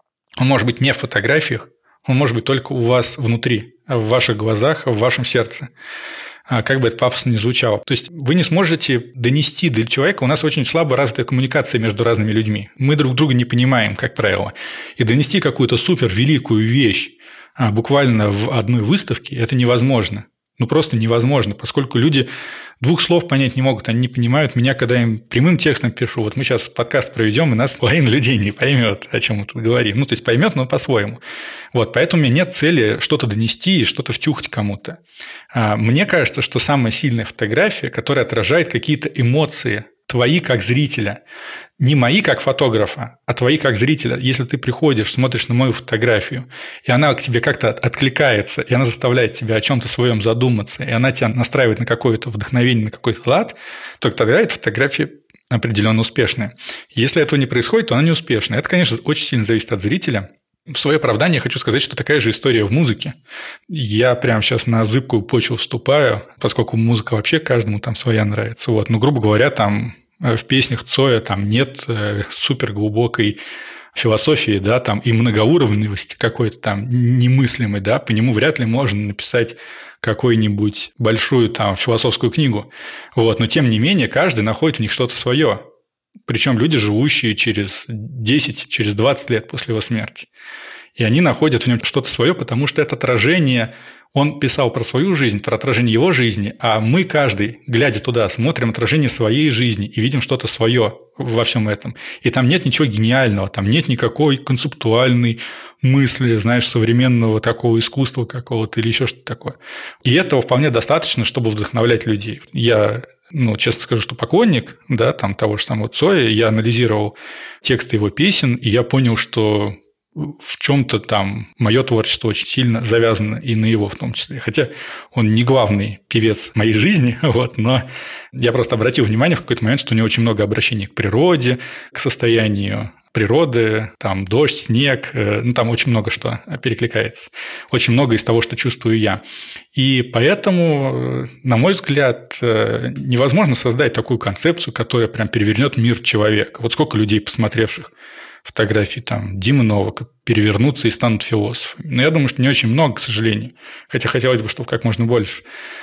он может быть не в фотографиях, он может быть только у вас внутри, в ваших глазах, в вашем сердце. Как бы это пафосно ни звучало. То есть вы не сможете донести до человека, у нас очень слабо развитая коммуникация между разными людьми. Мы друг друга не понимаем, как правило. И донести какую-то супер великую вещь буквально в одной выставке – это невозможно. Ну, просто невозможно, поскольку люди двух слов понять не могут, они не понимают меня, когда я им прямым текстом пишу. Вот мы сейчас подкаст проведем, и нас половина людей не поймет, о чем мы тут говорим. Ну, то есть поймет, но по-своему. Вот, поэтому у меня нет цели что-то донести и что-то втюхать кому-то. Мне кажется, что самая сильная фотография, которая отражает какие-то эмоции твои как зрителя. Не мои как фотографа, а твои как зрителя. Если ты приходишь, смотришь на мою фотографию, и она к тебе как-то откликается, и она заставляет тебя о чем-то своем задуматься, и она тебя настраивает на какое-то вдохновение, на какой-то лад, то тогда эта фотография определенно успешная. Если этого не происходит, то она не успешная. Это, конечно, очень сильно зависит от зрителя. В свое оправдание хочу сказать, что такая же история в музыке. Я прямо сейчас на зыбкую почву вступаю, поскольку музыка вообще каждому там своя нравится. Вот. Но, грубо говоря, там в песнях Цоя там нет суперглубокой философии, да, там и многоуровневости какой-то там немыслимой, да, по нему вряд ли можно написать какую-нибудь большую там философскую книгу. Вот. Но, тем не менее, каждый находит в них что-то свое. Причем люди, живущие через десять, через двадцать лет после его смерти. И они находят в нем что-то свое, потому что это отражение... Он писал про свою жизнь, про отражение его жизни, а мы каждый, глядя туда, смотрим отражение своей жизни и видим что-то свое во всем этом. И там нет ничего гениального, там нет никакой концептуальной мысли, знаешь, современного такого искусства какого-то или еще что-то такое. И этого вполне достаточно, чтобы вдохновлять людей. Я... Ну, честно скажу, что поклонник, да, там того же самого Цоя, я анализировал тексты его песен, и я понял, что в чем-то там мое творчество очень сильно завязано и на его в том числе. Хотя он не главный певец моей жизни, вот, но я просто обратил внимание в какой-то момент, что у него очень много обращений к природе, к состоянию природы, там дождь, снег, ну там очень много что перекликается. Очень много из того, что чувствую я. И поэтому, на мой взгляд, невозможно создать такую концепцию, которая прям перевернет мир человека. Вот сколько людей, посмотревших фотографии там Димы Новака, перевернутся и станут философами. Но я думаю, что не очень много, к сожалению. Хотя хотелось бы, чтобы как можно больше.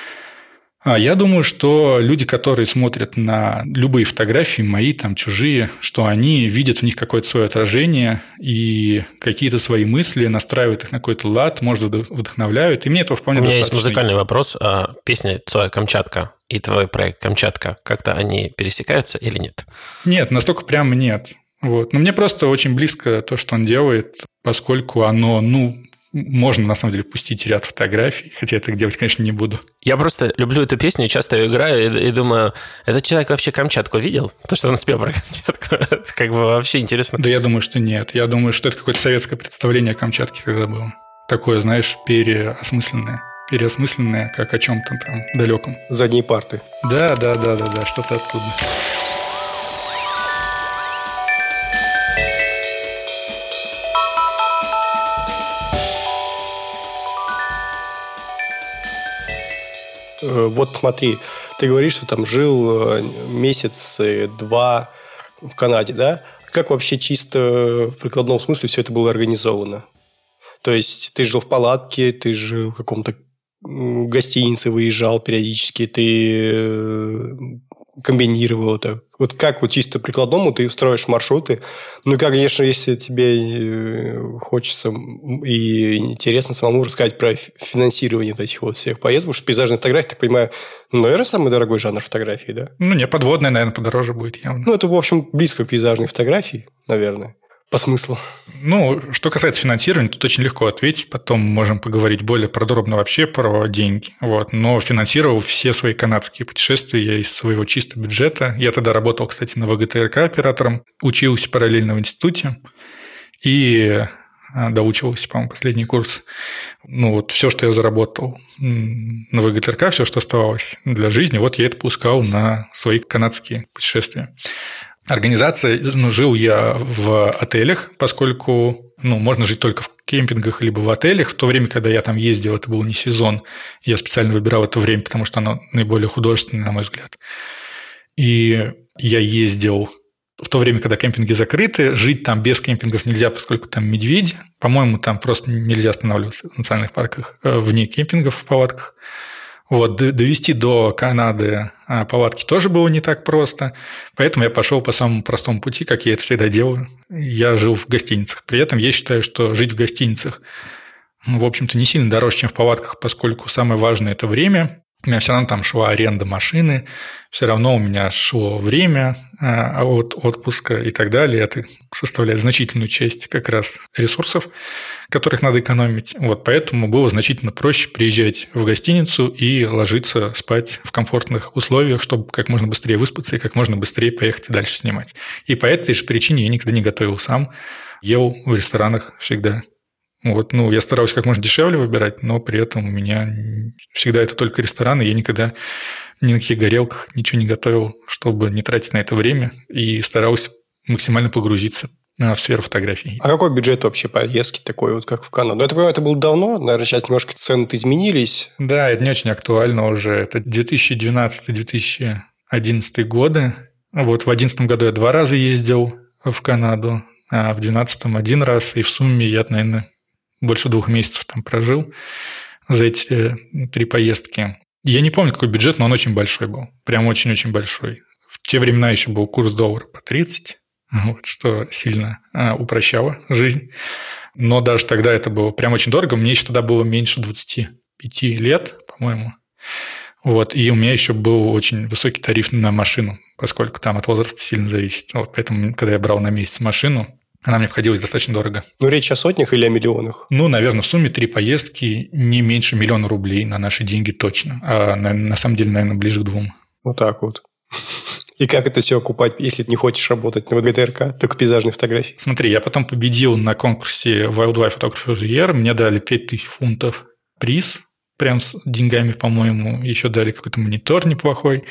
А я думаю, что люди, которые смотрят на любые фотографии, мои, там, чужие, что они видят в них какое-то свое отражение и какие-то свои мысли, настраивают их на какой-то лад, может, вдохновляют. И мне этого вполне достаточно. У меня есть музыкальный вопрос. Песня Цоя «Камчатка» и твой проект «Камчатка», как-то они пересекаются или нет? Нет, настолько прямо нет. Вот. Но мне просто очень близко то, что он делает, поскольку оно, ну... Можно, на самом деле, пустить ряд фотографий, хотя я так делать, конечно, не буду. Я просто люблю эту песню, часто ее играю и, и думаю, этот человек вообще Камчатку видел? То, что он спел про Камчатку, это как бы вообще интересно. Да я думаю, что нет. Я думаю, что это какое-то советское представление о Камчатке тогда было. Такое, знаешь, переосмысленное. Переосмысленное, как о чем-то там далеком. Задние парты. Да, да, да, да, да, что-то оттуда. Вот смотри, ты говоришь, что там жил месяц-два в Канаде, да? Как вообще чисто в прикладном смысле все это было организовано? То есть ты жил в палатке, ты жил в каком-то в гостиницы выезжал периодически, ты комбинировал это. Вот как вот чисто прикладному ты строишь маршруты. Ну, и, конечно, если тебе хочется и интересно самому рассказать про финансирование вот этих вот всех поездок, потому что пейзажная фотография, так понимаю, ну, наверное, самый дорогой жанр фотографии, да? Ну, не, подводная, наверное, подороже будет явно. Ну, это, в общем, близко к пейзажной фотографии, наверное. По смыслу. Ну, что касается финансирования, тут очень легко ответить. Потом можем поговорить более подробно вообще про деньги. Вот. Но финансировал все свои канадские путешествия я из своего чистого бюджета. Я тогда работал, кстати, на вэ гэ тэ эр ка оператором. Учился параллельно в институте. И доучивался, по-моему, последний курс. Ну, вот все, что я заработал на вэ гэ тэ эр ка, все, что оставалось для жизни, вот я это пускал на свои канадские путешествия. Организация, ну, жил я в отелях, поскольку, ну, можно жить только в кемпингах либо в отелях. В то время, когда я там ездил, это был не сезон. Я специально выбирал это время, потому что оно наиболее художественное, на мой взгляд. И я ездил в то время, когда кемпинги закрыты. Жить там без кемпингов нельзя, поскольку там медведи. По-моему, там просто нельзя останавливаться в национальных парках вне кемпингов в палатках. Вот, довести до Канады палатки тоже было не так просто, поэтому я пошел по самому простому пути, как я это всегда делаю. Я жил в гостиницах. При этом я считаю, что жить в гостиницах, в общем-то, не сильно дороже, чем в палатках, поскольку самое важное – это время. У меня все равно там шла аренда машины, все равно у меня шло время от отпуска и так далее. Это составляет значительную часть как раз ресурсов, которых надо экономить. Вот поэтому было значительно проще приезжать в гостиницу и ложиться спать в комфортных условиях, чтобы как можно быстрее выспаться и как можно быстрее поехать и дальше снимать. И по этой же причине я никогда не готовил сам, ел в ресторанах всегда. Вот, ну, я старался как можно дешевле выбирать, но при этом у меня всегда это только рестораны, я никогда ни на каких горелках ничего не готовил, чтобы не тратить на это время, и старался максимально погрузиться в сферу фотографий. А какой бюджет вообще поездки такой, вот как в Канаду? Я так понимаю, это было давно, наверное, сейчас немножко цены изменились. Да, это не очень актуально уже. Это две тысячи двенадцатый - две тысячи одиннадцатый годы. Вот в две тысячи одиннадцатом году я два раза ездил в Канаду, а в две тысячи двенадцатом один раз, и в сумме я, наверное, больше двух месяцев там прожил за эти три поездки. Я не помню, какой бюджет, но он очень большой был. Прям очень-очень большой. В те времена еще был курс доллара по тридцать, вот, что сильно а, упрощало жизнь. Но даже тогда это было прям очень дорого. Мне еще тогда было меньше двадцати пяти лет, по-моему. Вот, и у меня еще был очень высокий тариф на машину, поскольку там от возраста сильно зависит. Вот, поэтому, когда я брал на месяц машину, она мне обходилась достаточно дорого. Ну, речь о сотнях или о миллионах? Ну, наверное, в сумме три поездки не меньше миллиона рублей на наши деньги точно. А на, на самом деле, наверное, ближе к двум. Вот так вот. И как это все окупать, если ты не хочешь работать на вэ гэ тэ эр ка, только пейзажные фотографии? Смотри, я потом победил на конкурсе Wildlife Photography of the Year. Мне дали пять тысяч фунтов приз, прям с деньгами, по-моему. Еще дали какой-то монитор неплохой.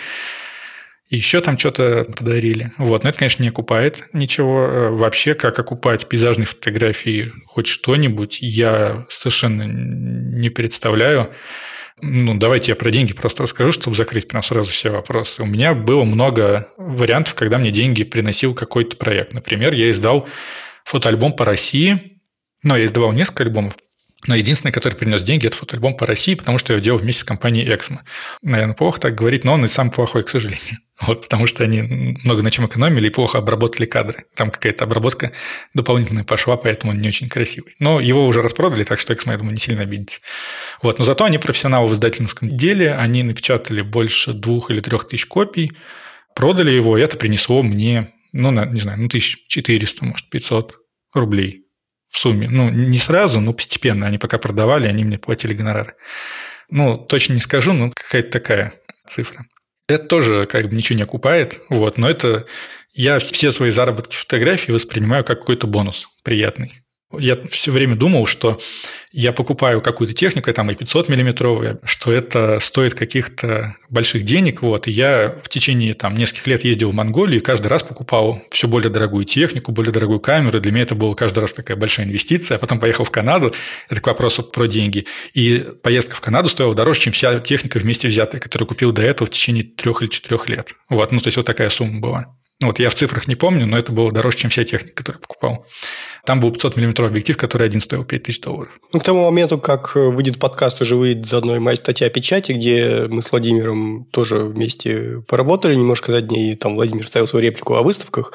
Еще там что-то подарили. Вот. Но это, конечно, не окупает ничего. Вообще, как окупать пейзажные фотографии хоть что-нибудь, я совершенно не представляю. Ну, давайте я про деньги просто расскажу, чтобы закрыть прям сразу все вопросы. У меня было много вариантов, когда мне деньги приносил какой-то проект. Например, я издал фотоальбом по России. Ну, я издавал несколько альбомов. Но единственный, который принес деньги, это фотоальбом по России, потому что я его делал вместе с компанией Exmo. Наверное, плохо так говорить, но он и самый плохой, к сожалению. Вот, потому что они много на чем экономили и плохо обработали кадры. Там какая-то обработка дополнительная пошла, поэтому он не очень красивый. Но его уже распродали, так что Exmo, я думаю, не сильно обидится. Вот, но зато они профессионалы в издательском деле, они напечатали больше двух или трех тысяч копий, продали его, и это принесло мне, ну, не знаю, ну, тысяч четыреста, может, пятьсот рублей. В сумме. Ну, не сразу, но постепенно. Они пока продавали, они мне платили гонорары. Ну, точно не скажу, но какая-то такая цифра. Это тоже как бы ничего не окупает, вот, но это я все свои заработки фотографий воспринимаю как какой-то бонус приятный. Я все время думал, что я покупаю какую-то технику, там и пятьсот миллиметровая, что это стоит каких-то больших денег. Вот. И я в течение там, нескольких лет ездил в Монголию и каждый раз покупал все более дорогую технику, более дорогую камеру. Для меня это была каждый раз такая большая инвестиция. А потом поехал в Канаду. Это к вопросу про деньги. И поездка в Канаду стоила дороже, чем вся техника вместе взятая, которую купил до этого в течение трех или четырех лет. Вот. Ну, то есть вот такая сумма была. Вот я в цифрах не помню, но это было дороже, чем вся техника, которую я покупал. Там был пятьсот миллиметровый объектив, который один стоил пять тысяч долларов. Ну, к тому моменту, как выйдет подкаст, уже выйдет заодно и моя статья о печати, где мы с Владимиром тоже вместе поработали немножко над ней. Там Владимир ставил свою реплику о выставках.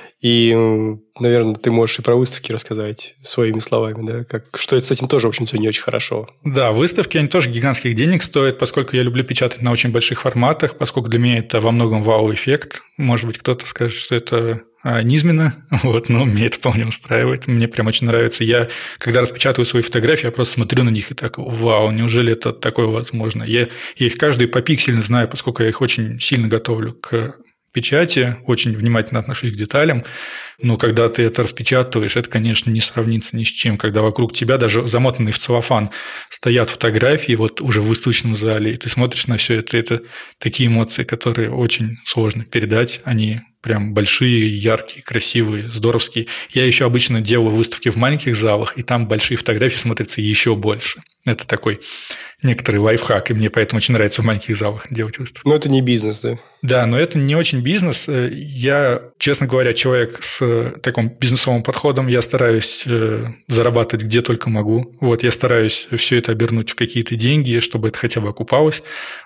И, наверное, ты можешь и про выставки рассказать своими словами, да? Как, что это с этим тоже, в общем-то, не очень хорошо. Да, выставки, они тоже гигантских денег стоят, поскольку я люблю печатать на очень больших форматах, поскольку для меня это во многом вау-эффект. Может быть, кто-то скажет, что это низменно, вот, но мне это вполне устраивает. Мне прям очень нравится. Я, когда распечатываю свои фотографии, я просто смотрю на них и так, вау, неужели это такое возможно? Я, я их каждый попиксельно знаю, поскольку я их очень сильно готовлю к печати, очень внимательно отношусь к деталям, но когда ты это распечатываешь, это, конечно, не сравнится ни с чем, когда вокруг тебя, даже замотанные в целлофан, стоят фотографии вот уже в выставочном зале, и ты смотришь на все это, это такие эмоции, которые очень сложно передать, они прям большие, яркие, красивые, здоровские. Я еще обычно делаю выставки в маленьких залах, и там большие фотографии смотрятся еще больше. Это такой некоторый лайфхак, и мне поэтому очень нравится в маленьких залах делать выставки. Но это не бизнес, да? Да, но это не очень бизнес. Я, честно говоря, человек с таким бизнесовым подходом. Я стараюсь зарабатывать где только могу. Вот, я стараюсь все это обернуть в какие-то деньги, чтобы это хотя бы окупалось.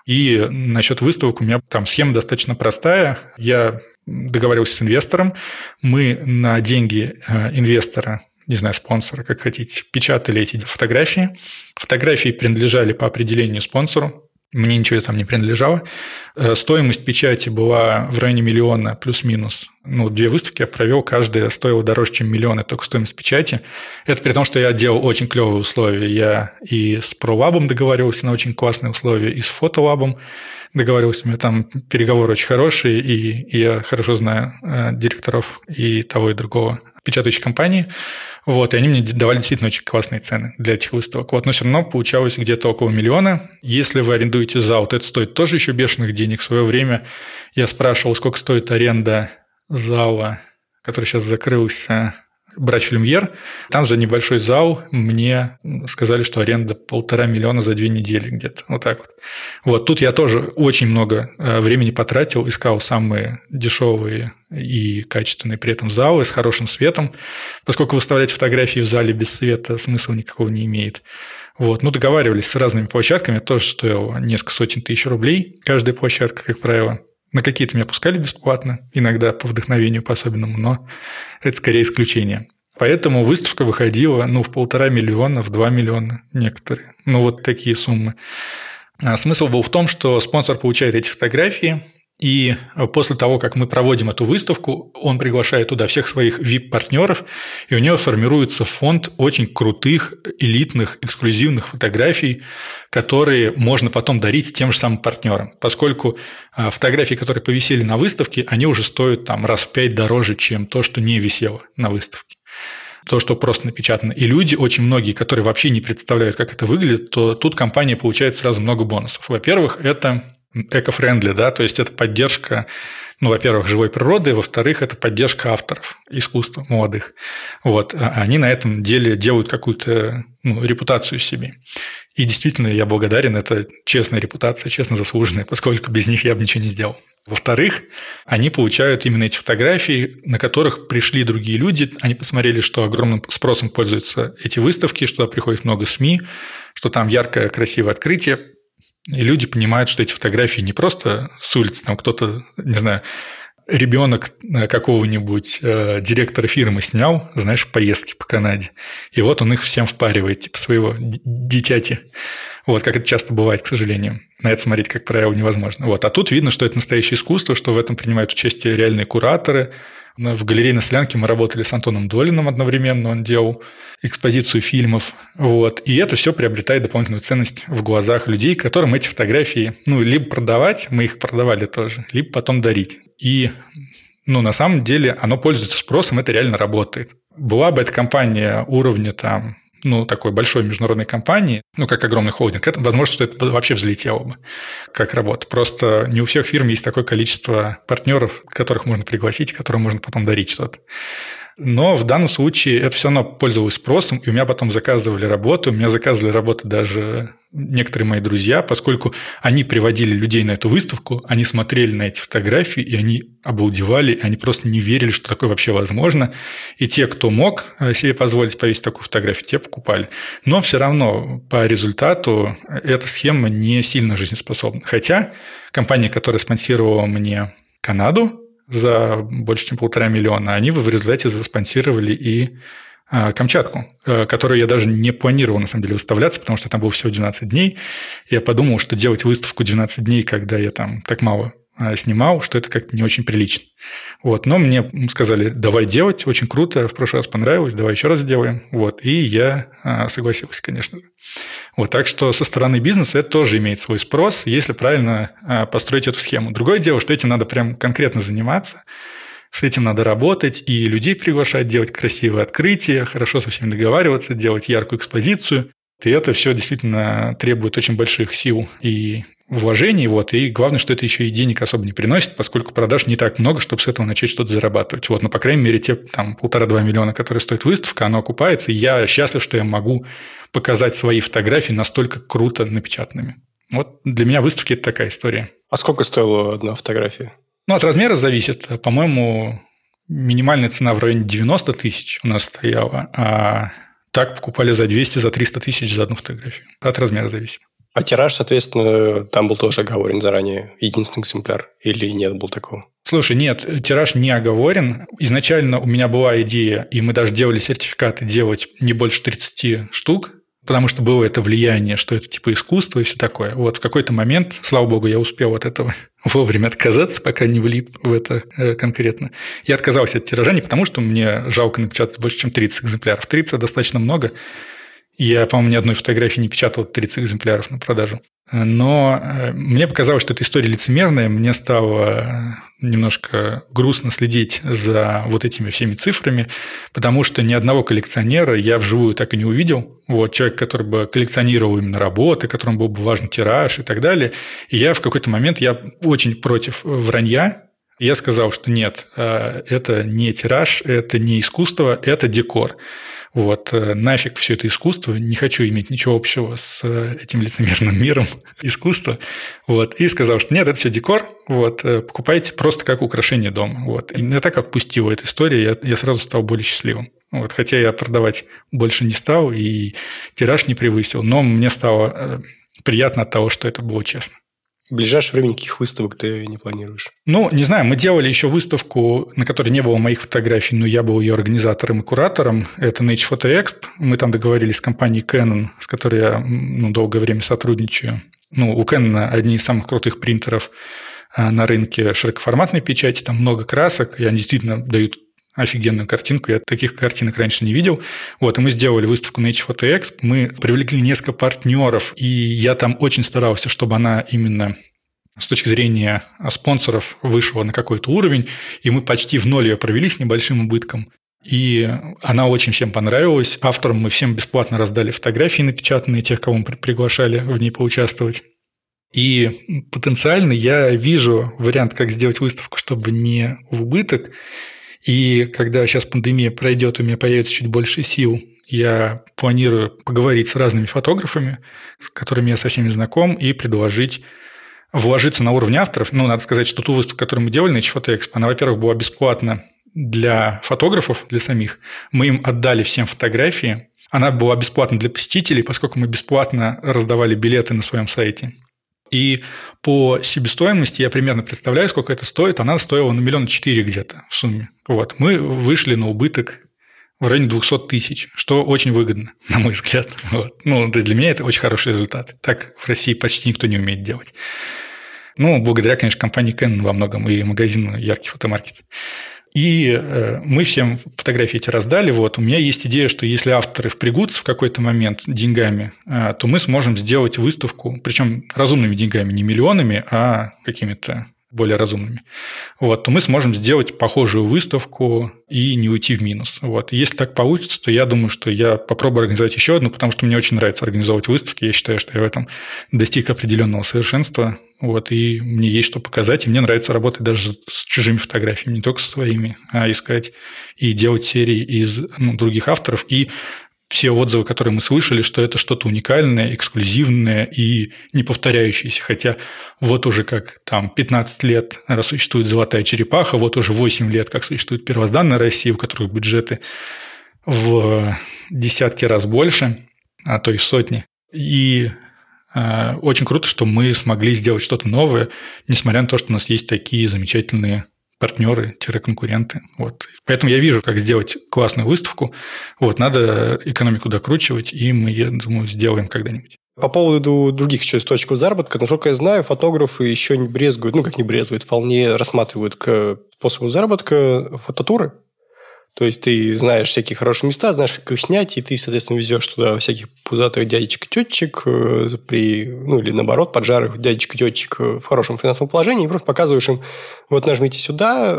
И насчет выставок у меня там схема достаточно простая. Я договаривался с инвестором. Мы на деньги инвестора, не знаю, спонсора, как хотите, печатали эти фотографии. Фотографии принадлежали по определению спонсору. Мне ничего там не принадлежало. Стоимость печати была в районе миллиона плюс-минус. Ну, две выставки я провел, каждая стоила дороже, чем миллион, это только стоимость печати. Это при том, что я делал очень клевые условия. Я и с ProLab договаривался на очень классные условия, и с Photolab договаривался. У меня там переговоры очень хорошие, и, и я хорошо знаю э, директоров и того, и другого печатающей компании. Вот, и они мне давали действительно очень классные цены для этих выставок. Вот, но все равно получалось где-то около миллиона. Если вы арендуете зал, то это стоит тоже еще бешеных денег. В свое время я спрашивал, сколько стоит аренда зала, который сейчас закрылся, брать Люмьер. Там за небольшой зал мне сказали, что аренда полтора миллиона за две недели где-то. Вот так вот. Вот тут я тоже очень много времени потратил, искал самые дешевые и качественные при этом залы с хорошим светом, поскольку выставлять фотографии в зале без света смысла никакого не имеет. Вот. Ну, договаривались с разными площадками, тоже стоило несколько сотен тысяч рублей каждая площадка, как правило. На какие-то меня пускали бесплатно, иногда по вдохновению по-особенному, но это скорее исключение. Поэтому выставка выходила ну, в полтора миллиона, в два миллиона некоторые. Ну, вот такие суммы. А смысл был в том, что спонсор получает эти фотографии, и после того, как мы проводим эту выставку, он приглашает туда всех своих ви ай пи-партнеров, и у него формируется фонд очень крутых, элитных, эксклюзивных фотографий, которые можно потом дарить тем же самым партнерам, поскольку фотографии, которые повисели на выставке, они уже стоят там раз в пять дороже, чем то, что не висело на выставке. То, что просто напечатано. И люди, очень многие, которые вообще не представляют, как это выглядит, то тут компания получает сразу много бонусов. Во-первых, это эко-френдли, да, то есть это поддержка, ну, во-первых, живой природы, во-вторых, это поддержка авторов искусства молодых. Вот, они на этом деле делают какую-то ну, репутацию себе. И действительно, я благодарен, это честная репутация, честно заслуженная, поскольку без них я бы ничего не сделал. Во-вторых, они получают именно эти фотографии, на которых пришли другие люди, они посмотрели, что огромным спросом пользуются эти выставки, что туда приходит много СМИ, что там яркое, красивое открытие, и люди понимают, что эти фотографии не просто с улицы, там кто-то, не знаю, ребенок какого-нибудь э, директора фирмы снял, знаешь, поездки по Канаде, и вот он их всем впаривает, типа своего дитяти. Вот, как это часто бывает, к сожалению. На это смотреть, как правило, невозможно. Вот. А тут видно, что это настоящее искусство, что в этом принимают участие реальные кураторы. В галерее на Солянке мы работали с Антоном Долиным одновременно, он делал экспозицию фильмов. Вот. И это все приобретает дополнительную ценность в глазах людей, которым эти фотографии, ну, либо продавать, мы их продавали тоже, либо потом дарить. И, ну, на самом деле оно пользуется спросом, это реально работает. Была бы эта компания уровня там, ну, такой большой международной компании, ну, как огромный холдинг, это, возможно, что это вообще взлетело бы как работа. Просто не у всех фирм есть такое количество партнеров, которых можно пригласить, которым можно потом дарить что-то. Но в данном случае это все равно пользовалось спросом, и у меня потом заказывали работу, у меня заказывали работу даже некоторые мои друзья, поскольку они приводили людей на эту выставку, они смотрели на эти фотографии, и они обалдевали, они просто не верили, что такое вообще возможно. И те, кто мог себе позволить повесить такую фотографию, те покупали. Но все равно по результату эта схема не сильно жизнеспособна. Хотя компания, которая спонсировала мне Канаду за больше, чем полтора миллиона, они в результате заспонсировали и Камчатку, которую я даже не планировал, на самом деле, выставляться, потому что там было всего двенадцать дней. Я подумал, что делать выставку двенадцать дней, когда я там так мало снимал, что это как-то не очень прилично. Вот. Но мне сказали, давай делать, очень круто, в прошлый раз понравилось, давай еще раз сделаем. Вот. И я согласился, конечно же. Вот. Так что со стороны бизнеса это тоже имеет свой спрос, если правильно построить эту схему. Другое дело, что этим надо прям конкретно заниматься, с этим надо работать и людей приглашать, делать красивые открытия, хорошо со всеми договариваться, делать яркую экспозицию. И это все действительно требует очень больших сил и вложений. Вот. И главное, что это еще и денег особо не приносит, поскольку продаж не так много, чтобы с этого начать что-то зарабатывать. Вот. Но, по крайней мере, те там, полтора-два миллиона, которые стоит выставка, оно окупается. И я счастлив, что я могу показать свои фотографии настолько круто напечатанными. Вот для меня выставки – это такая история. А сколько стоила одна фотография? Ну, от размера зависит. По-моему, минимальная цена в районе девяносто тысяч у нас стояла, а так покупали за двести, за триста тысяч за одну фотографию. От размера зависит. А тираж, соответственно, там был тоже оговорен заранее, единственный экземпляр, или нет было такого? Слушай, нет, тираж не оговорен. Изначально у меня была идея, и мы даже делали сертификаты, делать не больше тридцати штук, потому что было это влияние, что это типа искусство и все такое. Вот в какой-то момент, слава богу, я успел от этого вовремя отказаться, пока не влип в это конкретно. Я отказался от тиража не потому, что мне жалко напечатать больше, чем тридцать экземпляров. тридцать достаточно много. Я, по-моему, ни одной фотографии не печатал тридцать экземпляров на продажу. Но мне показалось, что эта история лицемерная. Мне стало немножко грустно следить за вот этими всеми цифрами, потому что ни одного коллекционера я вживую так и не увидел. Вот, человек, который бы коллекционировал именно работы, которому был бы важен тираж и так далее. И я в какой-то момент, я очень против вранья. Я сказал, что нет, это не тираж, это не искусство, это декор. Вот, нафиг все это искусство, не хочу иметь ничего общего с этим лицемерным миром искусства. Вот, и сказал, что нет, это все декор, вот, покупайте просто как украшение дома. Вот. И я так отпустил эту историю, я, я сразу стал более счастливым. Вот, хотя я продавать больше не стал, и тираж не превысил, но мне стало приятно от того, что это было честно. В ближайшее время никаких выставок ты не планируешь? Ну, не знаю, мы делали еще выставку, на которой не было моих фотографий, но я был ее организатором и куратором. Это Nature Photo Expo. Мы там договорились с компанией Canon, с которой я ну, долгое время сотрудничаю. Ну, у Canon одни из самых крутых принтеров на рынке широкоформатной печати, там много красок, и они действительно дают офигенную картинку. Я таких картинок раньше не видел. Вот, и мы сделали выставку Nature Photo Expo. Мы привлекли несколько партнеров, и я там очень старался, чтобы она именно с точки зрения спонсоров вышла на какой-то уровень, и мы почти в ноль ее провели с небольшим убытком. И она очень всем понравилась. Авторам мы всем бесплатно раздали фотографии напечатанные, тех, кого мы приглашали в ней поучаствовать. И потенциально я вижу вариант, как сделать выставку, чтобы не в убыток. И когда сейчас пандемия пройдет, у меня появится чуть больше сил, я планирую поговорить с разными фотографами, с которыми я со всеми знаком, и предложить вложиться на уровне авторов. Ну, надо сказать, что ту выставку, которую мы делали на Nature Photo Expo, она, во-первых, была бесплатна для фотографов, для самих. Мы им отдали всем фотографии. Она была бесплатна для посетителей, поскольку мы бесплатно раздавали билеты на своем сайте. И по себестоимости я примерно представляю, сколько это стоит. Она стоила на миллион четыре где-то в сумме. Вот. Мы вышли на убыток в районе двести тысяч, что очень выгодно, на мой взгляд. Вот. Ну, для меня это очень хороший результат. Так в России почти никто не умеет делать. Ну, благодаря, конечно, компании Canon во многом и магазину «Яркий фотомаркет». И э, мы всем фотографии эти раздали. Вот. У меня есть идея, что если авторы впрягутся в какой-то момент деньгами, э, то мы сможем сделать выставку, причем разумными деньгами, не миллионами, а какими-то более разумными, вот, то мы сможем сделать похожую выставку и не уйти в минус. Вот. И если так получится, то я думаю, что я попробую организовать еще одну, потому что мне очень нравится организовывать выставки. Я считаю, что я в этом достиг определенного совершенства, вот, и мне есть что показать. И мне нравится работать даже с чужими фотографиями, не только со своими, а искать и делать серии из ну, других авторов. И все отзывы, которые мы слышали, что это что-то уникальное, эксклюзивное и не повторяющееся. Хотя вот уже как там пятнадцать лет существует «Золотая черепаха», вот уже восемь лет как существует «Первозданная Россия», у которых бюджеты в десятки раз больше, а то и в сотни. И э, очень круто, что мы смогли сделать что-то новое, несмотря на то, что у нас есть такие замечательные партнеры-конкуренты. Вот. Поэтому я вижу, как сделать классную выставку. Вот. Надо экономику докручивать, и мы, я думаю, сделаем когда-нибудь. По поводу других еще источников заработка, насколько я знаю, фотографы еще не брезгуют, ну, как не брезгуют, вполне рассматривают к способу заработка фототуры. То есть ты знаешь всякие хорошие места, знаешь, как их снять, и ты, соответственно, везешь туда всяких пузатых дядечек и тетечек при, ну, или наоборот, поджарых дядечек и тетечек в хорошем финансовом положении, и просто показываешь им, вот нажмите сюда,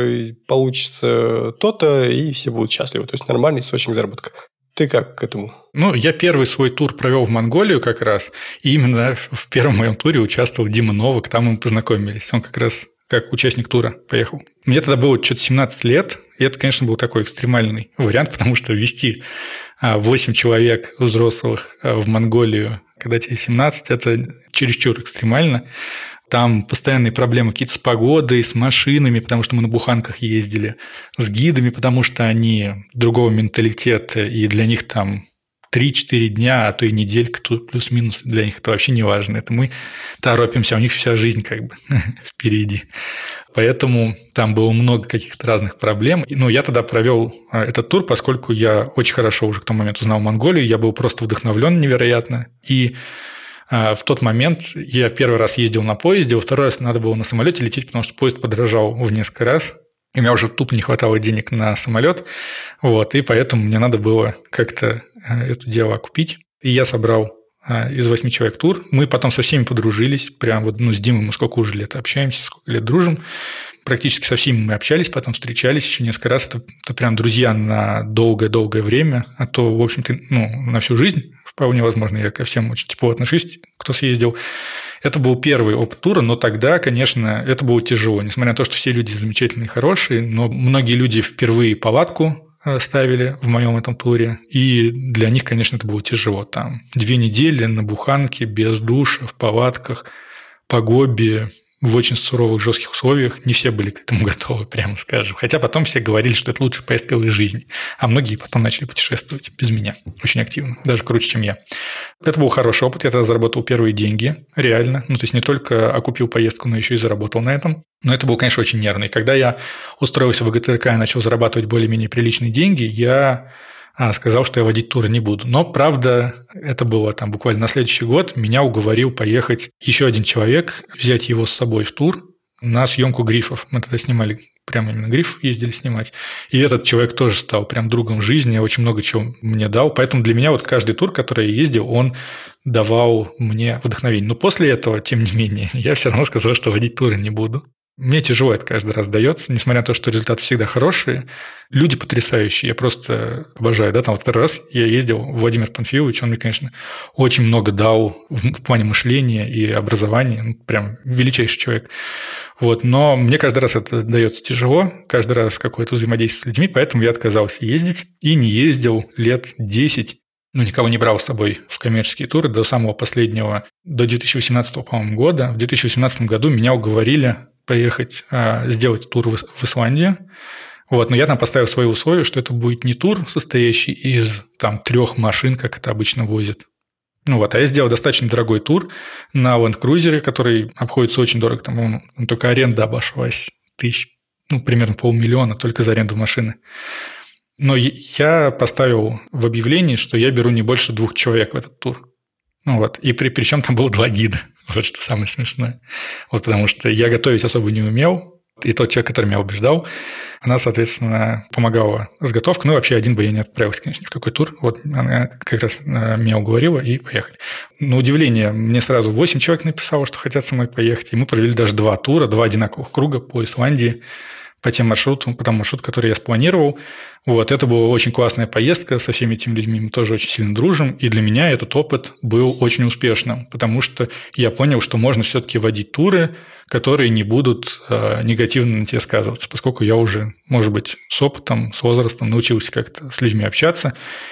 получится то-то, и все будут счастливы. То есть нормальный источник заработка. Ты как к этому? Ну, я первый свой тур провел в Монголию как раз, и именно в первом моем туре участвовал Дима Новак, там мы познакомились. Он как раз как участник тура поехал. Мне тогда было что-то семнадцать лет, и это, конечно, был такой экстремальный вариант, потому что везти восемь человек взрослых в Монголию, когда тебе семнадцать, это чересчур экстремально. Там постоянные проблемы какие-то с погодой, с машинами, потому что мы на буханках ездили, с гидами, потому что они другого менталитета, и для них там три-четыре дня, а то и неделька, плюс-минус, для них это вообще не важно. Это мы торопимся, а у них вся жизнь как бы впереди. Поэтому там было много каких-то разных проблем. Ну, я тогда провел этот тур, поскольку я очень хорошо уже к тому моменту знал Монголию, я был просто вдохновлен невероятно. И в тот момент я первый раз ездил на поезде, во второй раз надо было на самолете лететь, потому что поезд подорожал в несколько раз. И у меня уже тупо не хватало денег на самолет, вот, и поэтому мне надо было как-то это дело окупить. И я собрал из восьми человек тур. Мы потом со всеми подружились, прям вот, ну, с Димой мы сколько уже лет общаемся, сколько лет дружим. Практически со всеми мы общались, потом встречались еще несколько раз. Это, это прям друзья на долгое-долгое время, а то, в общем-то, ну, на всю жизнь вполне возможно. Я ко всем очень тепло отношусь, кто съездил. Это был первый опыт тура, но тогда, конечно, это было тяжело. Несмотря на то, что все люди замечательные, хорошие, но многие люди впервые палатку ставили в моем этом туре, и для них, конечно, это было тяжело. Там две недели на буханке, без душа, в палатках, по гобби, в очень суровых, жестких условиях. Не все были к этому готовы, прямо скажем. Хотя потом все говорили, что это лучшая поездка в их жизни. А многие потом начали путешествовать без меня очень активно, даже круче, чем я. Это был хороший опыт. Я тогда заработал первые деньги, реально. Ну, то есть не только окупил поездку, но еще и заработал на этом. Но это было, конечно, очень нервно. И когда я устроился в ГТРК и начал зарабатывать более-менее приличные деньги, я сказал, что я водить туры не буду. Но, правда, это было там буквально на следующий год. Меня уговорил поехать еще один человек, взять его с собой в тур на съемку грифов. Мы тогда снимали, прямо именно гриф ездили снимать. И этот человек тоже стал прям другом жизни, очень много чего мне дал. Поэтому для меня вот каждый тур, который я ездил, он давал мне вдохновение. Но после этого, тем не менее, я все равно сказал, что водить туры не буду. Мне тяжело это каждый раз дается, несмотря на то, что результаты всегда хорошие. Люди потрясающие, я просто обожаю. Да? Там вот первый раз я ездил, Владимир Панфилович, он мне, конечно, очень много дал в, в плане мышления и образования. Ну, прям величайший человек. Вот. Но мне каждый раз это дается тяжело, каждый раз какое-то взаимодействие с людьми, поэтому я отказался ездить и не ездил лет десять. Ну, никого не брал с собой в коммерческие туры до самого последнего, до две тысячи восемнадцатого, по-моему, года. В две тысячи восемнадцатом году меня уговорили поехать сделать тур в Исландию. Вот, но я там поставил свои условия, что это будет не тур, состоящий из там, трех машин, как это обычно возят. Ну вот, а я сделал достаточно дорогой тур на Land Cruiser, который обходится очень дорого. Там, ну, только аренда обошлась тысяч, ну, примерно полмиллиона только за аренду машины. Но я поставил в объявлении, что я беру не больше двух человек в этот тур. Ну вот, и при, причем там было два гида. Вот что самое смешное. Вот потому что я готовить особо не умел. И тот человек, который меня убеждал, она, соответственно, помогала с готовкой. Ну, вообще, один бы я не отправился, конечно, ни в какой тур. Вот она как раз меня уговорила, и поехали. На удивление, мне сразу восемь человек написало, что хотят со мной поехать. И мы провели даже два тура, два одинаковых круга по Исландии, по тем маршрутам, по тому маршруту, который я спланировал. Вот, это была очень классная поездка, со всеми этими людьми мы тоже очень сильно дружим, и для меня этот опыт был очень успешным, потому что я понял, что можно все-таки водить туры, которые не будут э, негативно на тебе сказываться, поскольку я уже, может быть, с опытом, с возрастом научился как-то с людьми общаться,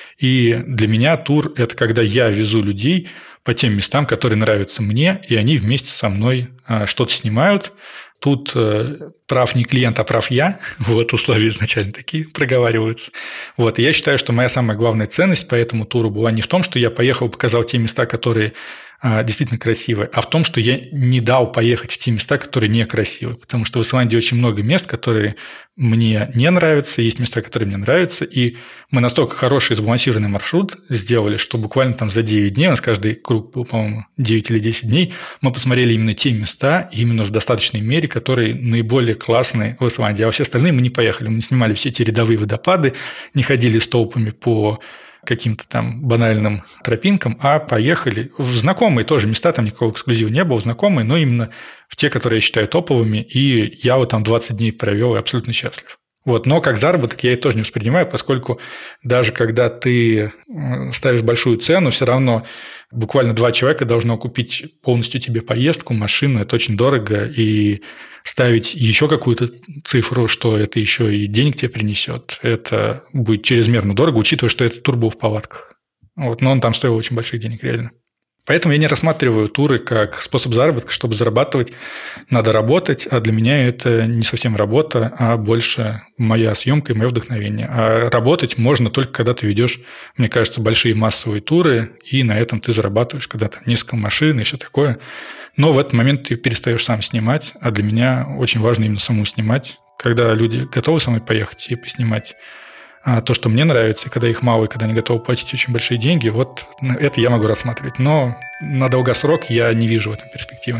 и для меня тур – это когда я везу людей по тем местам, которые нравятся мне, и они вместе со мной э, что-то снимают. Тут э, прав не клиент, а прав я. Вот условия изначально такие проговариваются. Вот, и я считаю, что моя самая главная ценность по этому туру была не в том, что я поехал, показал те места, которые э, действительно красивые, а в том, что я не дал поехать в те места, которые некрасивые. Потому что в Исландии очень много мест, которые мне не нравятся, есть места, которые мне нравятся, и мы настолько хороший сбалансированный маршрут сделали, что буквально там за девять дней, у нас каждый круг был, по-моему, девять или десять дней, мы посмотрели именно те места, именно в достаточной мере, которые наиболее классные в Исландии, а все остальные мы не поехали, мы не снимали все эти рядовые водопады, не ходили с толпами по каким-то там банальным тропинкам, а поехали в знакомые тоже места, там никакого эксклюзива не было, знакомые, но именно в те, которые я считаю топовыми, и я вот там двадцать дней провел и абсолютно счастлив. Вот. Но как заработок я это тоже не воспринимаю, поскольку даже когда ты ставишь большую цену, все равно буквально два человека должно купить полностью тебе поездку, машину, это очень дорого, и ставить еще какую-то цифру, что это еще и денег тебе принесет, это будет чрезмерно дорого, учитывая, что это тур был в палатках. Вот. Но он там стоил очень больших денег, реально. Поэтому я не рассматриваю туры как способ заработка. Чтобы зарабатывать, надо работать, а для меня это не совсем работа, а больше моя съемка и мое вдохновение. А работать можно только когда ты ведешь, мне кажется, большие массовые туры, и на этом ты зарабатываешь, когда там несколько машин и все такое. Но в этот момент ты перестаешь сам снимать, а для меня очень важно именно саму снимать. Когда люди готовы со мной поехать и поснимать а то, что мне нравится, и когда их мало, и когда они готовы платить очень большие деньги, вот это я могу рассматривать. Но на долгосрок я не вижу в этом перспективы.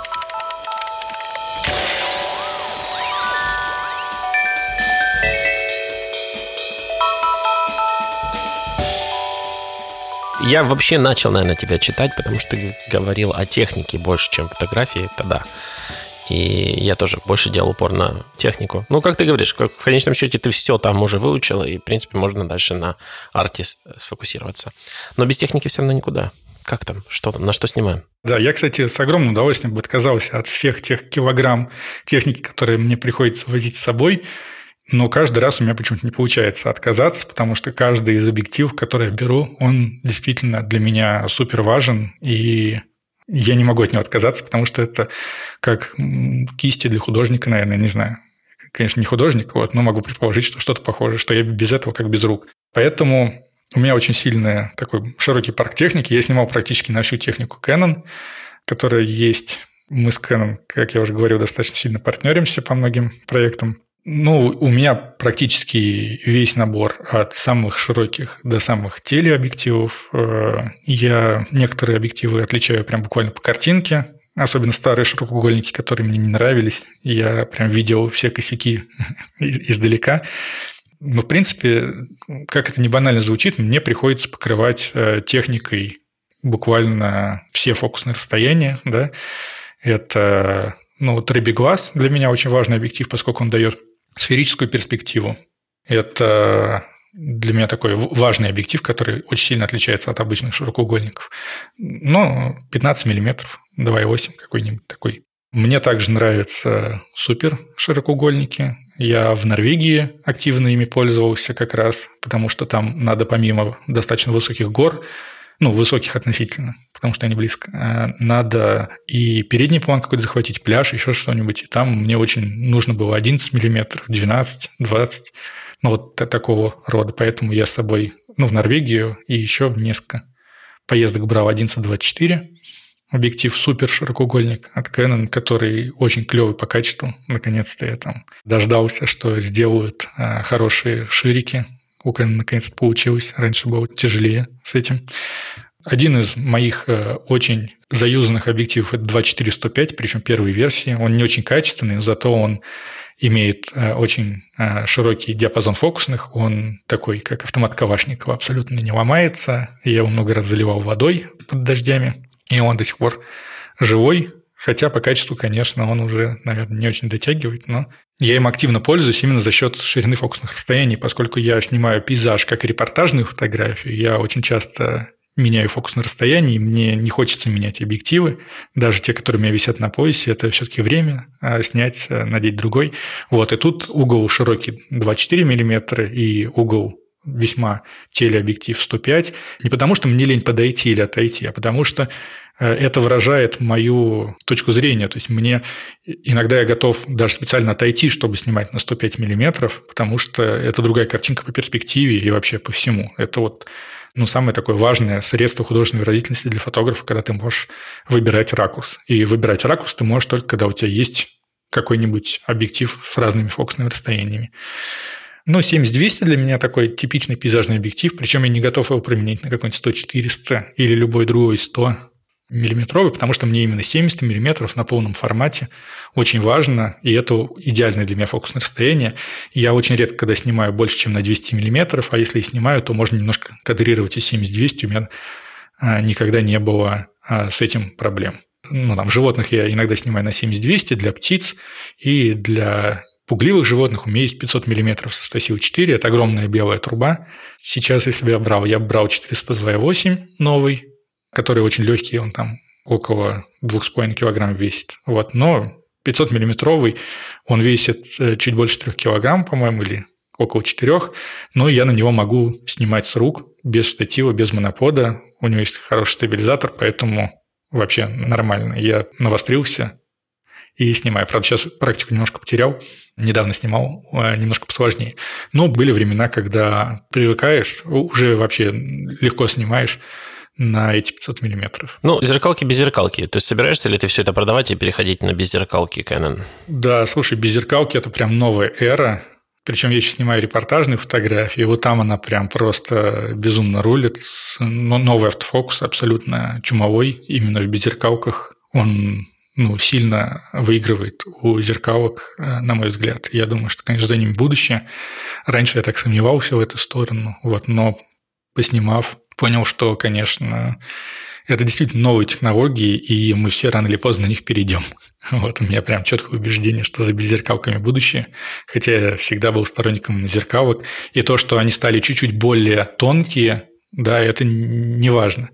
Я вообще начал, наверное, тебя читать, потому что ты говорил о технике больше, чем фотографии тогда. И я тоже больше делал упор на технику. Ну, как ты говоришь, в конечном счете ты все там уже выучил, и, в принципе, можно дальше на арте сфокусироваться. Но без техники все равно никуда. Как там? Что там? На что снимаем? Да, я, кстати, с огромным удовольствием бы отказался от всех тех килограмм техники, которые мне приходится возить с собой, но каждый раз у меня почему-то не получается отказаться, потому что каждый из объективов, который я беру, он действительно для меня супер важен, и я не могу от него отказаться, потому что это как кисти для художника, наверное, не знаю. Конечно, не художник, вот, но могу предположить, что что-то похожее, что я без этого как без рук. Поэтому у меня очень сильный такой широкий парк техники. Я снимал практически на всю технику Canon, которая есть. Мы с Canon, как я уже говорил, достаточно сильно партнеримся по многим проектам. Ну, у меня практически весь набор от самых широких до самых телеобъективов. Я некоторые объективы отличаю прям буквально по картинке, особенно старые широкоугольники, которые мне не нравились. Я прям видел все косяки издалека. Но, в принципе, как это не банально звучит, мне приходится покрывать техникой буквально все фокусные расстояния. Да? Это ну, Рэби-глаз для меня очень важный объектив, поскольку он дает сферическую перспективу. Это для меня такой важный объектив, который очень сильно отличается от обычных широкоугольников. Ну, пятнадцать миллиметров, два и восемь какой-нибудь такой. Мне также нравятся супер широкоугольники. Я в Норвегии активно ими пользовался как раз, потому что там надо помимо достаточно высоких гор, ну, высоких относительно, потому что они близко, надо и передний план какой-то захватить, пляж, еще что-нибудь. И там мне очень нужно было одиннадцать миллиметров, двенадцать, двадцать, ну, вот такого рода. Поэтому я с собой, ну, в Норвегию и еще в несколько поездок брал одиннадцать двадцать четыре. Объектив супер широкоугольник от Canon, который очень клевый по качеству. Наконец-то я там дождался, что сделают хорошие ширики. У Canon наконец-то получилось. Раньше было тяжелее с этим. Один из моих э, очень заюзанных объективов – это двадцать четыре сто пять, причем первой версии. Он не очень качественный, зато он имеет э, очень э, широкий диапазон фокусных. Он такой, как автомат Калашникова, абсолютно не ломается. Я его много раз заливал водой под дождями, и он до сих пор живой. Хотя по качеству, конечно, он уже, наверное, не очень дотягивает, но я им активно пользуюсь именно за счет ширины фокусных расстояний, поскольку я снимаю пейзаж как и репортажную фотографию, я очень часто меняю фокусное расстояние, и мне не хочется менять объективы, даже те, которые у меня висят на поясе, это все-таки время а снять, надеть другой. Вот, и тут угол широкий двадцать четыре миллиметра и угол весьма телеобъектив сто пять, не потому что мне лень подойти или отойти, а потому что это выражает мою точку зрения. То есть мне иногда я готов даже специально отойти, чтобы снимать на сто пять миллиметров, потому что это другая картинка по перспективе и вообще по всему. Это вот ну, самое такое важное средство художественной выразительности для фотографа, когда ты можешь выбирать ракурс. И выбирать ракурс ты можешь только, когда у тебя есть какой-нибудь объектив с разными фокусными расстояниями. Но семьдесят двести для меня такой типичный пейзажный объектив, причем я не готов его применить на какой-нибудь сто четыреста или любой другой сто миллиметровый, потому что мне именно семьдесят миллиметров на полном формате очень важно, и это идеальное для меня фокусное расстояние. Я очень редко, когда снимаю больше, чем на двести миллиметров, а если и снимаю, то можно немножко кадрировать и семьдесят двести, у меня никогда не было с этим проблем. Ну, там, животных я иногда снимаю на семьдесят двести для птиц, и для пугливых животных у меня есть пятьсот миллиметров со сто четыре, это огромная белая труба. Сейчас, если бы я брал, я бы брал четыреста два и восемь новый, который очень легкий, он там около двух с половиной килограмм весит. Вот. Но пятьсот миллиметровый, он весит чуть больше трех килограмм, по-моему, или около четырех, но я на него могу снимать с рук, без штатива, без монопода. У него есть хороший стабилизатор, поэтому вообще нормально. Я навострился и снимаю. Правда, сейчас практику немножко потерял. Недавно снимал, немножко посложнее. Но были времена, когда привыкаешь, уже вообще легко снимаешь на эти пятьсот миллиметров. Ну, зеркалки без зеркалки. То есть собираешься ли ты все это продавать и переходить на беззеркалки Canon? Да, слушай, беззеркалки – это прям новая эра. Причем я сейчас снимаю репортажные фотографии, вот там она прям просто безумно рулит. Новый автофокус абсолютно чумовой, именно в беззеркалках. Он ну, сильно выигрывает у зеркалок, на мой взгляд. Я думаю, что, конечно, за ним будущее. Раньше я так сомневался в эту сторону, вот, но поснимав, понял, что, конечно, это действительно новые технологии, и мы все рано или поздно на них перейдем. Вот у меня прям четкое убеждение, что за беззеркалками будущее, хотя я всегда был сторонником зеркалок. И то, что они стали чуть-чуть более тонкие, да, это не важно.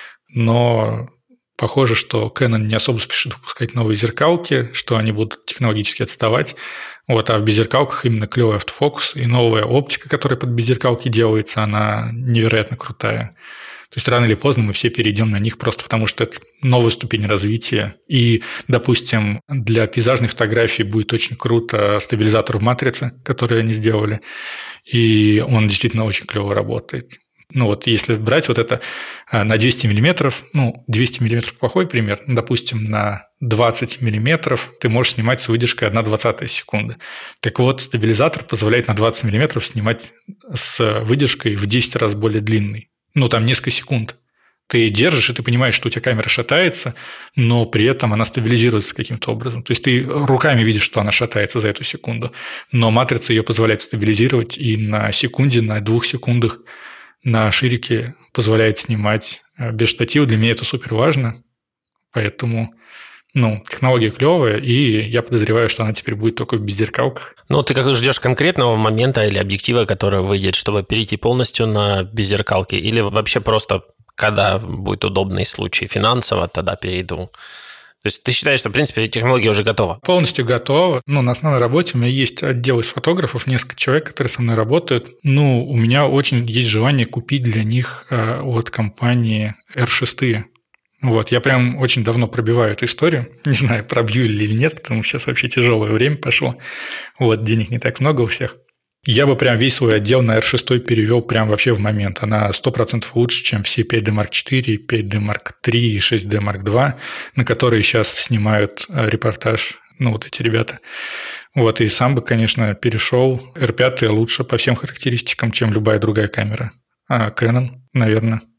Но похоже, что Canon не особо спешит выпускать новые зеркалки, что они будут технологически отставать. Вот, а в беззеркалках именно клевый автофокус и новая оптика, которая под беззеркалки делается, она невероятно крутая. То есть рано или поздно мы все перейдем на них просто потому, что это новая ступень развития. И, допустим, для пейзажной фотографии будет очень круто стабилизатор в матрице, который они сделали, и он действительно очень клево работает. Ну вот если брать вот это на двести миллиметров, ну двести миллиметров плохой пример, допустим, на двадцать миллиметров ты можешь снимать с выдержкой одна двадцатая секунды. Так вот, стабилизатор позволяет на двадцать миллиметров снимать с выдержкой в десять раз более длинной. Ну там несколько секунд. Ты держишь, и ты понимаешь, что у тебя камера шатается, но при этом она стабилизируется каким-то образом. То есть ты руками видишь, что она шатается за эту секунду, но матрица ее позволяет стабилизировать, и на секунде, на двух секундах на ширике позволяет снимать без штатива. Для меня это супер важно, поэтому ну, технология клевая, и я подозреваю, что она теперь будет только в беззеркалках. Ну, ты как ждешь конкретного момента или объектива, который выйдет, чтобы перейти полностью на беззеркалки, или вообще просто когда будет удобный случай финансово, тогда перейду? То есть ты считаешь, что, в принципе, технология уже готова? Полностью готова. Ну, на основной работе у меня есть отдел из фотографов, несколько человек, которые со мной работают. Ну, у меня очень есть желание купить для них э, от компании эр шесть. Вот, я прям очень давно пробиваю эту историю. Не знаю, пробью или нет, потому что сейчас вообще тяжелое время пошло. Вот, денег не так много у всех. Я бы прям весь свой отдел на эр шесть перевел прям вообще в момент. Она сто процентов лучше, чем все пять дэ марк четыре, пять дэ марк три и шесть дэ марк два, на которые сейчас снимают репортаж, ну, вот эти ребята. Вот, и сам бы, конечно, перешел. эр пять лучше по всем характеристикам, чем любая другая камера. А Canon, наверное,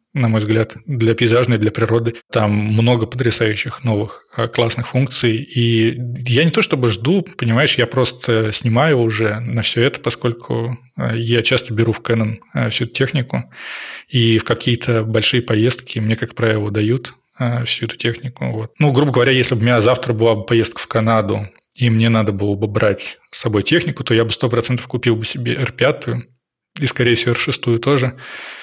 на мой взгляд, для пейзажной, для природы. Там много потрясающих новых классных функций. И я не то чтобы жду, понимаешь, я просто снимаю уже на все это, поскольку я часто беру в Canon всю эту технику. И в какие-то большие поездки мне, как правило, дают всю эту технику. Вот. Ну, грубо говоря, если бы у меня завтра была бы поездка в Канаду, и мне надо было бы брать с собой технику, то я бы сто процентов купил бы себе эр пять и, скорее всего, эр шесть тоже.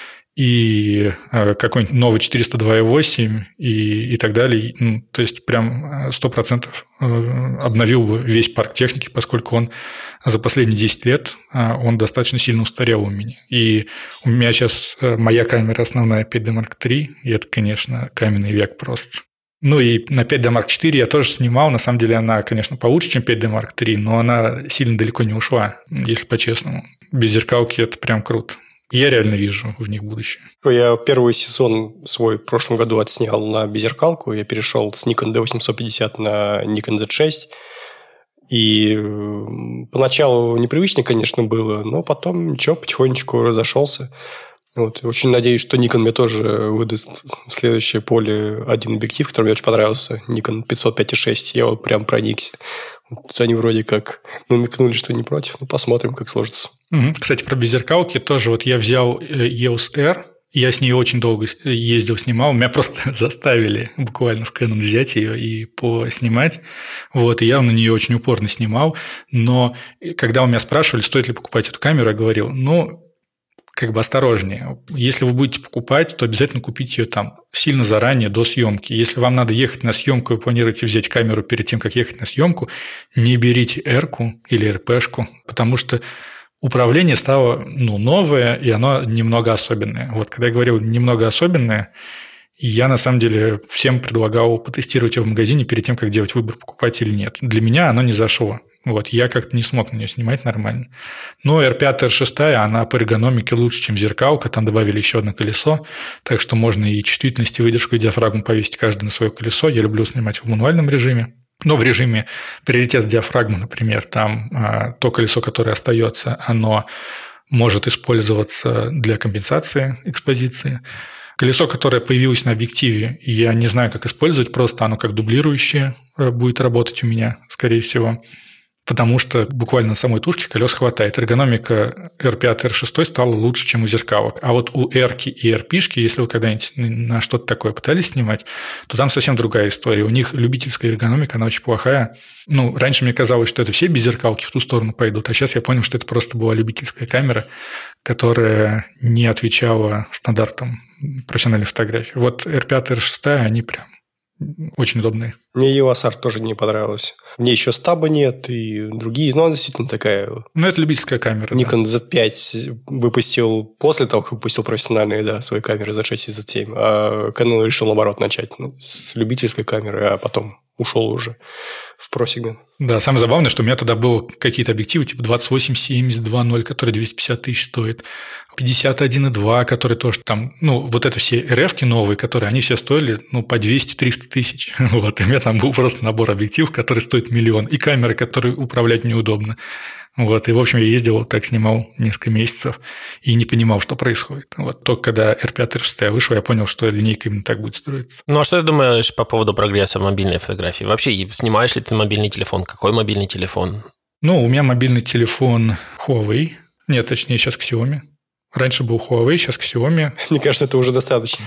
И какой-нибудь новый четыреста два и восемь и, и так далее. Ну, то есть, прям сто процентов обновил бы весь парк техники, поскольку он за последние десять лет он достаточно сильно устарел у меня. И у меня сейчас моя камера основная пять дэ марк три, и это, конечно, каменный век просто. Ну и на пять дэ марк четыре я тоже снимал. На самом деле она, конечно, получше, чем пять дэ марк три, но она сильно далеко не ушла, если по-честному. Без зеркалки это прям круто. Я реально вижу в них будущее. Я первый сезон свой в прошлом году отснял на беззеркалку. Я перешел с Nikon ди восемьсот пятьдесят на Nikon зет шесть. И поначалу непривычно, конечно, было, но потом ничего, потихонечку разошелся. Вот. Очень надеюсь, что Nikon мне тоже выдаст в следующее поле один объектив, который мне очень понравился. Nikon пятьсот пять и шесть. Я вот прям проникся. Вот они вроде как намекнули, что не против. Ну, посмотрим, как сложится. Кстати, про беззеркалки тоже. Вот я взял и о эс эр. Я с ней очень долго ездил, снимал. Меня просто заставили буквально в Canon взять ее и поснимать. Вот, и я на нее очень упорно снимал. Но когда у меня спрашивали, стоит ли покупать эту камеру, я говорил, ну, как бы осторожнее. Если вы будете покупать, то обязательно купите ее там сильно заранее, до съемки. Если вам надо ехать на съемку и планируете взять камеру перед тем, как ехать на съемку, не берите R-ку или эр пи-шку, потому что управление стало ну, новое, и оно немного особенное. Вот когда я говорил «немного особенное», я на самом деле всем предлагал потестировать его в магазине перед тем, как делать выбор, покупать или нет. Для меня оно не зашло. Вот, я как-то не смог на нее снимать нормально. Но эр пять, эр шесть, она по эргономике лучше, чем зеркалка. Там добавили еще одно колесо, так что можно и чувствительность, и выдержку, и диафрагму повесить каждый на свое колесо. Я люблю снимать в мануальном режиме. Но в режиме приоритет диафрагмы, например, там а, то колесо, которое остается, оно может использоваться для компенсации экспозиции. Колесо, которое появилось на объективе, я не знаю, как использовать, просто оно как дублирующее будет работать у меня, скорее всего. Потому что буквально на самой тушке колес хватает. Эргономика эр пять, эр шесть стала лучше, чем у зеркалок. А вот у R-ки и эр пи-шки, если вы когда-нибудь на что-то такое пытались снимать, то там совсем другая история. У них любительская эргономика, она очень плохая. Ну, раньше мне казалось, что это все без зеркалки в ту сторону пойдут, а сейчас я понял, что это просто была любительская камера, которая не отвечала стандартам профессиональной фотографии. Вот эр пять, эр шесть, они прям очень удобные. Мне и о эс ар тоже не понравилось. В ней еще стаба нет и другие. Но она действительно такая... Ну, это любительская камера. Nikon да. зет пять выпустил после того, как выпустил профессиональные да, свои камеры зет шесть и зет семь. А Canon решил, наоборот, начать с любительской камеры, а потом ушел уже в про-сегмент. Да, самое забавное, что у меня тогда было какие-то объективы типа двадцать восемь семьдесят два ноль, которые двести пятьдесят тысяч стоят, пятьдесят один и два, которые тоже там, ну, вот это все эр эф-ки новые, которые, они все стоили, ну, по двести-триста тысяч. Вот, и у меня там был просто набор объективов, который стоит миллион, и камеры, которые управлять неудобно. Вот, и, в общем, я ездил, так снимал несколько месяцев и не понимал, что происходит. Вот, только когда эр пять, эр шесть вышел, я понял, что линейка именно так будет строиться. Ну, а что ты думаешь по поводу прогресса в мобильной фотографии? Вообще, снимаешь ли ты мобильный телефон? Какой мобильный телефон? Ну, у меня мобильный телефон Huawei. Нет, точнее, сейчас Xiaomi. Раньше был Huawei, сейчас Xiaomi. Мне кажется, это уже достаточно.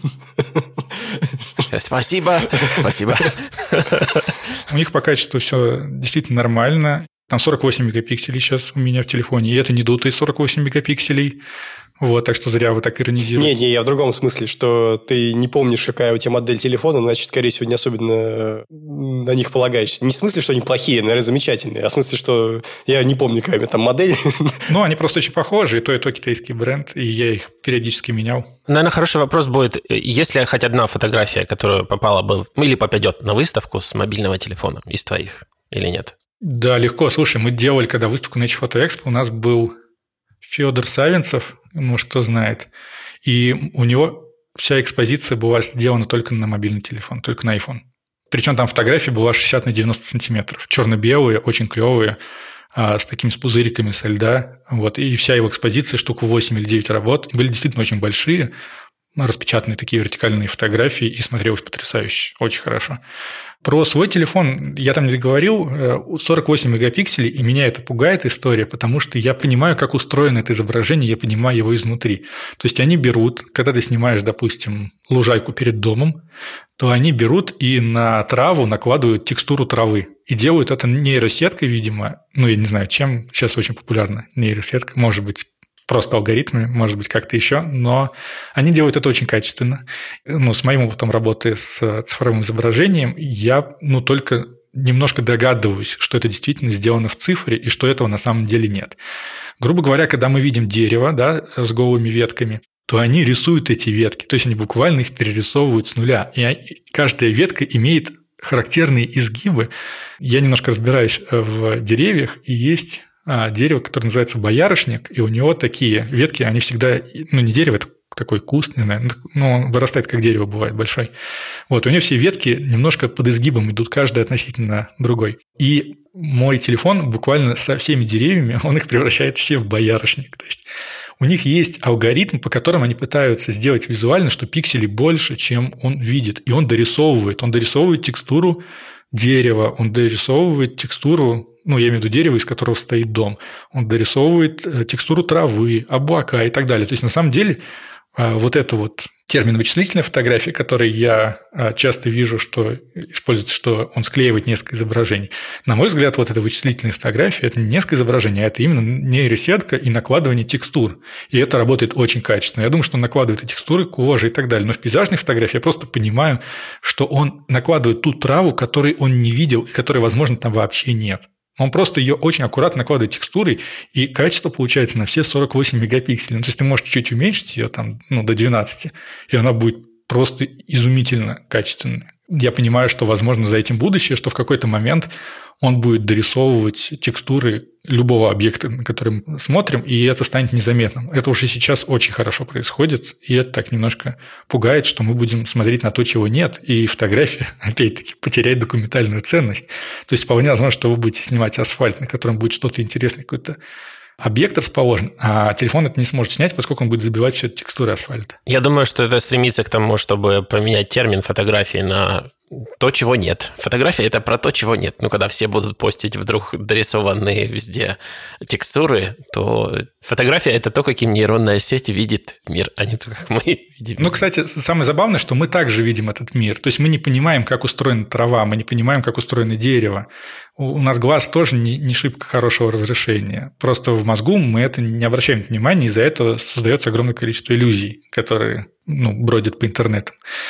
Спасибо, спасибо. У них по качеству все действительно нормально. Там сорок восемь мегапикселей сейчас у меня в телефоне, и это не дутые сорок восемь мегапикселей. Вот, так что зря вы так иронизируете. Не, не, я в другом смысле, что ты не помнишь, какая у тебя модель телефона, значит, скорее всего, не особенно на них полагаешься. Не в смысле, что они плохие, наверное, замечательные, а в смысле, что я не помню, какая у меня там модель. Ну, они просто очень похожи, и то, и то китайский бренд, и я их периодически менял. Наверное, хороший вопрос будет, есть ли хоть одна фотография, которая попала бы или попадет на выставку с мобильного телефона из твоих, или нет? Да, легко. Слушай, мы делали, когда выставку Nature Photo Expo, у нас был Федор Савинцев, может, кто знает, и у него вся экспозиция была сделана только на мобильный телефон, только на iPhone. Причем там фотография была шестьдесят на девяносто сантиметров, черно-белые, очень клевые, с такими с пузыриками со льда. Вот. И вся его экспозиция, штук восемь или девять работ, были действительно очень большие, распечатанные такие вертикальные фотографии, и смотрелось потрясающе, очень хорошо. Про свой телефон я там не говорил, сорок восемь мегапикселей, и меня это пугает история, потому что я понимаю, как устроено это изображение, я понимаю его изнутри. То есть они берут, когда ты снимаешь, допустим, лужайку перед домом, то они берут и на траву накладывают текстуру травы. И делают это нейросеткой, видимо. Ну, я не знаю, чем сейчас очень популярна нейросетка, может быть, просто алгоритмы, может быть, как-то еще, но они делают это очень качественно. Ну, с моим опытом работы с цифровым изображением я, ну, только немножко догадываюсь, что это действительно сделано в цифре и что этого на самом деле нет. Грубо говоря, когда мы видим дерево, да, с голыми ветками, то они рисуют эти ветки, то есть они буквально их перерисовывают с нуля. И каждая ветка имеет характерные изгибы. Я немножко разбираюсь в деревьях, и есть дерево, которое называется боярышник, и у него такие ветки, они всегда, ну, не дерево, это такой куст, не знаю, но он вырастает, как дерево бывает, большой. Вот, у него все ветки немножко под изгибом идут, каждая относительно другой. И мой телефон буквально со всеми деревьями, он их превращает все в боярышник. То есть у них есть алгоритм, по которым они пытаются сделать визуально, что пикселей больше, чем он видит. И он дорисовывает. Он дорисовывает текстуру дерева, он дорисовывает текстуру, ну, я имею в виду дерево, из которого стоит дом. Он дорисовывает текстуру травы, облака и так далее. То есть, на самом деле, вот это вот термин вычислительная фотография, который я часто вижу, что используется, что он склеивает несколько изображений. На мой взгляд, вот эта вычислительная фотография – это не несколько изображений, а это именно нейросетка и накладывание текстур. И это работает очень качественно. Я думаю, что он накладывает и текстуры кожи и так далее. Но в пейзажной фотографии я просто понимаю, что он накладывает ту траву, которой он не видел и которой, возможно, там вообще нет. Он просто ее очень аккуратно накладывает текстурой, и качество получается на все сорок восемь мегапикселей. Ну, то есть ты можешь чуть-чуть уменьшить ее там, ну, до двенадцати, и она будет просто изумительно качественная. Я понимаю, что, возможно, за этим будущее, что в какой-то момент он будет дорисовывать текстуры любого объекта, на который мы смотрим, и это станет незаметным. Это уже сейчас очень хорошо происходит, и это так немножко пугает, что мы будем смотреть на то, чего нет, и фотография, опять-таки, потеряет документальную ценность. То есть вполне возможно, что вы будете снимать асфальт, на котором будет что-то интересное, какой-то объект расположен, а телефон это не сможет снять, поскольку он будет забивать все текстуры асфальта. Я думаю, что это стремится к тому, чтобы поменять термин фотографии на то, чего нет. Фотография – это про то, чего нет. Ну, когда все будут постить вдруг дорисованные везде текстуры, то фотография – это то, каким нейронная сеть видит мир, а не то, как мы видим. Ну, кстати, самое забавное, что мы также видим этот мир. То есть мы не понимаем, как устроена трава, мы не понимаем, как устроено дерево. У нас глаз тоже не, не шибко хорошего разрешения. Просто в мозгу мы это не обращаем внимания, из-за этого создается огромное количество иллюзий, которые, ну, бродят по интернету.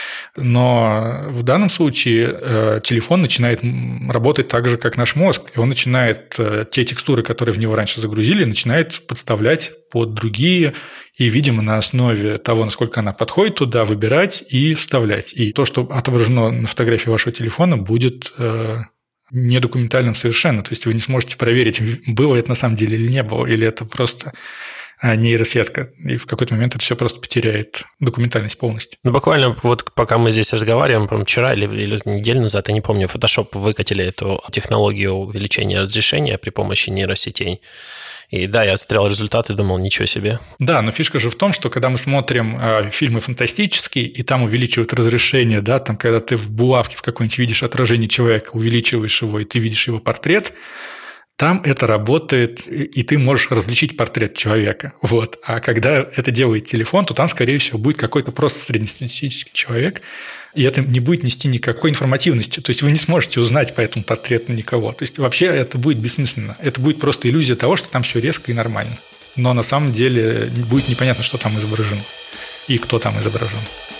Но в данном случае э, телефон начинает работать так же, как наш мозг. И он начинает э, те текстуры, которые в него раньше загрузили, начинает подставлять под другие. И, видимо, на основе того, насколько она подходит туда, выбирать и вставлять. И то, что отображено на фотографии вашего телефона, будет э, недокументальным совершенно. То есть вы не сможете проверить, было это на самом деле или не было, или это просто нейросетка, и в какой-то момент это все просто потеряет документальность полностью. Ну, буквально вот пока мы здесь разговариваем, по-моему, вчера или, или неделю назад, я не помню, Photoshop выкатили эту технологию увеличения разрешения при помощи нейросетей. И да, я смотрел результаты и думал, ничего себе. Да, но фишка же в том, что когда мы смотрим э, фильмы фантастические, и там увеличивают разрешение, да, там, когда ты в булавке в какой-нибудь видишь отражение человека, увеличиваешь его, и ты видишь его портрет, там это работает, и ты можешь различить портрет человека. Вот. А когда это делает телефон, то там, скорее всего, будет какой-то просто среднестатистический человек, и это не будет нести никакой информативности. То есть вы не сможете узнать по этому портрету никого. То есть вообще это будет бессмысленно. Это будет просто иллюзия того, что там все резко и нормально. Но на самом деле будет непонятно, что там изображено и кто там изображен.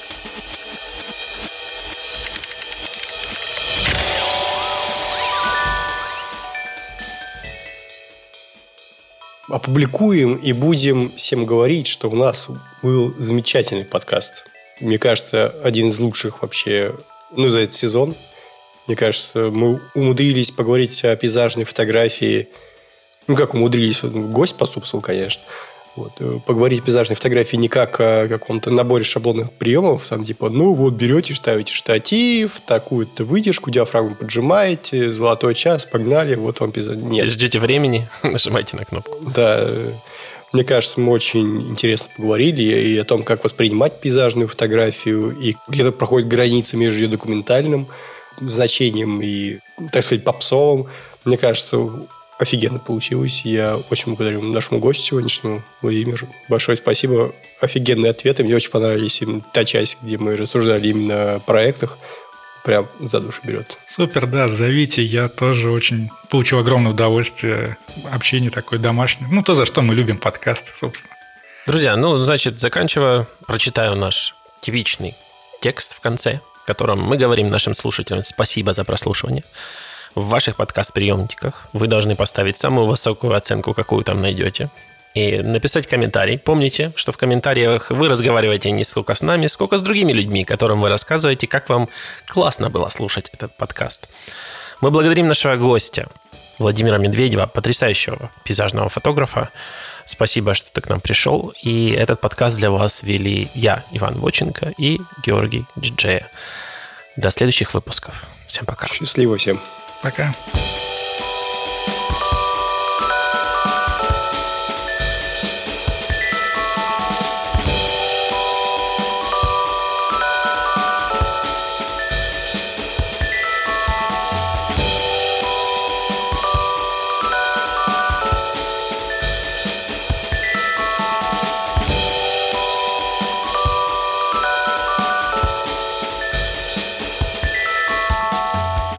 Опубликуем и будем всем говорить, что у нас был замечательный подкаст. Мне кажется, один из лучших вообще, ну, за этот сезон. Мне кажется, мы умудрились поговорить о пейзажной фотографии. Ну, как умудрились? Гость посупсал, конечно. Вот. Поговорить о пейзажной фотографии не как о каком-то наборе шаблонных приемов, там типа, ну вот берете, ставите штатив, такую-то выдержку, диафрагму поджимаете, золотой час, погнали, вот вам пейзаж. Нет. Ждете времени, нажимайте на кнопку. Да. Мне кажется, мы очень интересно поговорили и о том, как воспринимать пейзажную фотографию, и где-то проходит граница между ее документальным значением и, так сказать, попсовым. Мне кажется, офигенно получилось. Я очень благодарю нашему гостю сегодняшнему, Владимиру. Большое спасибо. Офигенные ответы. Мне очень понравились именно та часть, где мы рассуждали именно о проектах. Прям за душу берет. Супер, да, зовите. Я тоже очень получил огромное удовольствие. Общение такое домашнее. Ну, то, за что мы любим подкаст, собственно. Друзья, ну, значит, заканчивая, прочитаю наш типичный текст в конце, в котором мы говорим нашим слушателям спасибо за прослушивание. В ваших подкаст-приемниках вы должны поставить самую высокую оценку, какую там найдете, и написать комментарий. Помните, что в комментариях вы разговариваете не сколько с нами, сколько с другими людьми, которым вы рассказываете, как вам классно было слушать этот подкаст. Мы благодарим нашего гостя Владимира Медведева, потрясающего пейзажного фотографа. Спасибо, что ты к нам пришел. И этот подкаст для вас вели я, Иван Воченко, и Георгий Джиджея. До следующих выпусков. Всем пока. Счастливо всем. Пока.